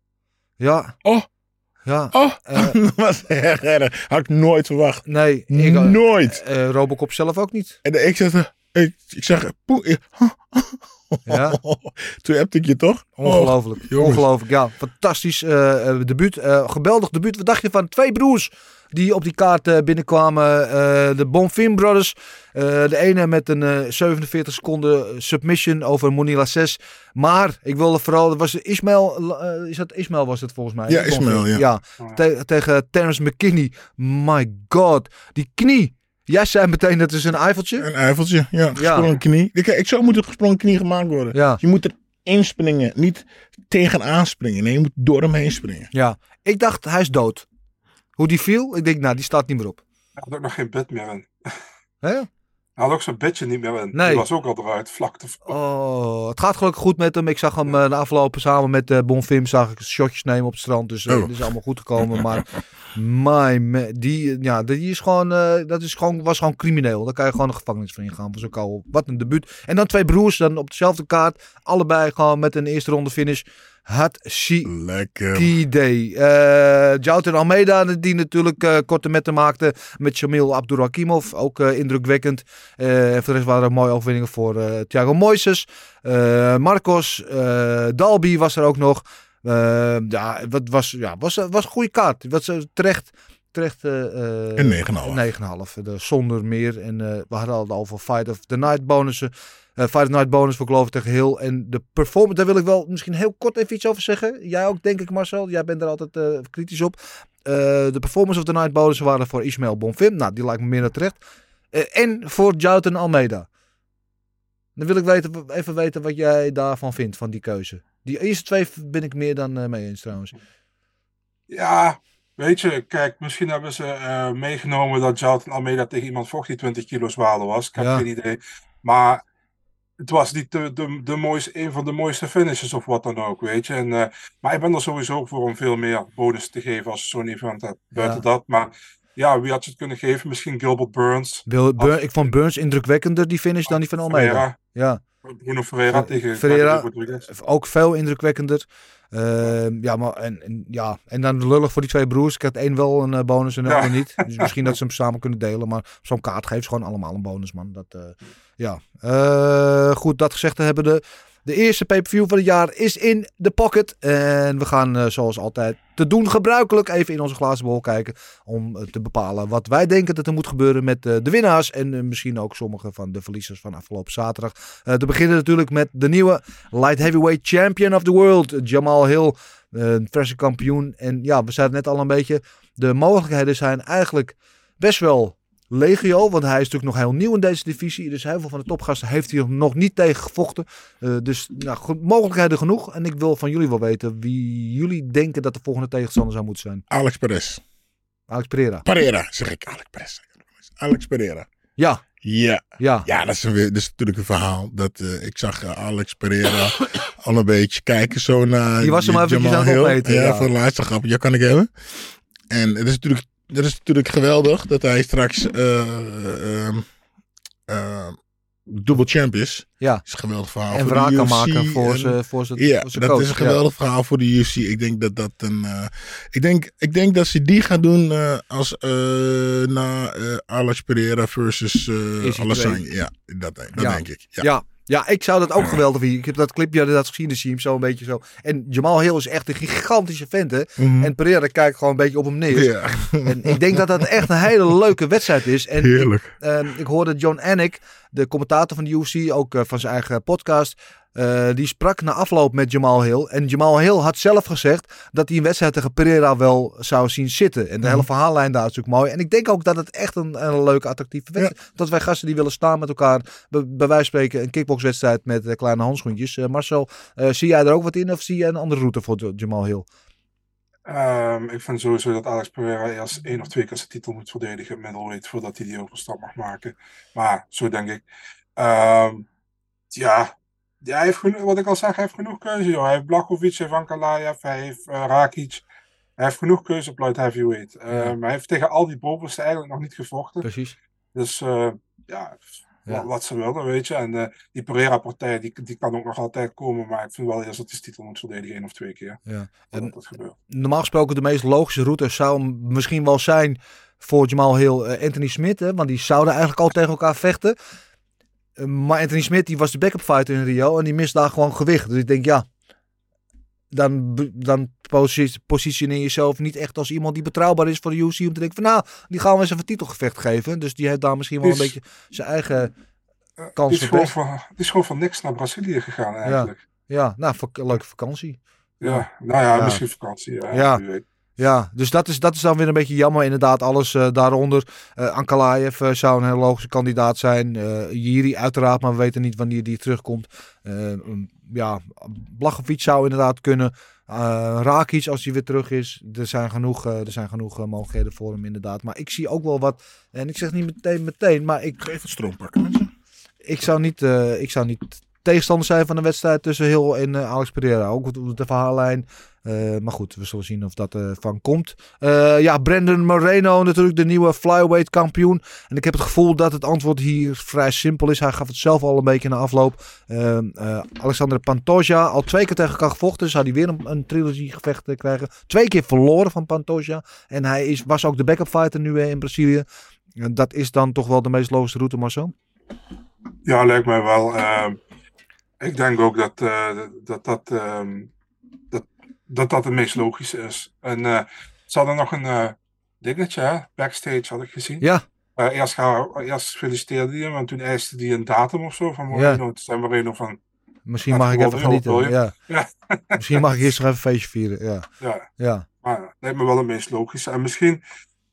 Speaker 1: Ja.
Speaker 2: Oh.
Speaker 1: Ja.
Speaker 2: oh.
Speaker 1: Uh,
Speaker 2: dat was erg erg. Had ik nooit verwacht.
Speaker 1: nee. Ik, uh,
Speaker 2: Nooit.
Speaker 1: uh, Robocop zelf ook niet.
Speaker 2: En ik zat ik, ik zag bonk. Ik-
Speaker 1: Ja.
Speaker 2: Toen heb ik je toch?
Speaker 1: Ongelooflijk.
Speaker 2: jongens.
Speaker 1: Ongelooflijk. Ja, fantastisch uh, uh, debuut. Uh, geweldig debuut. Wat dacht je van twee broers die op die kaart uh, binnenkwamen? Uh, de Bonfim Brothers. Uh, de ene met een uh, zevenenveertig seconden submission over Monila zes. Maar ik wilde vooral, dat was Ismail, uh, is dat Ismail was het volgens mij?
Speaker 2: Ja, Ismail, ja.
Speaker 1: ja. Te- tegen Terence McKinney. My god. Die knie. Jij zei meteen dat is een eifeltje.
Speaker 2: Een eifeltje. Ja, gesprongen knie. Ik, ik zou moeten gesprongen knie gemaakt worden.
Speaker 1: Ja.
Speaker 2: Je moet er inspringen. Niet tegenaan springen. Nee, je moet door hem heen springen.
Speaker 1: Ja. Ik dacht, hij is dood. Hoe die viel? Ik denk, nou, die staat niet meer op.
Speaker 3: Hij had ook nog geen bed meer in.
Speaker 1: Hè?
Speaker 3: Hij had ook zijn bedje niet meer in.
Speaker 1: Nee.
Speaker 3: Die was ook al eruit, vlak te
Speaker 1: Oh, het gaat gelukkig goed met hem. Ik zag hem uh, de afgelopen samen met uh, Bonfim zag ik shotjes nemen op het strand. Dus uh,
Speaker 2: Oh.
Speaker 1: het is allemaal goed gekomen. Maar my man, die, ja, die is gewoon, uh, dat is gewoon, was gewoon crimineel. Daar kan je gewoon de gevangenis van ingaan. Voor zo'n kou. Wat een debuut. En dan twee broers dan op dezelfde kaart. Allebei gewoon met een eerste ronde finish. Hatshi
Speaker 2: Lekker.
Speaker 1: idee. Uh, Jouter Almeida, die natuurlijk uh, korte metten maakte met Shamil Abdurrahimov. Ook uh, indrukwekkend. Uh, en voor de rest waren er mooie overwinningen voor uh, Thiago Moises. Uh, Marcos. Uh, Dalby was er ook nog. Uh, ja, wat was, ja, was, was een goede kaart. Was uh, terecht. Terecht uh, uh,
Speaker 2: Een negen komma vijf.
Speaker 1: negen komma vijf. Uh, zonder meer. En uh, we hadden al over Fight of the Night bonussen. Uh, Fight of the Night bonus voor Glover tegen Hill. En de performance, daar wil ik wel misschien heel kort even iets over zeggen. Jij ook, denk ik, Marcel. Jij bent er altijd uh, kritisch op. Uh, de performance of the Night bonussen waren voor Ismail Bonfim. Nou, die lijkt me meer dan terecht. Uh, en voor Jouter Almeida. Dan wil ik weten, even weten wat jij daarvan vindt, van die keuze. Die eerste twee ben ik meer dan uh, mee eens trouwens.
Speaker 3: Ja, weet je, kijk, misschien hebben ze uh, meegenomen dat Jouter Almeida tegen iemand vocht die twintig kilo zwaarder was. Ik heb
Speaker 1: Ja.
Speaker 3: geen idee. Maar het was niet de, de, de mooiste, een van de mooiste finishes of wat dan ook, weet je. En, uh, maar ik ben er sowieso voor om veel meer bonus te geven als je zo'n event hebt. Buiten
Speaker 1: Ja.
Speaker 3: dat, maar ja, wie had je het kunnen geven? Misschien Gilbert Burns.
Speaker 1: Bill, Bur- ik vond Burns indrukwekkender die finish dan die van Almeida.
Speaker 3: Ferreira.
Speaker 1: Ja.
Speaker 3: Bruno Ferreira
Speaker 1: Fer-
Speaker 3: tegen
Speaker 1: Ferreira.
Speaker 3: Gregory Rodriguez.
Speaker 1: Ook veel indrukwekkender. Uh, ja, maar en, en, ja, en dan lullig voor die twee broers. Ik had één wel een uh, bonus en de
Speaker 3: Ja.
Speaker 1: ander niet. Dus misschien dat ze hem samen kunnen delen. Maar zo'n kaart geeft ze gewoon allemaal een bonus, man. Dat, uh, ja. Uh, goed, dat gezegd te hebben. De, de eerste pay-per-view van het jaar is in de pocket. En we gaan uh, zoals altijd te doen gebruikelijk even in onze glazen bol kijken. Om uh, te bepalen wat wij denken dat er moet gebeuren met uh, de winnaars. En uh, misschien ook sommige van de verliezers van afgelopen zaterdag. Uh, te beginnen natuurlijk met de nieuwe light heavyweight champion of the world. Jamal Hill, uh, verse kampioen. En ja, we zeiden net al een beetje. De mogelijkheden zijn eigenlijk best wel legio, want hij is natuurlijk nog heel nieuw in deze divisie. Dus heel veel van de topgasten heeft hij nog niet tegen gevochten. Uh, dus nou, go- mogelijkheden genoeg. En ik wil van jullie wel weten wie jullie denken dat de volgende tegenstander zou moeten zijn.
Speaker 2: Alex Perez.
Speaker 1: Alex Pereira.
Speaker 2: Pereira, zeg ik. Alex Perez. Alex Pereira.
Speaker 1: Ja.
Speaker 2: Ja.
Speaker 1: Ja.
Speaker 2: Ja, dat is, een, dat is natuurlijk een verhaal. Dat, uh, ik zag uh, Alex Pereira al een beetje kijken zo naar...
Speaker 1: Die was hem eventjes
Speaker 2: Jamal
Speaker 1: aan het
Speaker 2: Hill.
Speaker 1: opmeten.
Speaker 2: Ja,
Speaker 1: Ja,
Speaker 2: voor de laatste grap. Ja, kan ik hebben. En het is natuurlijk, het is natuurlijk geweldig dat hij straks uh, uh, uh, dubbel champ is.
Speaker 1: Ja.
Speaker 2: Dat is een geweldig verhaal
Speaker 1: En
Speaker 2: voor
Speaker 1: wraak
Speaker 2: de
Speaker 1: kan
Speaker 2: U F C.
Speaker 1: maken voor
Speaker 2: en-
Speaker 1: zijn voor zijn
Speaker 2: Ja,
Speaker 1: voor zijn
Speaker 2: dat
Speaker 1: coach.
Speaker 2: is een geweldig verhaal voor de U F C. Ik denk dat dat een. Uh, ik, denk, ik denk dat ze die gaan doen uh, als uh, na uh, Alex Pereira versus uh,
Speaker 1: Is hij
Speaker 2: Alassane.
Speaker 1: twee?
Speaker 2: Ja, dat, dat
Speaker 1: Ja.
Speaker 2: denk ik. Ja.
Speaker 1: Ja. ja. Ja, ik zou dat ook geweldig vinden. Ik heb dat clipje inderdaad gezien, de Siem, zo een beetje zo. En Jamal Hill is echt een gigantische vent, hè.
Speaker 2: Mhm.
Speaker 1: En Pereira kijkt gewoon een beetje op hem neer.
Speaker 2: Ja.
Speaker 1: En ik denk dat dat echt een hele leuke wedstrijd is. En
Speaker 2: Heerlijk.
Speaker 1: Ik, uh, ik hoorde John Anik, de commentator van de U F C, ook uh, van zijn eigen podcast. Uh, die sprak na afloop met Jamal Hill. En Jamal Hill had zelf gezegd dat hij een wedstrijd tegen Pereira wel zou zien zitten. En de hele verhaallijn daar is natuurlijk mooi. En ik denk ook dat het echt een, een leuke, attractieve wedstrijd is. Dat wij gasten die willen staan met elkaar. Bij, bij wijze van spreken een kickboxwedstrijd met uh, kleine handschoentjes. Uh, Marcel, uh, zie jij er ook wat in of zie jij een andere route voor Jamal Hill?
Speaker 3: Um, ik vind sowieso dat Alex Pereira eerst één of twee keer zijn titel moet verdedigen in middleweight voordat hij die overstap mag maken. Maar zo denk ik. Um, ja, ja hij heeft genoeg, wat ik al zeg, hij heeft genoeg keuze. Joh. Hij heeft Blachowicz, hij heeft Ankalaev, hij heeft uh, Rakic. Hij heeft genoeg keuze op light heavyweight. Um,
Speaker 1: Ja.
Speaker 3: Hij heeft tegen al die bovenste eigenlijk nog niet gevochten.
Speaker 1: Precies.
Speaker 3: Dus uh, ja,
Speaker 1: Ja.
Speaker 3: Wat, wat ze willen, weet je. En uh, die Pereira-partij, die, die kan ook nog altijd komen. Maar ik vind wel eerst dat hij zijn titel moet verdedigen, één of twee keer.
Speaker 1: Ja.
Speaker 3: En
Speaker 1: En
Speaker 3: dat gebeurt.
Speaker 1: normaal gesproken de meest logische route zou m- misschien wel zijn voor Jamal Hill uh, Anthony Smith. Hè, want die zouden eigenlijk al tegen elkaar vechten. Uh, maar Anthony Smith die was de backup fighter in Rio en die mist daar gewoon gewicht. Dus ik denk ja, dan, b- dan posi- positioneer je jezelf niet echt als iemand die betrouwbaar is voor de U F C. Om te denken van nou, die gaan we eens even titelgevecht geven. Dus die heeft daar misschien wel een
Speaker 3: Die is-
Speaker 1: beetje zijn eigen
Speaker 3: Uh,
Speaker 1: kans
Speaker 3: die, is gewoon
Speaker 1: verpest.
Speaker 3: van, die is gewoon van niks naar Brazilië gegaan eigenlijk.
Speaker 1: Ja, nou, vak- leuke vakantie.
Speaker 3: Ja, nou ja,
Speaker 1: Ja.
Speaker 3: misschien vakantie. Ja,
Speaker 1: Ja.
Speaker 3: wie weet.
Speaker 1: Ja, dus dat is, dat is dan weer een beetje jammer. Inderdaad, alles uh, daaronder. Uh, Ankalaev uh, zou een hele logische kandidaat zijn. Uh, Jiri uiteraard, maar we weten niet wanneer die terugkomt. Uh, um, ja, Blachowicz zou inderdaad kunnen. Uh, Rakic als hij weer terug is. Er zijn genoeg, uh, er zijn genoeg uh, mogelijkheden voor hem inderdaad. Maar ik zie ook wel wat. En ik zeg niet meteen meteen, maar ik,
Speaker 2: Geef het stroom pakken, mensen.
Speaker 1: ik zou niet, uh, ik zou niet tegenstander zijn van een wedstrijd tussen Hill en uh, Alex Pereira. Ook op de verhaallijn. Uh, maar goed, we zullen zien of dat uh, van komt. Uh, ja, Brandon Moreno natuurlijk de nieuwe flyweight kampioen. En ik heb het gevoel dat het antwoord hier vrij simpel is. Hij gaf het zelf al een beetje na afloop. Uh, uh, Alexander Pantoja al twee keer tegen elkaar gevochten. Dus zou hij weer een, een trilogie gevecht uh, krijgen. Twee keer verloren van Pantoja. En hij is, was ook de backup fighter nu uh, in Brazilië. Uh, dat is dan toch wel de meest logische route, Marcel?
Speaker 3: Ja, lijkt mij wel. Uh, ik denk ook dat uh, dat, dat, um, dat, dat dat het meest logische is. En uh, ze hadden nog een uh, dingetje, hè? Backstage had ik gezien.
Speaker 1: Ja.
Speaker 3: Uh, eerst, ga, eerst feliciteerde hij hem en toen eiste hij een datum of zo van Moreno. Toen zei Moreno van...
Speaker 1: Misschien mag ik even genieten.
Speaker 3: Wil je?
Speaker 1: Ja.
Speaker 3: Ja.
Speaker 1: Misschien mag ik eerst nog even een feestje vieren. Ja.
Speaker 3: Ja,
Speaker 1: Ja.
Speaker 3: maar dat lijkt me wel het meest logische. En misschien...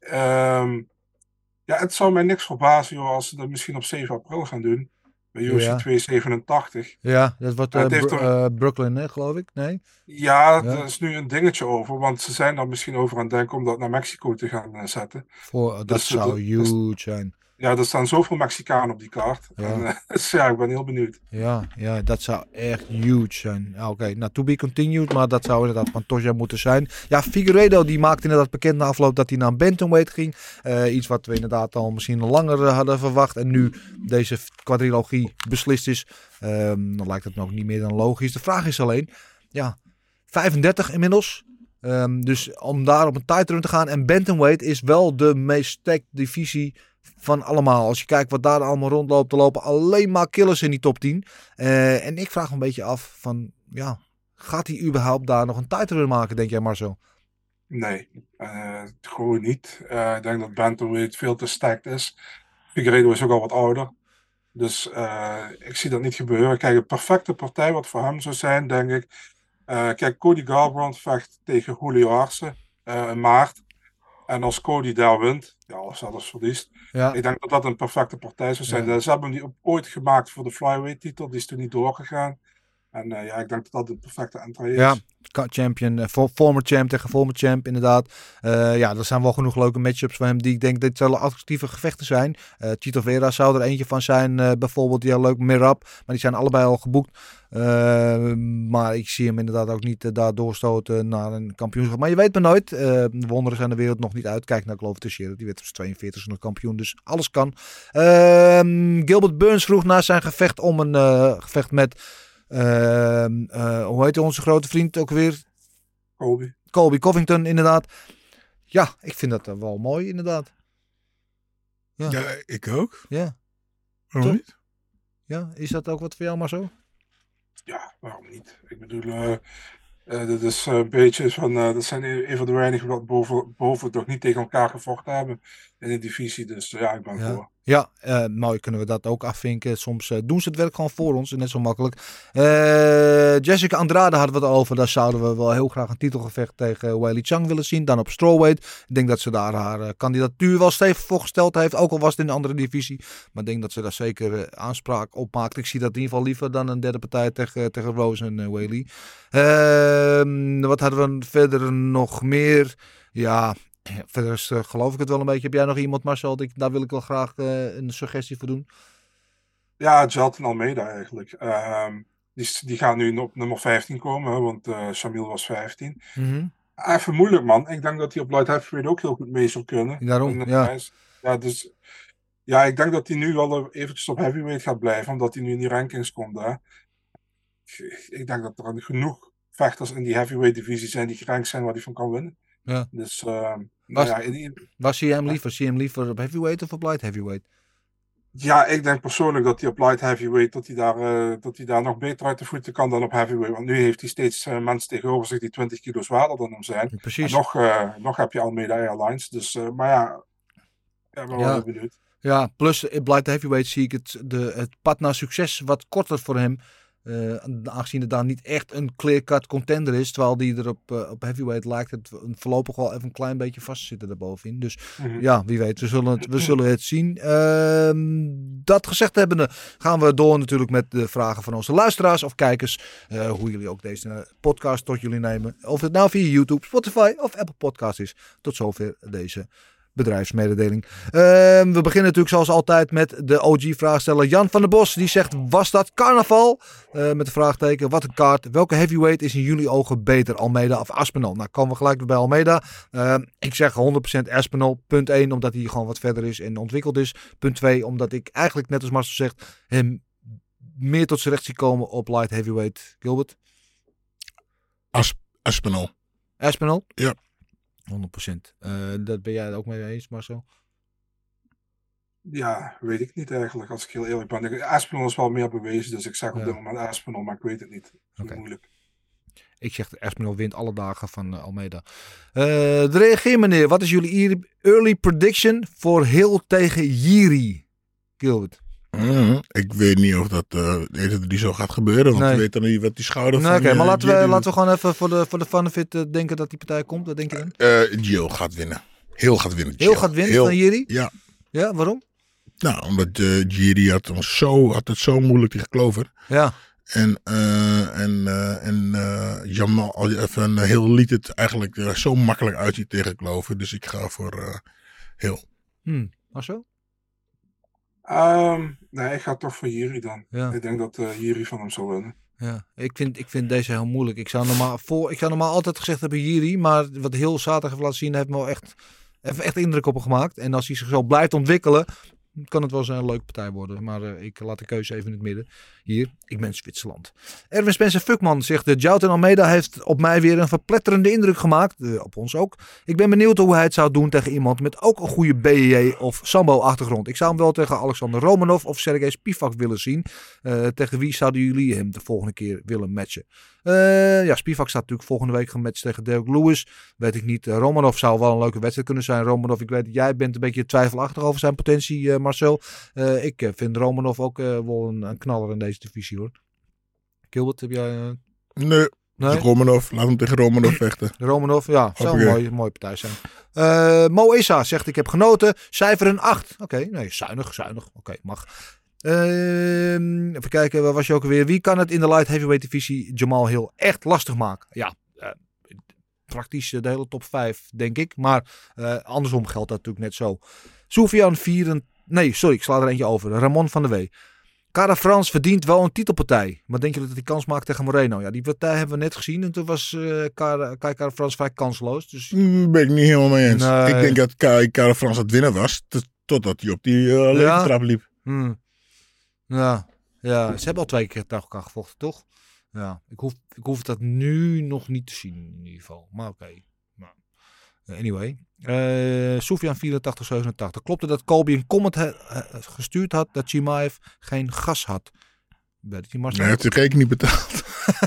Speaker 3: Um, ja, het zou mij niks verbazen joh, als ze dat misschien op zeven april gaan doen. Bij U F C
Speaker 1: Ja.
Speaker 3: tweehonderdzevenentachtig.
Speaker 1: Ja, dat wordt
Speaker 3: Ja,
Speaker 1: uh,
Speaker 3: het heeft
Speaker 1: Bru-
Speaker 3: toch-
Speaker 1: uh, Brooklyn, hè, geloof ik? Nee?
Speaker 3: Ja,
Speaker 1: Ja.
Speaker 3: er is nu een dingetje over, want ze zijn er misschien over aan het denken om dat naar Mexico te gaan uh, zetten.
Speaker 1: Voor, dat
Speaker 3: Dus,
Speaker 1: zou
Speaker 3: dat-
Speaker 1: huge zijn.
Speaker 3: Ja, er staan zoveel Mexicanen op die kaart.
Speaker 1: Ja.
Speaker 3: En, uh, dus ja, ik ben heel benieuwd.
Speaker 1: Ja, ja, dat zou echt huge zijn. Ja, Oké, nou, to be continued, maar dat zou inderdaad Pantoja moeten zijn. Ja, Figueiredo die maakte inderdaad bekend na afloop dat hij naar een bantamweight ging. Uh, iets wat we inderdaad al misschien langer uh, hadden verwacht. En nu deze quadrilogie beslist is, um, dan lijkt het me ook niet meer dan logisch. De vraag is alleen, ja, vijfendertig inmiddels. Um, dus om daar op een tight run te gaan. En bantamweight is wel de meest stacked divisie van allemaal. Als je kijkt wat daar allemaal rondloopt, er lopen alleen maar killers in die top tien. Uh, en ik vraag me een beetje af van, ja, gaat hij überhaupt daar nog een tight run maken, denk jij Marcel?
Speaker 3: Nee, uh, gewoon niet. Uh, ik denk dat bantamweight veel te stacked is. Figueiredo is ook al wat ouder. Dus uh, ik zie dat niet gebeuren. Kijk, een perfecte partij wat voor hem zou zijn, denk ik. Uh, kijk, Cody Garbrandt vecht tegen Julio Arce uh, in maart. En als Cody daar wint, ja, als hij dus verliest.
Speaker 1: Ja.
Speaker 3: Ik denk dat dat een perfecte partij zou zijn.
Speaker 1: Ja.
Speaker 3: Ze hebben die ooit gemaakt voor de flyweight titel, die is toen niet doorgegaan. En uh, ja, ik denk dat dat de perfecte entree is.
Speaker 1: Ja, champion, uh, former champ tegen former champ, inderdaad. Uh, ja, er zijn wel genoeg leuke matchups van hem die ik denk dat het zullen attractieve gevechten zijn. Uh, Chito Vera zou er eentje van zijn, uh, bijvoorbeeld, die heel leuk, Mirab. Maar die zijn allebei al geboekt. Uh, maar ik zie hem inderdaad ook niet uh, daar doorstoten naar een kampioenschap. Maar je weet maar nooit. Uh, de wonderen zijn de wereld nog niet uit. Kijk naar Glover Teixeira, die werd op tweeënveertigste nog kampioen. Dus alles kan. Uh, Gilbert Burns vroeg na zijn gevecht om een uh, gevecht met... Uh, uh, hoe heet onze grote vriend ook weer?
Speaker 3: Colby.
Speaker 1: Colby Covington, inderdaad. Ja, ik vind dat uh, wel mooi, inderdaad.
Speaker 2: Ja, ja ik ook.
Speaker 1: Ja.
Speaker 2: Waarom
Speaker 1: Toch?
Speaker 2: niet?
Speaker 1: Ja, is dat ook wat voor jou maar zo?
Speaker 3: Ja, waarom niet? Ik bedoel, uh, uh, dat is uh, een beetje van, uh, dat zijn een van de weinigen wat boven, boven toch niet tegen elkaar gevochten hebben in de divisie. Dus uh, ja, ik ben
Speaker 1: ja.
Speaker 3: voor.
Speaker 1: Ja, uh, mooi kunnen we dat ook afvinken. Soms uh, doen ze het werk gewoon voor ons. Net zo makkelijk. Uh, Jessica Andrade hadden we het over. Daar zouden we wel heel graag een titelgevecht tegen Weili Zhang willen zien. Dan op strawweight. Ik denk dat ze daar haar uh, kandidatuur wel stevig voor gesteld heeft. Ook al was het in een andere divisie. Maar ik denk dat ze daar zeker uh, aanspraak op maakt. Ik zie dat in ieder geval liever dan een derde partij tegen, tegen Rose en uh, Weili. Uh, wat hadden we verder nog meer? Ja... Verder is, uh, geloof ik het wel een beetje. Heb jij nog iemand, Marcel? Die, daar wil ik wel graag uh, een suggestie voor doen.
Speaker 3: Ja, Jailton Almeida eigenlijk. Uh, die, die gaan nu op nummer vijftien komen, hè, want uh, Shamil was vijftien.
Speaker 1: Mm-hmm.
Speaker 3: Even moeilijk, man. Ik denk dat hij op light heavyweight ook heel goed mee zou kunnen.
Speaker 1: Daarom,
Speaker 3: en,
Speaker 1: ja.
Speaker 3: ja. Dus ja, ik denk dat hij nu wel eventjes op heavyweight gaat blijven, omdat hij nu in die rankings komt. Hè. Ik, ik denk dat er genoeg vechters in die heavyweight divisie zijn die gerankt zijn waar hij van kan winnen.
Speaker 1: Ja.
Speaker 3: Dus... Uh,
Speaker 1: Was,
Speaker 3: nou ja, in,
Speaker 1: was hij hem liever? Zie je hem liever op heavyweight of op light heavyweight?
Speaker 3: Ja, ik denk persoonlijk dat hij op light heavyweight dat hij daar, uh, dat hij daar nog beter uit de voeten kan dan op heavyweight. Want nu heeft hij steeds uh, mensen tegenover zich die twintig kilo zwaarder dan hem zijn.
Speaker 1: Precies.
Speaker 3: En nog, uh, nog heb je Almeida Airlines. Dus, uh, maar ja, ik ben wel
Speaker 1: ja.
Speaker 3: heel benieuwd.
Speaker 1: Ja, plus in light heavyweight zie ik het, de, het pad naar succes wat korter voor hem. Uh, aangezien het daar niet echt een clear-cut contender is. Terwijl die er op, uh, op heavyweight lijkt het voorlopig wel even een klein beetje vast zitten daarbovenin. Dus mm-hmm. ja, wie weet. We zullen het, we zullen het zien. Uh, dat gezegd hebbende gaan we door natuurlijk met de vragen van onze luisteraars of kijkers. Uh, hoe jullie ook deze podcast tot jullie nemen. Of het nou via YouTube, Spotify of Apple Podcast is. Tot zover deze bedrijfsmededeling. Uh, we beginnen natuurlijk zoals altijd met de O G-vraagsteller Jan van der Bos. Die zegt, was dat carnaval? Uh, met de vraagteken, wat een kaart. Welke heavyweight is in jullie ogen beter? Almeida of Aspinall? Nou, komen we gelijk weer bij Almeida. Uh, ik zeg honderd procent Aspinall. Punt één, omdat hij gewoon wat verder is en ontwikkeld is. Punt twee, omdat ik eigenlijk, net als Marcel zegt, hem meer tot zijn recht zie komen op light heavyweight. Gilbert?
Speaker 2: As- Aspinall.
Speaker 1: Aspinall?
Speaker 2: Ja.
Speaker 1: honderd procent. Uh, dat ben jij ook mee eens, Marcel?
Speaker 3: Ja, weet ik niet eigenlijk, als ik heel eerlijk ben. Aspinall is wel meer bewezen, dus ik zeg op
Speaker 1: ja.
Speaker 3: dit moment Aspinall, maar ik weet het niet. Dat is
Speaker 1: okay.
Speaker 3: moeilijk.
Speaker 1: Ik zeg dat Aspinall wint alle dagen van uh, Almeida. Uh, de reageer meneer, wat is jullie early prediction voor Hill tegen Jiri? Gilbert.
Speaker 2: Mm, ik weet niet of dat uh, die zo gaat gebeuren, want
Speaker 1: nee.
Speaker 2: je weet dan niet wat die schouder
Speaker 1: nee,
Speaker 2: van...
Speaker 1: Oké, okay, maar
Speaker 2: uh,
Speaker 1: laten, we, laten we gewoon even voor de, voor de fun of it uh, denken dat die partij komt. Wat denk je dan?
Speaker 2: Uh, Jill gaat winnen. Hill gaat winnen.
Speaker 1: Hill gaat winnen
Speaker 2: Hill,
Speaker 1: van Jiri?
Speaker 2: Ja.
Speaker 1: Ja, waarom?
Speaker 2: Nou, omdat uh, Jiri had, zo, had het zo moeilijk tegen Glover.
Speaker 1: Ja.
Speaker 2: En, uh, en, uh, en uh, Jamal even, uh, Hill liet het eigenlijk uh, zo makkelijk uitzien tegen Glover. Dus ik ga voor uh, Hill.
Speaker 1: Hmm. Marcel?
Speaker 3: Um, nee, ik ga toch voor Jiri dan.
Speaker 1: Ja.
Speaker 3: Ik denk dat uh, Jiri van hem zal winnen.
Speaker 1: Ja, ik vind, ik vind deze heel moeilijk. Ik zou normaal, voor, ik zou normaal altijd gezegd hebben Jiri, maar wat heel zaterdag heeft laten zien, heeft me wel echt, heeft echt indruk op hem gemaakt. En als hij zich zo blijft ontwikkelen, kan het wel eens een leuke partij worden. Maar uh, ik laat de keuze even in het midden. Hier, ik ben Zwitserland. Erwin Spencer Fuckman zegt, de Jailton Almeida heeft op mij weer een verpletterende indruk gemaakt. Uh, op ons ook. Ik ben benieuwd hoe hij het zou doen tegen iemand met ook een goede B J J of Sambo achtergrond. Ik zou hem wel tegen Alexander Romanov of Sergej Spivak willen zien. Uh, tegen wie zouden jullie hem de volgende keer willen matchen? Uh, ja, Spivak staat natuurlijk volgende week gematcht tegen Derek Lewis. Weet ik niet. Uh, Romanov zou wel een leuke wedstrijd kunnen zijn. Romanov, ik weet dat jij bent een beetje twijfelachtig over zijn potentie, uh, Marcel. Uh, ik uh, vind Romanov ook uh, wel een, een knaller in deze divisie, hoor. Gilbert, heb jij... Uh...
Speaker 2: Nee. Nee? Romanov, laat hem tegen Romanov vechten.
Speaker 1: Romanov, ja, zou een mooie, mooie partij zijn. Uh, Mo Issa zegt, ik heb genoten. Cijfer een acht. Oké, okay, nee, zuinig, zuinig. Oké, okay, mag. Uh, even kijken, waar was je ook alweer? Wie kan het in de light heavyweight divisie Jamal Hill echt lastig maken? Ja, uh, praktisch de hele top vijf, denk ik. Maar uh, andersom geldt dat natuurlijk net zo. Soufiane vier... Nee, sorry, ik sla er eentje over. Ramon van der Wee. Cara France verdient wel een titelpartij. Maar denk je dat hij kans maakt tegen Moreno? Ja, die partij hebben we net gezien. En toen was uh, Cara, Cara France vrij kansloos. Dus...
Speaker 2: Mm, ben ik niet helemaal mee eens. Nee. Ik denk dat Cara, Cara France het winnen was. T- totdat hij op die uh, leventrap liep.
Speaker 1: Hmm. Ja. ja, ze hebben al twee keer tegen elkaar gevochten, toch? Ja, ik hoef, ik hoef dat nu nog niet te zien in ieder geval. Maar oké. Okay. Nou, anyway. Uh, Soufiane vierentachtig zevenentachtig. Klopte dat Colby een comment he, uh, gestuurd had dat Chimaev geen gas had? Weet je, Marcel?
Speaker 2: Nee, hij heeft de rekening niet betaald.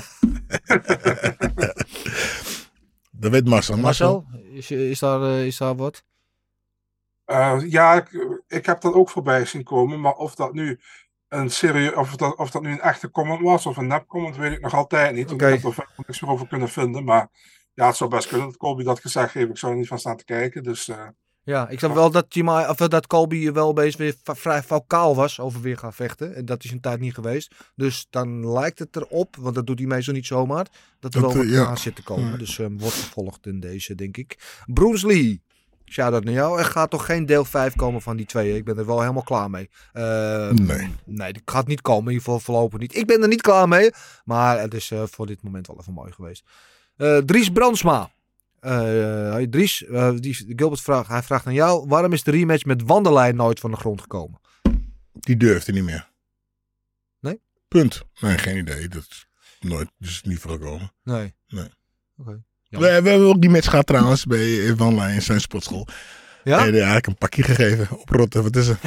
Speaker 2: Dat weet Marcel.
Speaker 1: Marcel, is, is, daar, uh, is daar wat?
Speaker 3: Uh, ja, ik, ik heb dat ook voorbij zien komen. Maar of dat nu een serie, of dat, of dat nu een echte comment was of een nep comment, weet ik nog altijd niet. Okay. Ik heb er verder niks meer over kunnen vinden. Maar ja, het zou best kunnen dat Colby dat gezegd heeft. Ik zou er niet van staan te kijken. Dus, uh,
Speaker 1: ja, ik zag wel dat, Chima, of dat Colby wel bezig weer v- vrij vocaal was over weer gaan vechten. En dat is een tijd niet geweest. Dus dan lijkt het erop, want dat doet hij meestal niet zomaar, dat er dat, wel wat ja. aan zit te komen. Ja. Dus um, wordt vervolgd in deze, denk ik. Bruce Lee. Shout-out naar jou. Er gaat toch geen deel vijf komen van die twee. Ik ben er wel helemaal klaar mee. Uh,
Speaker 2: nee.
Speaker 1: Nee, het gaat niet komen. In ieder geval voorlopig niet. Ik ben er niet klaar mee. Maar het is uh, voor dit moment wel even mooi geweest. Uh, Dries Brandsma. Uh, Dries, uh, die, Gilbert vraagt, hij vraagt aan jou. Waarom is de rematch met Wanderlei nooit van de grond gekomen?
Speaker 2: Die durfde niet meer.
Speaker 1: Nee?
Speaker 2: Punt. Nee, geen idee. Dat is nooit dus niet voorgekomen.
Speaker 1: Nee.
Speaker 2: Nee.
Speaker 1: Oké. Okay.
Speaker 2: We, we hebben ook die match gehad trouwens bij Wanderlei in zijn sportschool.
Speaker 1: Ja?
Speaker 2: En hij had een pakje gegeven op rotten. Wat is er?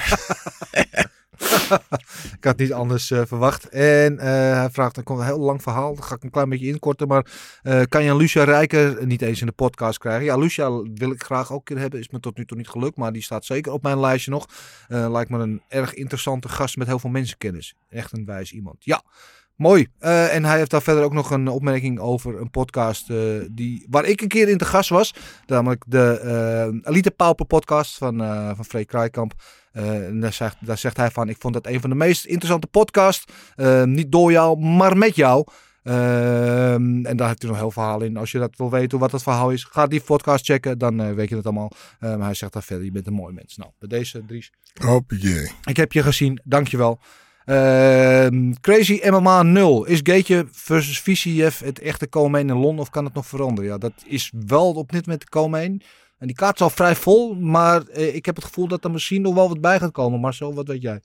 Speaker 1: Ik had niet anders uh, verwacht. En uh, hij vraagt, dan komt een heel lang verhaal. Dat ga ik een klein beetje inkorten. Maar uh, kan je een Lucia Rijker niet eens in de podcast krijgen? Ja, Lucia wil ik graag ook een keer hebben. Is me tot nu toe niet gelukt. Maar die staat zeker op mijn lijstje nog. Uh, lijkt me een erg interessante gast met heel veel mensenkennis. Echt een wijs iemand. Ja. Mooi. Uh, en hij heeft daar verder ook nog een opmerking over een podcast uh, die, waar ik een keer in te gast was. Namelijk de uh, Elite Pauper podcast van, uh, van Freek Kraaikamp. Uh, en daar, zegt, daar zegt hij van, ik vond dat een van de meest interessante podcasts. Uh, niet door jou, maar met jou. Uh, en daar heeft hij nog heel verhaal in. Als je dat wil weten wat dat verhaal is, ga die podcast checken. Dan uh, weet je het allemaal. Uh, maar hij zegt daar verder, je bent een mooi mens. Nou, bij deze Dries.
Speaker 2: Hoppakee.
Speaker 1: Ik heb je gezien, dankjewel. Uh, Crazy M M A nul. Is Gaethje versus Visiev het echte co-main in Londen of kan het nog veranderen? Ja, dat is wel op dit moment de co-main. En die kaart is al vrij vol, maar uh, ik heb het gevoel dat er misschien nog wel wat bij gaat komen. Marcel, wat weet jij?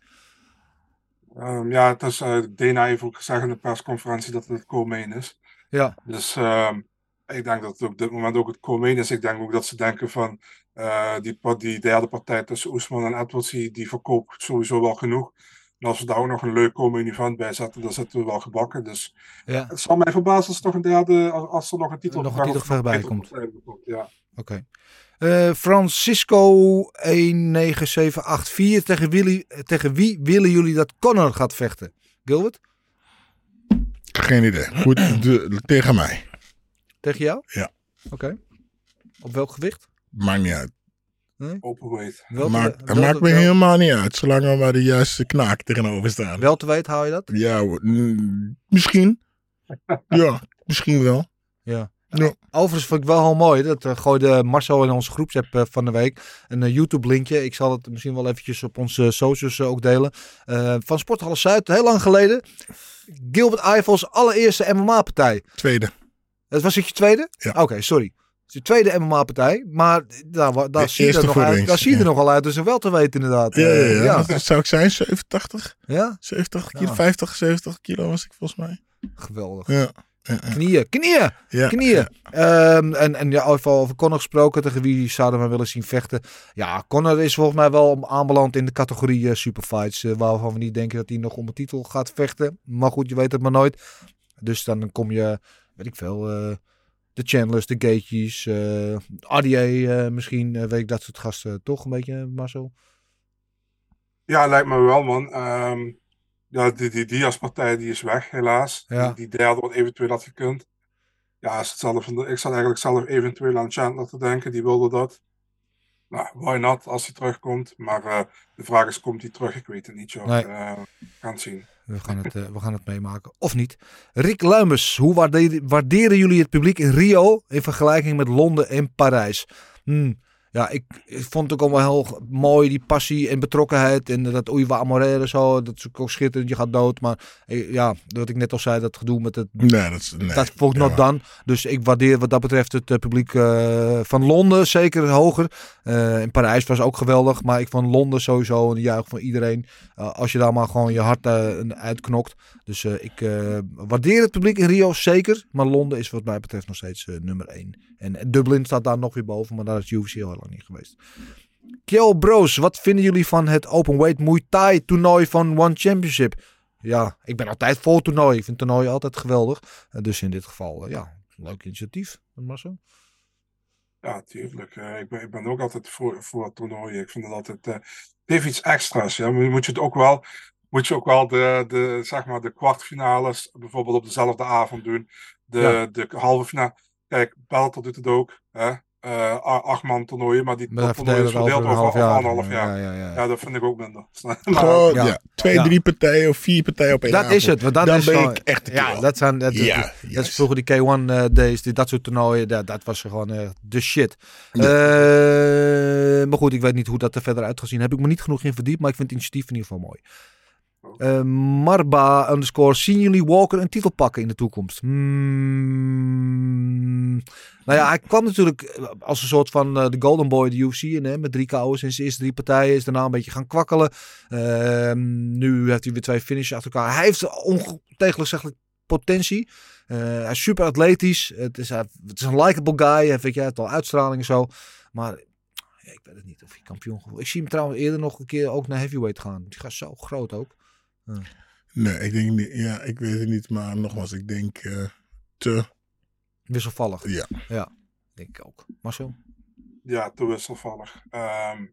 Speaker 3: Um, ja, het is, uh, Dana heeft ook gezegd in de persconferentie dat het het co-main is.
Speaker 1: Ja.
Speaker 3: Dus uh, ik denk dat het op dit moment ook het co-main is. Ik denk ook dat ze denken van uh, die, die derde partij tussen Oesman en Edwards, die, die verkoopt sowieso wel genoeg. En als we daar ook nog een leuk co-main event bij zetten, dan zitten we wel gebakken. Dus ja. Het zal mij verbazen als, toch een derde, als er nog een titel
Speaker 1: nog een titel bij komt.
Speaker 3: Ja.
Speaker 1: Oké. Okay. Uh, Francisco een negen zeven acht vier. Tegen, Willy, tegen wie willen jullie dat Conor gaat vechten? Gilbert?
Speaker 2: Geen idee. Goed, de, tegen mij.
Speaker 1: Tegen jou?
Speaker 2: Ja.
Speaker 1: Oké. Okay. Op welk gewicht?
Speaker 2: Maakt niet uit.
Speaker 3: Nee? Openweight.
Speaker 2: Dat maakt, dat maakt me helemaal niet uit, zolang er maar de juiste knaak tegenover staan.
Speaker 1: Wel te weten, hou je dat?
Speaker 2: Ja, mm, misschien. Ja, misschien wel.
Speaker 1: Ja. Ja. Overigens vond ik wel heel mooi. Dat uh, gooide Marcel in onze groepsapp uh, van de week. Een uh, YouTube linkje. Ik zal het misschien wel eventjes op onze socials uh, ook delen. Uh, van Sporthalle Zuid. Heel lang geleden. Gilbert Eifels allereerste M M A partij.
Speaker 2: Tweede.
Speaker 1: Dat was het je tweede?
Speaker 2: Ja.
Speaker 1: Oké, okay, sorry. Het is de tweede M M A partij. Maar daar, daar zie je er nog uit. Daar zie je ja. er nogal uit. Dus wel te weten inderdaad.
Speaker 2: Ja, ja, ja. ja. Dat zou ik zijn. zevenentachtig.
Speaker 1: Ja?
Speaker 2: zeventig kilo. Ja. vijftig, zeventig kilo was ik volgens mij.
Speaker 1: Geweldig.
Speaker 2: Ja.
Speaker 1: Ja, ja. Knieën, knieën, ja, knieën. Ja. Um, en, en ja, over, over Conor gesproken, tegen wie zouden we willen zien vechten? Ja, Conor is volgens mij wel aanbeland in de categorie uh, superfights, uh, waarvan we niet denken dat hij nog om de titel gaat vechten. Maar goed, je weet het maar nooit. Dus dan kom je, weet ik veel, uh, de Chandlers, de Gaethjes, uh, R D A uh, misschien, uh, weet ik dat soort gasten toch een beetje, Marcel?
Speaker 3: Ja, lijkt me wel, man. Um... Ja, die, die Diaz-partij die is weg, helaas.
Speaker 1: Ja.
Speaker 3: Die, die derde wat eventueel had gekund. Ja, is hetzelfde van de, ik zat eigenlijk zelf eventueel aan Chandler te denken. Die wilde dat. Nou, why not als hij terugkomt. Maar uh, de vraag is, komt hij terug? Ik weet het niet, joh.
Speaker 1: Nee.
Speaker 3: Uh, we gaan het zien.
Speaker 1: We gaan het, uh, we gaan het meemaken. Of niet. Rick Luimers, hoe waarde- waarderen jullie het publiek in Rio in vergelijking met Londen en Parijs? Hmm. Ja, ik, ik vond het ook allemaal heel mooi, die passie en betrokkenheid. En dat oei, wa morere zo, dat is ook schitterend, je gaat dood. Maar ja, wat ik net al zei, dat gedoe met het...
Speaker 2: Nee, dat is... Nee.
Speaker 1: Dat vond ik
Speaker 2: Ja,
Speaker 1: not done. Dus ik waardeer wat dat betreft het uh, publiek uh, van Londen zeker hoger. Uh, in Parijs was ook geweldig. Maar ik vond Londen sowieso een juich van iedereen. Uh, als je daar maar gewoon je hart uh, uitknokt. Dus uh, ik uh, waardeer het publiek in Rio zeker. Maar Londen is wat mij betreft nog steeds uh, nummer één. En, en Dublin staat daar nog weer boven. Maar daar is U F C heel lang niet geweest. Kjell Bros, wat vinden jullie van het openweight Muay Thai toernooi van One Championship? Ja, ik ben altijd vol toernooi. Ik vind toernooien altijd geweldig. Uh, dus in dit geval, uh, ja, leuk initiatief. Marcel?
Speaker 3: Ja, tuurlijk. Uh, ik, ben, ik ben ook altijd voor, voor toernooien. Ik vind het altijd... Uh, het heeft iets extra's. Ja. Moet, moet je het ook wel... Moet je ook wel de, de, zeg maar de kwartfinales bijvoorbeeld op dezelfde avond doen. De, ja. de halve finale. Kijk, Bellator doet het ook. Hè? Uh, acht man toernooien, maar die toernooi is verdeeld over, over anderhalf jaar. Ja, ja, ja. ja, dat vind ik ook minder.
Speaker 2: Gewoon, ja. Ja. Twee, ja. drie partijen of vier partijen op één
Speaker 1: dat
Speaker 2: avond.
Speaker 1: Is het, want dat
Speaker 2: dan
Speaker 1: is
Speaker 2: ben
Speaker 1: gewoon,
Speaker 2: ik echt de
Speaker 1: ja, dat zijn dat,
Speaker 2: ja,
Speaker 1: dat,
Speaker 2: yes.
Speaker 1: dat is vroeger die K één uh, days, die, dat soort toernooien, dat, dat was gewoon uh, de shit. Ja. Uh, maar goed, ik weet niet hoe dat er verder uit gaat zien. Heb ik me niet genoeg in verdiept, maar ik vind het initiatief in ieder geval mooi. Uh, Marba underscore, zien jullie Walker een titel pakken in de toekomst? Hmm. Nou ja, hij kwam natuurlijk als een soort van uh, de Golden Boy de U F C in, hè, met drie K O's in zijn eerste drie partijen. Is daarna een beetje gaan kwakkelen. Uh, nu heeft hij weer twee finishes achter elkaar. Hij heeft ontegenzeggelijk potentie. Uh, hij is super atletisch. Het is, uh, het is een likable guy. Hij heeft, weet je, het al uitstraling en zo. Maar ja, ik weet het niet of hij kampioen geworden. Ik zie hem trouwens eerder nog een keer ook naar heavyweight gaan. Die gaat zo groot ook. Uh.
Speaker 2: Nee, ik denk niet. Ja, ik weet het niet. Maar nogmaals, ik denk uh, te...
Speaker 1: Wisselvallig.
Speaker 2: Ja.
Speaker 1: Ja, denk ik ook. Marcel?
Speaker 3: Ja, te wisselvallig. Um,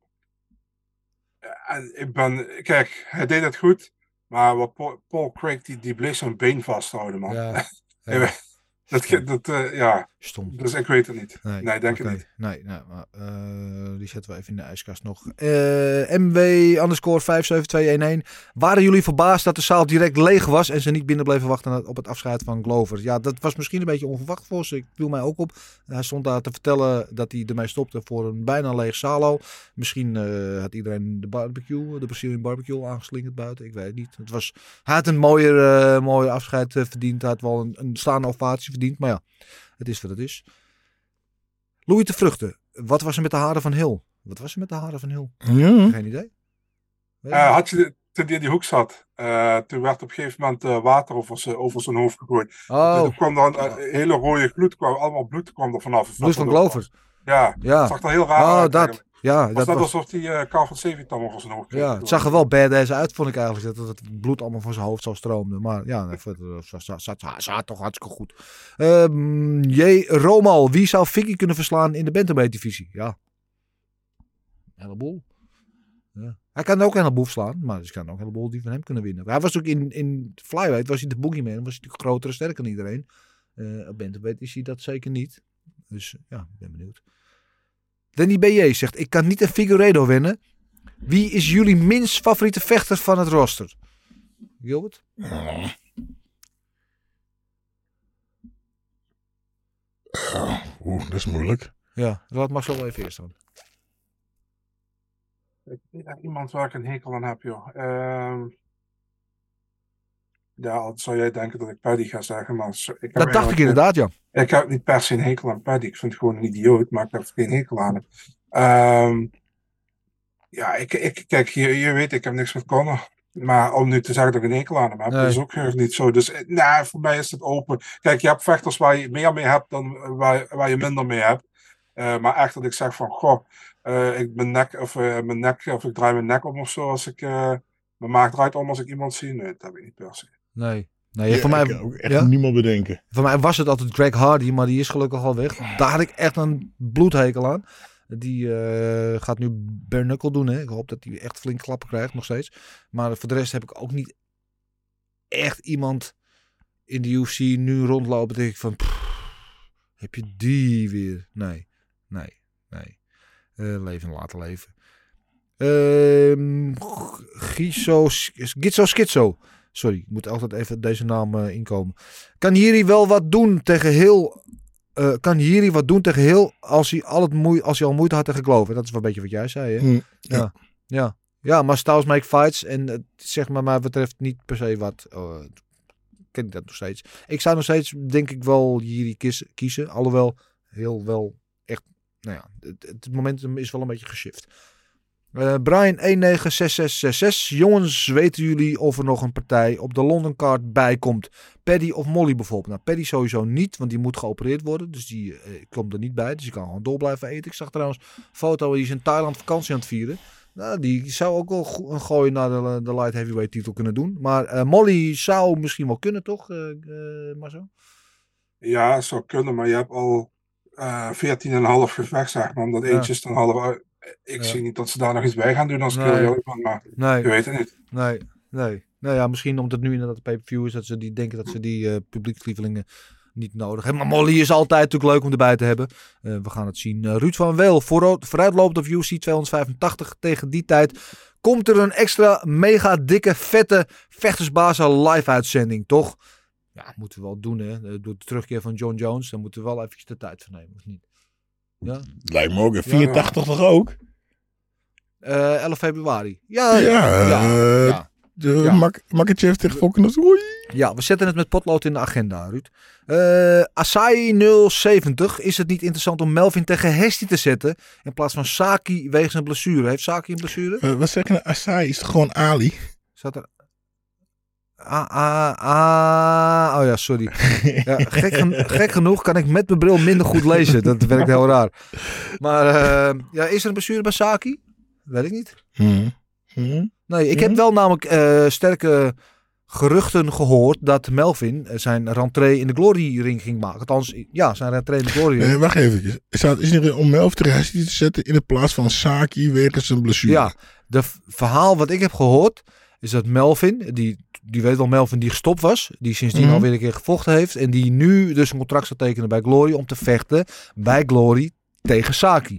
Speaker 3: en ik ben... Kijk, hij deed het goed. Maar wat Paul, Paul Craig, die, die bleef zijn been vasthouden, man.
Speaker 1: Ja. ja.
Speaker 3: Dat, dat, uh, ja,
Speaker 1: stom.
Speaker 3: Dus ik weet het niet.
Speaker 1: Nee,
Speaker 3: nee denk
Speaker 1: okay.
Speaker 3: ik niet.
Speaker 1: Nee, nee maar, uh, die zetten we even in de ijskast nog. Uh, M W underscore vijf zeven twee een een. Waren jullie verbaasd dat de zaal direct leeg was en ze niet binnen bleven wachten op het afscheid van Glover? Ja, dat was misschien een beetje onverwacht voor ze. Ik viel mij ook op. Hij stond daar te vertellen dat hij ermee stopte voor een bijna leeg zalo. Misschien uh, had iedereen de barbecue, de Brazilian barbecue aangeslingerd buiten. Ik weet het niet. Het was, hij had een mooier, uh, mooier afscheid uh, verdiend. Hij had wel een, een staande ovatie verdiend. Maar ja, het is wat het is. Louis de Vruchten. Wat was er met de haren van Hill? Wat was er met de haren van Hill?
Speaker 2: Ja.
Speaker 1: Geen idee.
Speaker 3: Uh, had je de, toen die in die hoek zat, uh, toen werd op een gegeven moment uh, water over zijn, over zijn hoofd gegooid.
Speaker 1: Oh.
Speaker 3: Toen kwam dan een uh, hele rode gloed, kwam, allemaal bloed kwam er vanaf.
Speaker 1: Bloed van Glover?
Speaker 3: Ja,
Speaker 1: ja.
Speaker 3: Het zag er heel raar
Speaker 1: oh,
Speaker 3: uit.
Speaker 1: Dat. Ja,
Speaker 3: was
Speaker 1: dat
Speaker 3: net
Speaker 1: was...
Speaker 3: alsof die uh, Carl van Sevitam over zijn hoofd kreeg.
Speaker 1: Ja, het zag er wel badass uit, vond ik eigenlijk. Dat het bloed allemaal van zijn hoofd zo stroomde. Maar ja, nee, zat, zat, zat toch hartstikke goed. Um, J. Romal, wie zou Vicky kunnen verslaan in de bantamweight divisie? Ja. Een heleboel. Ja. Hij kan ook een heleboel slaan, maar er kan ook een heleboel die van hem kunnen winnen. Hij was ook in, in flyweight, was hij de boogeyman, was hij natuurlijk groter en sterker dan iedereen. Uh, op bantamweight is hij dat zeker niet. Dus ja, ik ben benieuwd. Danny B J zegt, ik kan niet een Figueiredo winnen. Wie is jullie minst favoriete vechter van het roster? Gilbert?
Speaker 2: Uh, uh, Oeh, dat is moeilijk.
Speaker 1: Ja, laat Marcel wel even eerst dan.
Speaker 3: Ik weet echt iemand waar ik een hekel aan heb, joh. Uh, ja, zou jij denken dat ik Paddy ga zeggen, maar... Ik heb
Speaker 1: dat dacht ik inderdaad, ja.
Speaker 3: Ik heb niet per se een hekel aan Paddy. Ik vind het gewoon een idioot, maar ik heb geen hekel aan hem. Um, ja, ik, ik, kijk, je, je weet, ik heb niks met Conor. Maar om nu te zeggen dat ik een hekel aan hem heb, nee. is ook niet zo. Dus nou, voor mij is het open. Kijk, je hebt vechters waar je meer mee hebt dan waar, waar je minder mee hebt. Uh, maar echt dat ik zeg van, goh, uh, ik mijn nek, of, uh, mijn nek, of ik draai mijn nek om of zo als ik, uh, mijn maag draait om als ik iemand zie. Nee, dat heb ik niet per se.
Speaker 1: Nee. Nee, ja,
Speaker 2: voor mij kan ook echt ja? niemand bedenken.
Speaker 1: Voor mij was het altijd Greg Hardy, maar die is gelukkig al weg. Daar had ik echt een bloedhekel aan. Die uh, gaat nu bare knuckle doen. Hè. Ik hoop dat hij echt flink klappen krijgt, nog steeds. Maar voor de rest heb ik ook niet echt iemand in de U F C nu rondlopen. Denk ik van, pff, heb je die weer? Nee, nee, nee. Uh, leven laten leven. Uh, Giso, Gitso Schizo. Sorry, ik moet altijd even deze naam uh, inkomen. Kan Jiri wel wat doen tegen heel... Uh, kan Jiri wat doen tegen heel... Als hij, al het moe, als hij al moeite had tegen Glover. Dat is wel een beetje wat jij zei, hè?
Speaker 2: Mm,
Speaker 1: ja.
Speaker 2: ja.
Speaker 1: ja. Ja, maar styles make fights. En uh, zeg maar, maar betreft niet per se wat... Uh, ken ik dat nog steeds. Ik zou nog steeds, denk ik wel, Jiri kiezen, kiezen. Alhoewel, heel wel echt... Nou ja, het, het momentum is wel een beetje geshift. Uh, Brian een negen zes zes zes zes. Jongens, weten jullie of er nog een partij op de London Card bij komt? Paddy of Molly bijvoorbeeld? Nou, Paddy sowieso niet, want die moet geopereerd worden. Dus die uh, komt er niet bij. Dus die kan gewoon door blijven eten. Ik zag trouwens een foto, die is in Thailand vakantie aan het vieren. Nou, die zou ook wel go- een gooi naar de, de light heavyweight titel kunnen doen. Maar uh, Molly zou misschien wel kunnen, toch? Uh, uh, Marcel?
Speaker 3: Ja, zou kunnen, maar je hebt al uh, veertien komma vijf gevecht, zeg maar. Omdat
Speaker 1: Ja.
Speaker 3: eentje is dan half uit. Ik
Speaker 1: Ja.
Speaker 3: zie niet dat ze daar nog iets bij gaan doen als ik
Speaker 1: Nee.
Speaker 3: heel eerlijk ben, maar
Speaker 1: Nee.
Speaker 3: je weet het niet.
Speaker 1: Nee, nee. Nou ja, misschien omdat het nu inderdaad de pay-per-view is, dat ze die denken dat ze die uh, publiekslievelingen niet nodig hebben. Maar Molly is altijd natuurlijk leuk om erbij te hebben. Uh, we gaan het zien. Uh, Ruud van Wel, vooruit, vooruitlopend op U F C tweehonderdvijfentachtig. Tegen die tijd komt er een extra mega dikke, vette vechtersbazen live uitzending, toch? Ja, moeten we wel doen, hè. Door de terugkeer van John Jones, dan moeten we wel eventjes de tijd voor nemen, of niet? Ja?
Speaker 2: Lijkt me ook. En vierentachtig toch ook?
Speaker 1: Uh, elf februari. Ja,
Speaker 2: Ja,
Speaker 1: ja, ja,
Speaker 2: uh,
Speaker 1: ja.
Speaker 2: De
Speaker 1: Ja.
Speaker 2: Mak- Makachev tegen Volkanovski. Oei.
Speaker 1: Ja, we zetten het met potlood in de agenda, Ruud. Uh, Asai nul zeventig. Is het niet interessant om Melvin tegen Hesti te zetten in plaats van Saki wegens een blessure? Heeft Saki een blessure?
Speaker 2: Uh, wat zeg je nou? Asai is toch gewoon Ali?
Speaker 1: Zat er... Ah, ah, ah. Oh ja, sorry. Ja, gek, gen- gek genoeg kan ik met mijn bril minder goed lezen. Dat werkt heel raar. Maar uh, ja, is er een blessure bij Saki? Weet ik niet.
Speaker 2: Hmm. Hmm.
Speaker 1: Nee, ik heb
Speaker 2: Mhm.
Speaker 1: wel namelijk uh, sterke geruchten gehoord dat Melvin zijn rentree in de Glory Ring ging maken. Althans, ja, zijn rentree in de Glory Ring.
Speaker 2: Nee, wacht even. Is het is niet om Melvin tegen Hesti te zetten in de plaats van Saki wegens een blessure?
Speaker 1: Ja, de v- verhaal wat ik heb gehoord is dat Melvin, die, die weet wel Melvin die gestopt was, die sindsdien
Speaker 2: Mhm.
Speaker 1: alweer een keer gevochten heeft en die nu dus een contract zou tekenen bij Glory om te vechten bij Glory tegen Saki.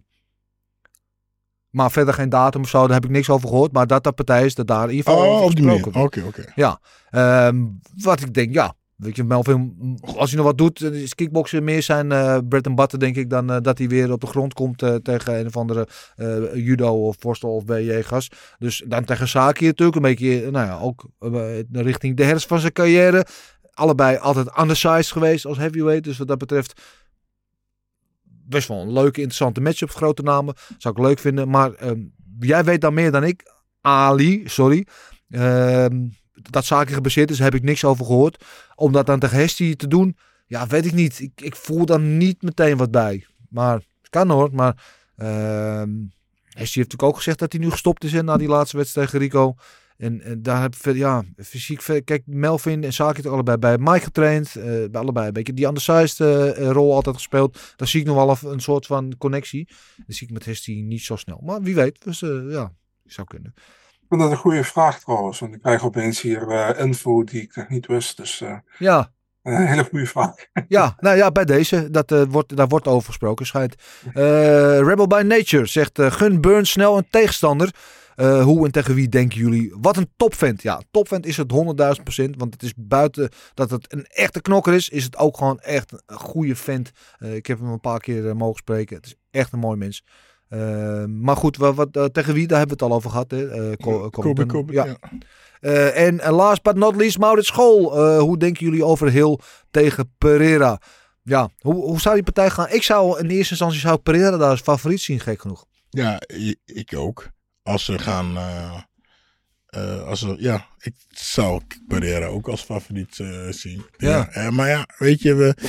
Speaker 1: Maar verder geen datum of zo, daar heb ik niks over gehoord. Maar dat dat partij is, dat daar in ieder geval
Speaker 2: Oh,
Speaker 1: over
Speaker 2: op die manier.
Speaker 1: gesproken
Speaker 2: Oké,
Speaker 1: wordt.
Speaker 2: oké.
Speaker 1: Ja, um, wat ik denk, ja. Weet je, Melvin, als hij nog wat doet, is kickboksen meer zijn uh, bread and butter, denk ik, dan uh, dat hij weer op de grond komt uh, tegen een of andere uh, judo of worstel of B J-gas. Dus dan tegen Saki natuurlijk, een beetje, nou ja, ook uh, richting de herfst van zijn carrière. Allebei altijd undersized geweest als heavyweight, dus wat dat betreft best wel een leuke, interessante matchup, grote namen. Zou ik leuk vinden, maar um, jij weet dan meer dan ik, Ali, sorry. Um, dat Saki gebaseerd is, heb ik niks over gehoord. Om dat dan tegen Hesti te doen, ja, weet ik niet. Ik, ik voel dan niet meteen wat bij. Maar het kan hoor, maar um, Hesti heeft natuurlijk ook gezegd dat hij nu gestopt is hè, na die laatste wedstrijd tegen Rico. En, en daar heb ik, ja, fysiek, kijk, Melvin en Saki hebben allebei bij Mike getraind. Uh, bij allebei een beetje die undersized uh, rol altijd gespeeld. Daar zie ik nog wel een, een soort van connectie. Dat zie ik met Hesti niet zo snel. Maar wie weet, dus uh, ja, zou kunnen.
Speaker 3: Ik vind dat een goede vraag trouwens, want ik krijg opeens hier uh, info die ik nog niet wist. Dus uh,
Speaker 1: ja.
Speaker 3: een hele goede vraag.
Speaker 1: Ja, nou ja, bij deze, dat, uh, wordt, daar wordt over gesproken, schijnt. Uh, Rebel by Nature zegt, uh, gun Burns snel een tegenstander. Uh, hoe en tegen wie denken jullie? Wat een topvent. Ja, topvent is het honderdduizend procent. Want het is buiten dat het een echte knokker is, is het ook gewoon echt een goede vent. Uh, ik heb hem een paar keer uh, mogen spreken. Het is echt een mooi mens. Uh, maar goed, wat, wat, uh, tegen wie, daar hebben we het al over gehad. Hè? Uh, Co-
Speaker 2: Kobe, Kobe,
Speaker 1: ja.
Speaker 2: ja.
Speaker 1: Uh, en uh, last but not least, Maurits School. Uh, hoe denken jullie over Hill tegen Pereira? Ja, hoe, hoe zou die partij gaan? Ik zou in eerste instantie zou Pereira daar als favoriet zien, gek genoeg.
Speaker 2: Ja, ik ook. Als ze gaan... Uh, uh, als ze, ja, ik zou Pereira ook als favoriet uh, zien.
Speaker 1: Ja.
Speaker 2: Ja, uh, maar ja, weet je, we...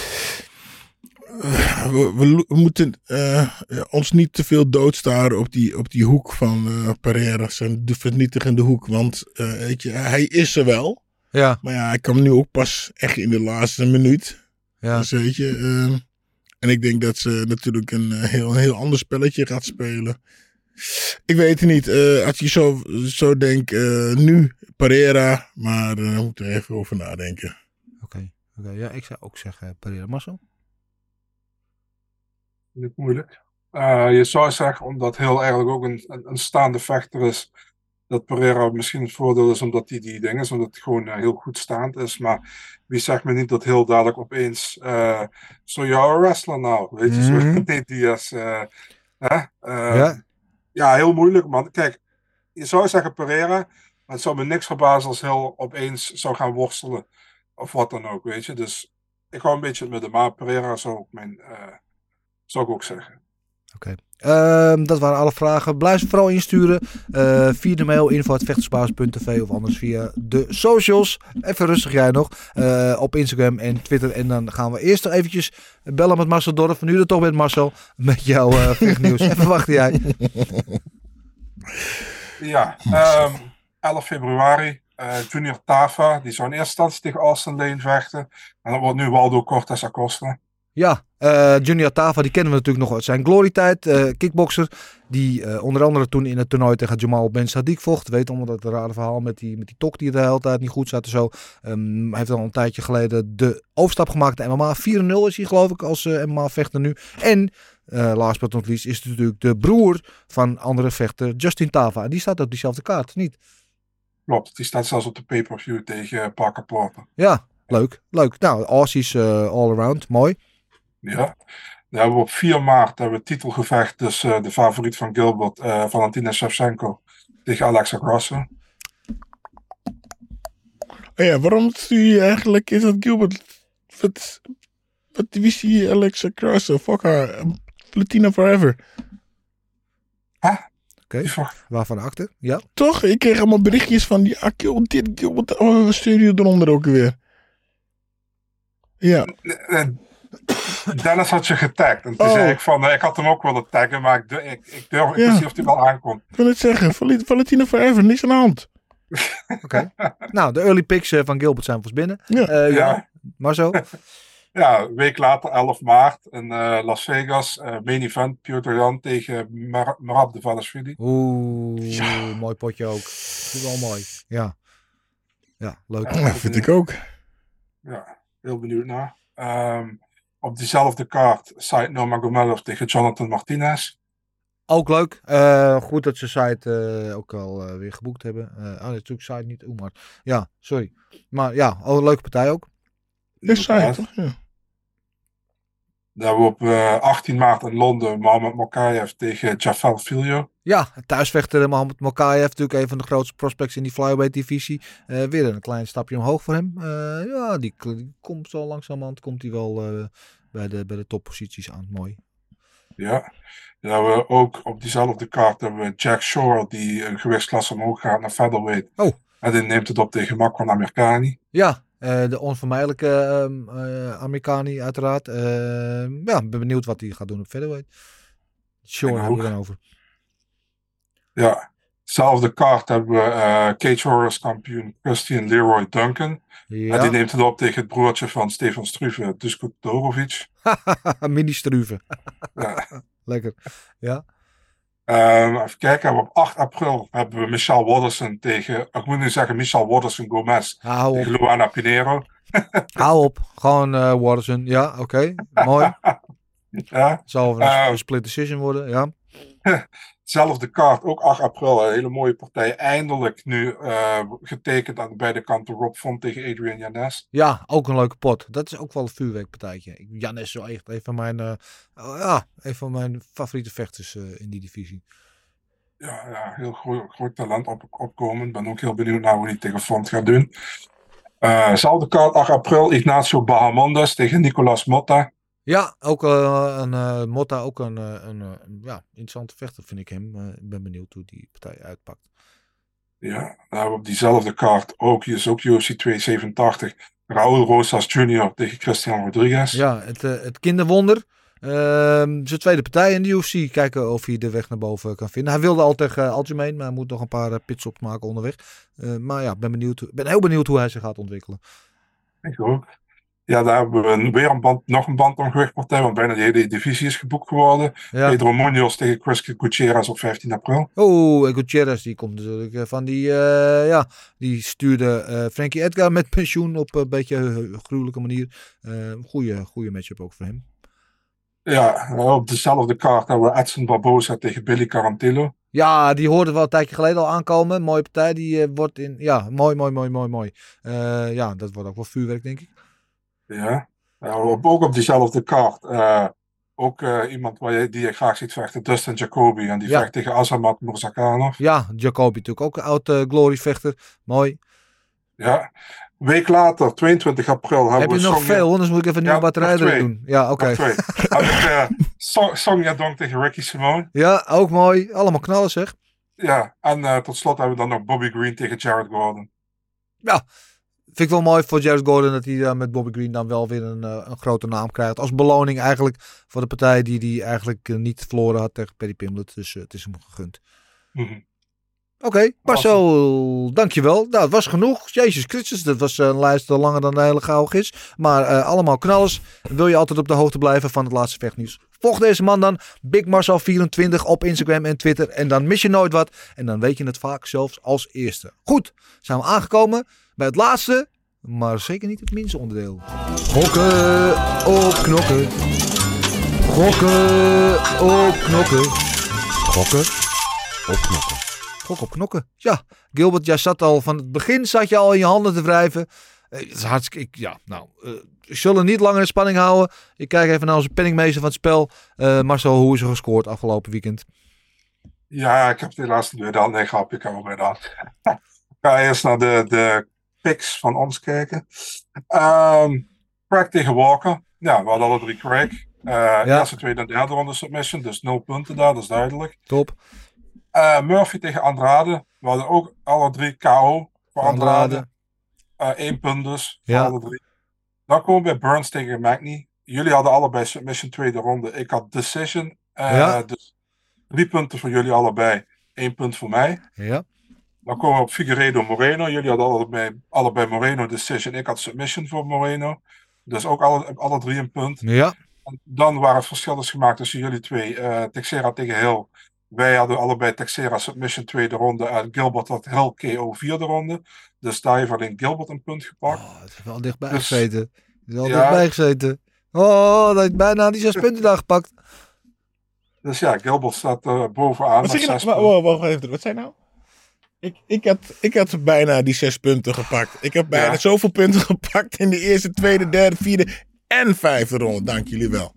Speaker 2: We, we, we moeten uh, ons niet te veel doodstaren op die, op die hoek van uh, Pereira, zijn de vernietigende hoek. Want uh, weet je, hij is er wel.
Speaker 1: Ja.
Speaker 2: Maar ja, hij kwam nu ook pas echt in de laatste minuut.
Speaker 1: Ja.
Speaker 2: Dus weet je, uh, en ik denk dat ze natuurlijk een heel, een heel ander spelletje gaat spelen. Ik weet het niet. Uh, als je zo, zo denkt, uh, nu Pereira, maar daar uh, moet er even over nadenken.
Speaker 1: Oké, okay. okay. Ja, ik zou ook zeggen Pereira. Marcel?
Speaker 3: Niet moeilijk. Uh, je zou zeggen, omdat Hill eigenlijk ook een, een, een staande vechter is, dat Pereira misschien het voordeel is omdat hij die dingen is, omdat hij gewoon uh, heel goed staand is. Maar wie zegt me niet dat Hill dadelijk opeens uh, zo jouw wrestler nou, weet je,
Speaker 1: Mhm.
Speaker 3: zo nee, die is, uh, hè? Uh,
Speaker 1: Ja.
Speaker 3: ja, heel moeilijk, man. Kijk, je zou zeggen Pereira, maar het zou me niks verbazen als Hill opeens zou gaan worstelen, of wat dan ook, weet je. Dus ik hou een beetje het midden, maar Pereira zou ik, mijn, uh, zou ik ook zeggen.
Speaker 1: Oké. Um, dat waren alle vragen. Blijf ze vooral insturen. Uh, via de mail info at vechtersbasis punt t v of anders via de socials. Even rustig jij nog. Uh, op Instagram en Twitter. En dan gaan we eerst nog eventjes bellen met Marcel Dorf. Nu er toch bent, Marcel. Met jouw uh, vechtnieuws. Even wachten jij.
Speaker 3: Ja. Um, elf februari. Uh, Junior Tafa. Die zou in eerste instantie tegen Austin Lane vechten. En dat wordt nu Waldo Cortes Acosta.
Speaker 1: Ja, uh, Junior Tafa, die kennen we natuurlijk nog uit zijn glorytijd. Uh, kickbokser, die uh, onder andere toen in het toernooi tegen Jamal Ben Sadiq vocht. Weet allemaal dat rare verhaal met die, met die tok die er de hele tijd niet goed zat en zo. Um, hij heeft al een tijdje geleden de overstap gemaakt naar M M A. vier nul is hij geloof ik als uh, M M A-vechter nu. En, uh, last but not least, is het natuurlijk de broer van andere vechter Justin Tafa. En die staat op diezelfde kaart, niet?
Speaker 3: Klopt, die staat zelfs op de pay-per-view tegen Parker Porter.
Speaker 1: Ja, leuk, leuk. Nou, Aussies uh, all around, mooi.
Speaker 3: Ja, dan hebben we op vier maart hebben we titelgevecht tussen uh, de favoriet van Gilbert, uh, Valentina Shevchenko, tegen Alexa Grasso.
Speaker 2: Oh ja, waarom stuur je eigenlijk, is dat Gilbert, wat, wat wie is die Alexa Grasso? Fuck haar, Valentina forever.
Speaker 3: Huh?
Speaker 1: Oké, okay. Waarvan acte? Ja.
Speaker 2: Toch? Ik kreeg allemaal berichtjes van die, ah, Gilbert dit, Gilbert, oh, we sturen je eronder ook weer. Ja.
Speaker 3: Dennis had je getagd. En toen
Speaker 2: oh.
Speaker 3: zei ik van, uh, ik had hem ook willen taggen, maar ik, ik, ik durf, ik
Speaker 2: ja.
Speaker 3: wist niet of hij wel aankomt.
Speaker 2: Ik wil het zeggen, Val- Valentina forever, niks aan de hand.
Speaker 1: Oké. Okay. Nou, de early picks uh, van Gilbert zijn vast binnen.
Speaker 2: Ja.
Speaker 1: Uh, ja.
Speaker 3: ja.
Speaker 1: Maar zo.
Speaker 3: Ja, een week later, elf maart, in uh, Las Vegas, uh, main event, Piotr Jan tegen Mar- Merab Dvalishvili.
Speaker 1: Oeh, ja. Mooi potje ook. Dat is wel mooi. Ja. Ja, leuk.
Speaker 2: Ja, vind ik ook.
Speaker 3: Ja, heel benieuwd naar. Um, op diezelfde kaart, Said Nurmagomedov tegen Jonathan Martinez.
Speaker 1: Ook leuk. Uh, goed dat ze site uh, ook al uh, weer geboekt hebben. Uh, oh, natuurlijk site niet Oemar. Ja, sorry. Maar ja, oh, een leuke partij ook.
Speaker 2: Is site, toch? Ja.
Speaker 3: Dan hebben we op uh, achttien maart in Londen Mohamed Mokaev tegen Jafal Filho.
Speaker 1: Ja, thuisvechter Mohamed Mokaev, natuurlijk een van de grootste prospects in die flyweight divisie. Uh, weer een klein stapje omhoog voor hem. Uh, ja, die, die komt zo langzamerhand, komt hij wel uh, bij, de, bij de topposities aan. Mooi.
Speaker 3: Ja, dan hebben we ook op diezelfde kaart hebben we Jack Shore, die een gewichtsklasse omhoog gaat naar featherweight.
Speaker 1: Oh.
Speaker 3: En die neemt het op tegen Makwan Amerikani.
Speaker 1: Ja, uh, de onvermijdelijke uh, uh, Amerikani uiteraard. Uh, ja, ben benieuwd wat hij gaat doen op featherweight. Shore hebben we dan over.
Speaker 3: Ja, dezelfde kaart hebben we uh, Cage Warriors kampioen Christian Leroy Duncan.
Speaker 1: Ja.
Speaker 3: En die neemt het op tegen het broertje van Stefan Struve, Dusko Todorovic.
Speaker 1: Mini Struve.
Speaker 3: Ja.
Speaker 1: Lekker, ja.
Speaker 3: Um, even kijken, op acht april hebben we Michelle Waterson tegen, ik moet nu zeggen Michelle Waterson Gomez
Speaker 1: Hou
Speaker 3: tegen
Speaker 1: op.
Speaker 3: Luana Pinheiro.
Speaker 1: Hou op, gewoon uh, Waterson, ja, oké, okay. Mooi.
Speaker 3: Ja.
Speaker 1: Zal een, uh, een split decision worden, ja.
Speaker 3: Zelfde kaart, ook acht april, een hele mooie partij. Eindelijk nu uh, getekend aan beide kanten. Rob Font tegen Adrian Yanez.
Speaker 1: Ja, ook een leuke pot. Dat is ook wel een vuurwerkpartijtje. Yanez is wel echt een van mijn, uh, uh, ja, een van mijn favoriete vechters uh, in die divisie.
Speaker 3: Ja, ja heel groot, groot talent op, opkomen. Ik ben ook heel benieuwd naar hoe hij tegen Font gaat doen. Uh, zelfde kaart, acht april, Ignacio Bahamondes tegen Nicolas Motta.
Speaker 1: Ja, ook uh, een uh, Motta, ook een, uh, een, uh, ja, interessante vechter vind ik hem. Uh, ik ben benieuwd hoe die partij uitpakt.
Speaker 3: Ja, dan hebben we op diezelfde kaart ook, hier is ook U F C tweehonderdzevenentachtig, Raul Rosas junior tegen Christian Rodriguez.
Speaker 1: Ja, het, uh, het kinderwonder. Uh, zijn tweede partij in de U F C. Kijken of hij de weg naar boven kan vinden. Hij wilde al tegen uh, Aljamain, maar hij moet nog een paar uh, pitstops maken onderweg. Uh, maar ja, ben benieuwd, ben heel benieuwd hoe hij zich gaat ontwikkelen.
Speaker 3: Ik ook. Ja, daar hebben we een, weer een band, nog een bantamgewichtpartij, want bijna de hele divisie is geboekt geworden. Ja. Pedro Munoz tegen Chris Gutierrez op vijftien april.
Speaker 1: Oh, Gutierrez die komt natuurlijk van die, uh, ja, die stuurde uh, Frankie Edgar met pensioen op een beetje een gruwelijke manier. Uh, goeie, goeie matchup ook voor hem.
Speaker 3: Ja, op dezelfde kaart hebben we Edson Barboza tegen Billy Carantillo.
Speaker 1: Ja, die hoorde wel een tijdje geleden al aankomen. Mooie partij, die uh, wordt in... Ja, mooi, mooi, mooi, mooi, mooi. Uh, ja, dat wordt ook wel vuurwerk, denk ik.
Speaker 3: Ja, uh, op, ook op diezelfde kaart. Uh, ook uh, iemand waar je, die je graag ziet vechten, Dustin Jacoby. En die ja. vecht tegen Azamat Murzakanov.
Speaker 1: Ja, Jacoby natuurlijk ook een oud uh, glory-vechter. Mooi.
Speaker 3: Ja. Een week later, tweeëntwintig april...
Speaker 1: Heb je nog Song veel? Anders moet ik even een nieuwe ja, batterij erin doen. Ja, oké. Okay.
Speaker 3: uh, so Song Yadong tegen Ricky Simone.
Speaker 1: Ja, ook mooi. Allemaal knallen, zeg.
Speaker 3: Ja, en uh, tot slot hebben we dan nog Bobby Green tegen Jared Gordon.
Speaker 1: Ja, vind ik wel mooi voor Jared Gordon dat hij uh, met Bobby Green dan wel weer een, uh, een grote naam krijgt. Als beloning eigenlijk voor de partij die hij eigenlijk uh, niet verloren had tegen Paddy Pimblett. Dus uh, het is hem gegund.
Speaker 3: Mm-hmm.
Speaker 1: Oké, okay, Marcel, awesome. Dankjewel. Nou, het was genoeg. Jezus Christus, dat was een lijst langer dan de hele gauw is. Maar uh, allemaal knallers. Wil je altijd op de hoogte blijven van het laatste vechtnieuws? Volg deze man dan, Big Marcel vierentwintig op Instagram en Twitter. En dan mis je nooit wat. En dan weet je het vaak zelfs als eerste. Goed, zijn we aangekomen bij het laatste, maar zeker niet het minste onderdeel. Gokken op knokken. Gokken op knokken. Gokken op knokken. Gok op knokken. Ja, Gilbert, jij zat al van het begin zat je al in je handen te wrijven. Uh, het is hartstikke, ik, ja, nou, uh, we zullen niet langer in spanning houden. Ik kijk even naar onze penningmeester van het spel. Uh, Marcel, hoe is er gescoord afgelopen weekend?
Speaker 3: Ja, ik heb het helaas niet weer dan. Nee, grapje, ik heb wel weer dan. Ik ga eerst naar de, de picks van ons kijken. Um, Craig tegen Walker. Ja, we hadden alle drie Craig. Uh, ja. Eerste, tweede en derde ronde submission. Dus nul punten daar, dat is duidelijk.
Speaker 1: Top.
Speaker 3: Uh, Murphy tegen Andrade. We hadden ook alle drie K O voor Andrade. Eén uh, punt dus.
Speaker 1: Ja.
Speaker 3: Alle drie. Dan komen we bij Burns tegen Magny. Jullie hadden allebei submission tweede ronde. Ik had decision. Uh,
Speaker 1: ja.
Speaker 3: Dus drie punten voor jullie allebei. Eén punt voor mij.
Speaker 1: Ja.
Speaker 3: Dan komen we op Figueiredo Moreno. Jullie hadden allebei, allebei Moreno decision. Ik had submission voor Moreno. Dus ook alle, alle drie een punt.
Speaker 1: Ja.
Speaker 3: En dan waar het verschil is gemaakt tussen jullie twee. Uh, Teixeira tegen Hill. Wij hadden allebei Teixeira submission tweede ronde. En Gilbert had Hill K O vierde ronde. Dus daar heeft alleen Gilbert een punt gepakt.
Speaker 1: Oh, het is wel dichtbij dus, gezeten. Het is wel ja, dichtbij gezeten. Oh, dat heeft bijna die zes punten daar gepakt.
Speaker 3: Dus ja, Gilbert staat uh, bovenaan.
Speaker 2: Wat, zeg je nou? Wow, wow, even, wat zei nou? Ik, ik, had, ik had bijna die zes punten gepakt. Ik heb bijna ja. zoveel punten gepakt in de eerste, tweede, derde, vierde en vijfde ronde. Dank jullie wel.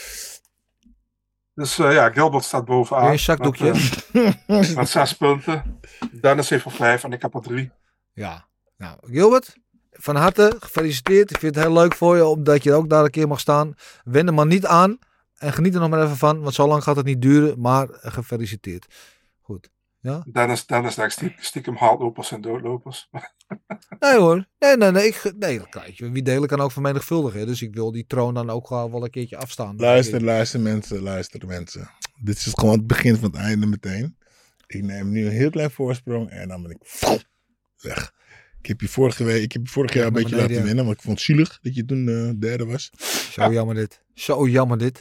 Speaker 3: Dus uh, ja, Gilbert staat bovenaan.
Speaker 1: Een zakdoekje.
Speaker 3: Met, uh, met zes punten. Dennis heeft er vijf en ik heb er drie.
Speaker 1: Ja. Nou, Gilbert, van harte gefeliciteerd. Ik vind het heel leuk voor je, omdat je ook daar een keer mag staan. Wend er maar niet aan. En geniet er nog maar even van, want zo lang gaat het niet duren. Maar gefeliciteerd. Goed. Ja?
Speaker 3: Dennis, Dennis denkt stiekem, stiekem hardlopers en doodlopers.
Speaker 1: Nee hoor. Nee, nee, nee. Ik, nee kijk, wie delen kan ook vermenigvuldigen. Dus ik wil die troon dan ook wel een keertje afstaan.
Speaker 2: Luister, luister mensen, luister mensen. Dit is gewoon het begin van het einde meteen. Ik neem nu een heel klein voorsprong en dan ben ik weg. Ik heb je vorige, week, ik heb je vorig jaar een beetje laten winnen, maar ik vond het zielig dat je toen uh, derde was.
Speaker 1: Zo ja. jammer dit. Zo jammer dit.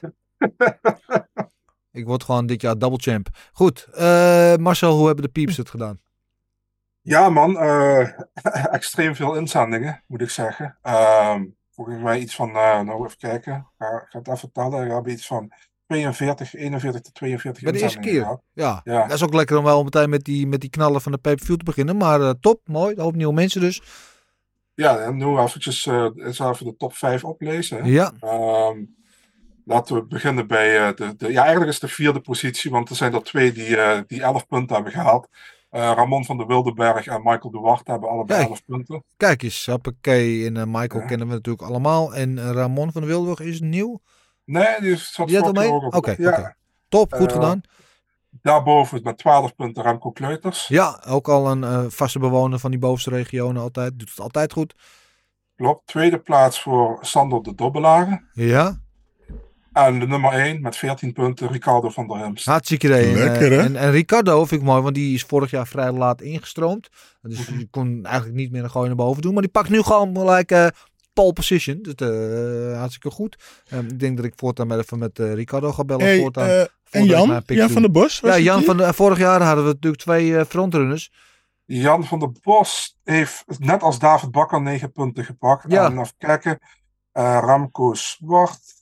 Speaker 1: Ik word gewoon dit jaar double champ. Goed, uh, Marcel, hoe hebben de pieps het gedaan?
Speaker 3: Ja man, uh, extreem veel inzendingen, moet ik zeggen. Uh, volgens mij iets van, uh, nou even kijken, ik ga, ik ga het even vertellen. We hebben iets van tweeënveertig, eenenveertig tot tweeënveertig
Speaker 1: bij de eerste keer.
Speaker 3: Gehad.
Speaker 1: Ja. ja, dat is ook lekker om wel meteen met die, met die knallen van de pay-per-view te beginnen. Maar uh, top, mooi, een hoop nieuwe mensen dus.
Speaker 3: Ja, en nu eventjes uh, eens even de top vijf oplezen. Hè.
Speaker 1: Ja.
Speaker 3: Um, Laten we beginnen bij uh, de, de... Ja, eigenlijk is de vierde positie, want er zijn er twee die, uh, die elf punten hebben gehaald. Uh, Ramon van der Wildenberg en Michael Duarte hebben allebei elf punten.
Speaker 1: Kijk eens, hoppakee. En uh, Michael ja. kennen we natuurlijk allemaal. En uh, Ramon van der Wildenberg is nieuw?
Speaker 3: Nee, die zat
Speaker 1: die al mee? Oké, okay, ja. okay. Top, goed uh, gedaan.
Speaker 3: Daarboven met twaalf punten Remco Kleuters.
Speaker 1: Ja, ook al een uh, vaste bewoner van die bovenste regionen altijd. Doet het altijd goed.
Speaker 3: Klopt, tweede plaats voor Sander de Dobbelaren.
Speaker 1: Ja.
Speaker 3: En de nummer één met veertien punten, Ricardo van der Hemst.
Speaker 1: Hartstikke idee. Lekker, hè? En, en Ricardo vind ik mooi, want die is vorig jaar vrij laat ingestroomd. Dus mm-hmm. die kon eigenlijk niet meer een gooi naar boven doen. Maar die pakt nu gewoon gelijk uh, pole position. Dus uh, hartstikke goed. Um, ik denk dat ik voortaan met even met uh, Ricardo ga bellen.
Speaker 2: Hey,
Speaker 1: voortaan,
Speaker 2: uh, en Jan? Jan van der Bos?
Speaker 1: Ja, Jan van de, vorig jaar hadden we natuurlijk twee uh, frontrunners.
Speaker 3: Jan van der Bos heeft net als David Bakker negen punten gepakt.
Speaker 1: Ja.
Speaker 3: En even kijken. Uh, Ramco Zwart.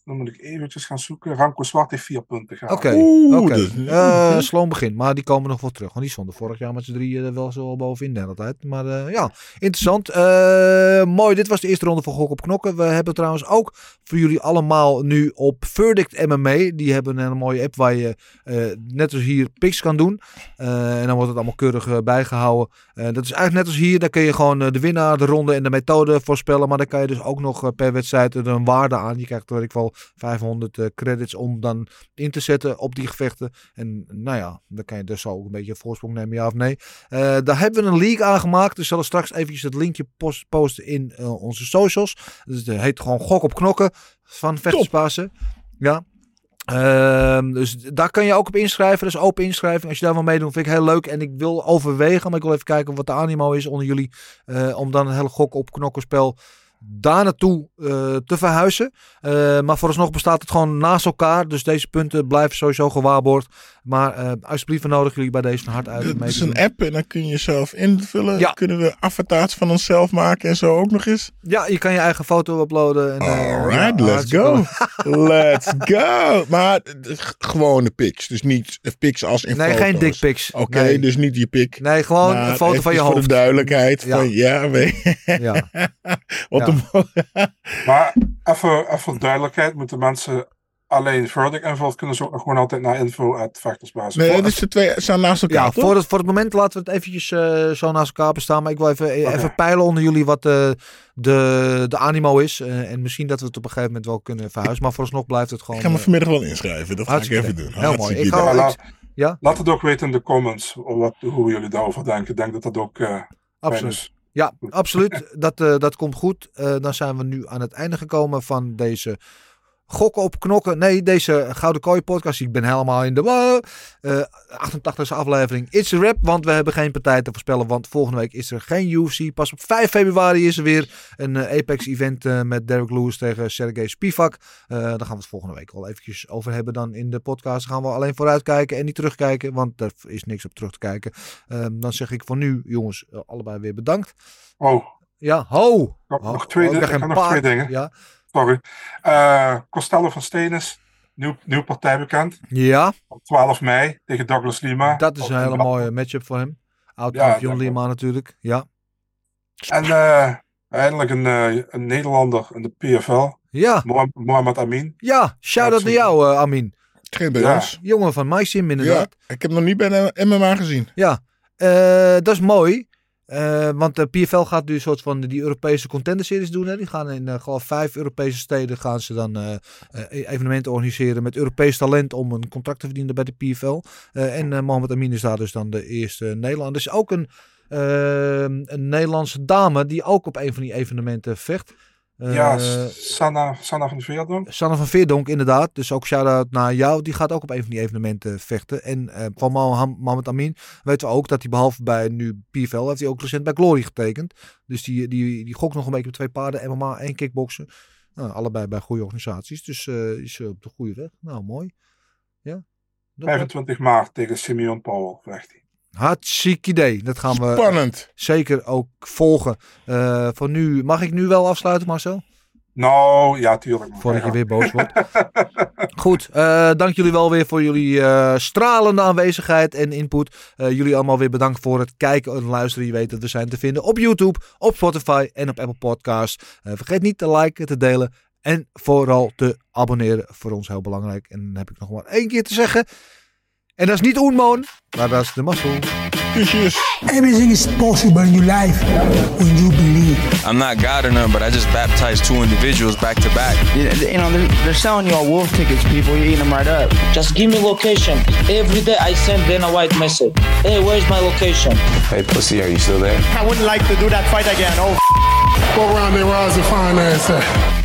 Speaker 3: Dan moet ik eventjes gaan zoeken. Ramco Zwart heeft vier punten gehaald.
Speaker 1: Oké,
Speaker 2: Oeh,
Speaker 1: oké.
Speaker 2: dus-
Speaker 1: Uh, sloom begin. Maar die komen nog wel terug. Want die stonden vorig jaar met z'n drieën er wel zo bovenin de hele tijd. Maar uh, ja, interessant. Uh, mooi, dit was de eerste ronde van Gok op Knokken. We hebben trouwens ook voor jullie allemaal nu op Verdict M M A. Die hebben een mooie app waar je uh, net als hier picks kan doen. Uh, en dan wordt het allemaal keurig uh, bijgehouden. Uh, dat is eigenlijk net als hier. Daar kun je gewoon uh, de winnaar, de ronde en de methode voorspellen. Maar dan kan je dus ook nog uh, per wedstrijd er een waarde aan. Je krijgt, weet ik wel, vijfhonderd uh, credits om dan in te zetten op die gevechten. En nou ja, dan kan je dus ook een beetje een voorsprong nemen, ja of nee. Uh, daar hebben we een league aangemaakt. Dus zullen straks eventjes het linkje post- posten in uh, onze socials. Dus het heet gewoon Gok op Knokken van Vechtersbazen. Ja. Uh, dus daar kan je ook op inschrijven. Dus open inschrijving. Als je daar wil meedoen, vind ik heel leuk. En ik wil overwegen, maar ik wil even kijken wat de animo is onder jullie. Uh, om dan een hele Gok op Knokkenspel daar naartoe uh, te verhuizen. Uh, maar vooralsnog bestaat het gewoon naast elkaar. Dus deze punten blijven sowieso gewaarborgd. Maar uh, alsjeblieft, we nodigen jullie bij deze van hart uit.
Speaker 2: Het is een app en dan kun je jezelf invullen.
Speaker 1: Ja.
Speaker 2: Kunnen we avatars van onszelf maken en zo ook nog eens.
Speaker 1: Ja, je kan je eigen foto uploaden. En, uh,
Speaker 2: Alright,
Speaker 1: ja,
Speaker 2: let's go. Let's go. Maar gewone pics. Dus niet pics als in
Speaker 1: Nee,
Speaker 2: foto's.
Speaker 1: geen dickpics.
Speaker 2: Oké, okay,
Speaker 1: nee.
Speaker 2: dus niet je pic.
Speaker 1: Nee, gewoon
Speaker 2: maar
Speaker 1: een foto van je
Speaker 2: voor
Speaker 1: hoofd.
Speaker 2: de duidelijkheid.
Speaker 1: Ja.
Speaker 2: Van, ja, weet
Speaker 1: ja.
Speaker 2: Wat
Speaker 1: ja.
Speaker 2: de
Speaker 3: Maar even, even voor duidelijkheid, moeten mensen alleen Verdict invult, kunnen ze ook nog gewoon altijd naar info at vechtersbazen.
Speaker 2: Nee, dus de twee staan naast elkaar,
Speaker 1: Ja,
Speaker 2: toch?
Speaker 1: voor het, voor het moment laten we het eventjes uh, zo naast elkaar bestaan. Maar ik wil even, okay. even peilen onder jullie wat uh, de, de animo is. Uh, en misschien dat we het op een gegeven moment wel kunnen verhuizen. Maar vooralsnog blijft het gewoon...
Speaker 2: Ik ga me vanmiddag wel inschrijven. Dat ga ik even doen.
Speaker 1: Heel mooi. Ik ga,
Speaker 3: ja,
Speaker 1: ik,
Speaker 3: laat,
Speaker 1: ja?
Speaker 3: laat het ook weten in de comments wat, hoe jullie daarover denken. Ik denk dat dat ook uh,
Speaker 1: absoluut. Ja, absoluut. Dat, uh, dat komt goed. Uh, dan zijn we nu aan het einde gekomen van deze Gokken op Knokken. Nee, deze Gouden Kooi podcast. Ik ben helemaal in de uh, achtentachtigste aflevering. It's a wrap, want we hebben geen partij te voorspellen. Want volgende week is er geen U F C. Pas op vijf februari is er weer een uh, Apex event uh, met Derek Lewis tegen Sergej Spivak. Uh, daar gaan we het volgende week wel eventjes over hebben dan in de podcast. Dan gaan we alleen vooruitkijken en niet terugkijken, want er is niks op terug te kijken. Uh, dan zeg ik voor nu, jongens, uh, allebei weer bedankt.
Speaker 3: Oh.
Speaker 1: Ja, ho!
Speaker 3: Nog,
Speaker 1: ho.
Speaker 3: nog, twee,
Speaker 1: oh,
Speaker 3: ik ik nog
Speaker 1: paar...
Speaker 3: twee dingen.
Speaker 1: Ja.
Speaker 3: Sorry. Uh, Costello van Stenis, nieuw, nieuw partij bekend.
Speaker 1: Ja.
Speaker 3: Op twaalf mei tegen Douglas Lima.
Speaker 1: Dat is een hele mooie matchup voor hem. Oud-kampioen ja, Lima natuurlijk. Ja.
Speaker 3: En uh, eindelijk een, uh, een Nederlander in de P F L.
Speaker 1: Ja.
Speaker 3: Mohamed Amin.
Speaker 1: Ja, shout-out naar jou, uh, Amin.
Speaker 2: Geen bij ja. ons.
Speaker 1: Jongen van MySim inderdaad.
Speaker 2: Ja, ik heb nog niet bij de M M A gezien.
Speaker 1: Ja, uh, dat is mooi. Uh, want de P F L gaat nu een soort van die Europese contender series doen. Hè? Die gaan in uh, gewoon vijf Europese steden gaan ze dan uh, uh, evenementen organiseren met Europees talent om een contract te verdienen bij de P F L. Uh, en uh, Mohamed Amin is daar dus dan de eerste Nederlander. Er is ook een, uh, een Nederlandse dame die ook op een van die evenementen vecht.
Speaker 3: Uh, ja, Sanna, Sanna van Veerdonk.
Speaker 1: Sanna van Veerdonk, inderdaad. Dus ook shout-out naar jou. Die gaat ook op een van die evenementen vechten. En uh, van Mohamed Amin weten we ook dat hij behalve bij nu P F L heeft hij ook recent bij Glory getekend. Dus die, die, die gokt nog een beetje met twee paarden, M M A en kickboksen. Nou, allebei bij goede organisaties. Dus uh, is uh, op de goede weg. Nou, mooi. Ja.
Speaker 3: vijfentwintig maart tegen Simeon Powell vecht hij.
Speaker 1: Hartstikke idee. Dat gaan we
Speaker 2: Spannend.
Speaker 1: zeker ook volgen. Uh, voor nu, mag ik nu wel afsluiten, Marcel?
Speaker 3: Nou, ja, tuurlijk.
Speaker 1: Voordat je weer boos wordt. Goed, uh, dank jullie wel weer voor jullie uh, stralende aanwezigheid en input. Uh, jullie allemaal weer bedankt voor het kijken en luisteren. Je weet dat we zijn te vinden op YouTube, op Spotify en op Apple Podcasts. Uh, vergeet niet te liken, te delen en vooral te abonneren. Voor ons heel belangrijk. En dan heb ik nog maar één keer te zeggen. En dat is niet Oenmoon, maar dat is de Mazzel.
Speaker 4: Everything is possible in your life when you believe.
Speaker 5: I'm not God or none, but I just baptized two individuals back to back.
Speaker 6: You, you know, they're, they're selling you all wolf tickets, people. You're eating them right up.
Speaker 7: Just give me location. Every day I send Dana White message. Hey, where's my location?
Speaker 5: Hey, pussy, are you still there?
Speaker 8: I wouldn't like to do that fight again. Oh,
Speaker 9: Go around there, rise and find that.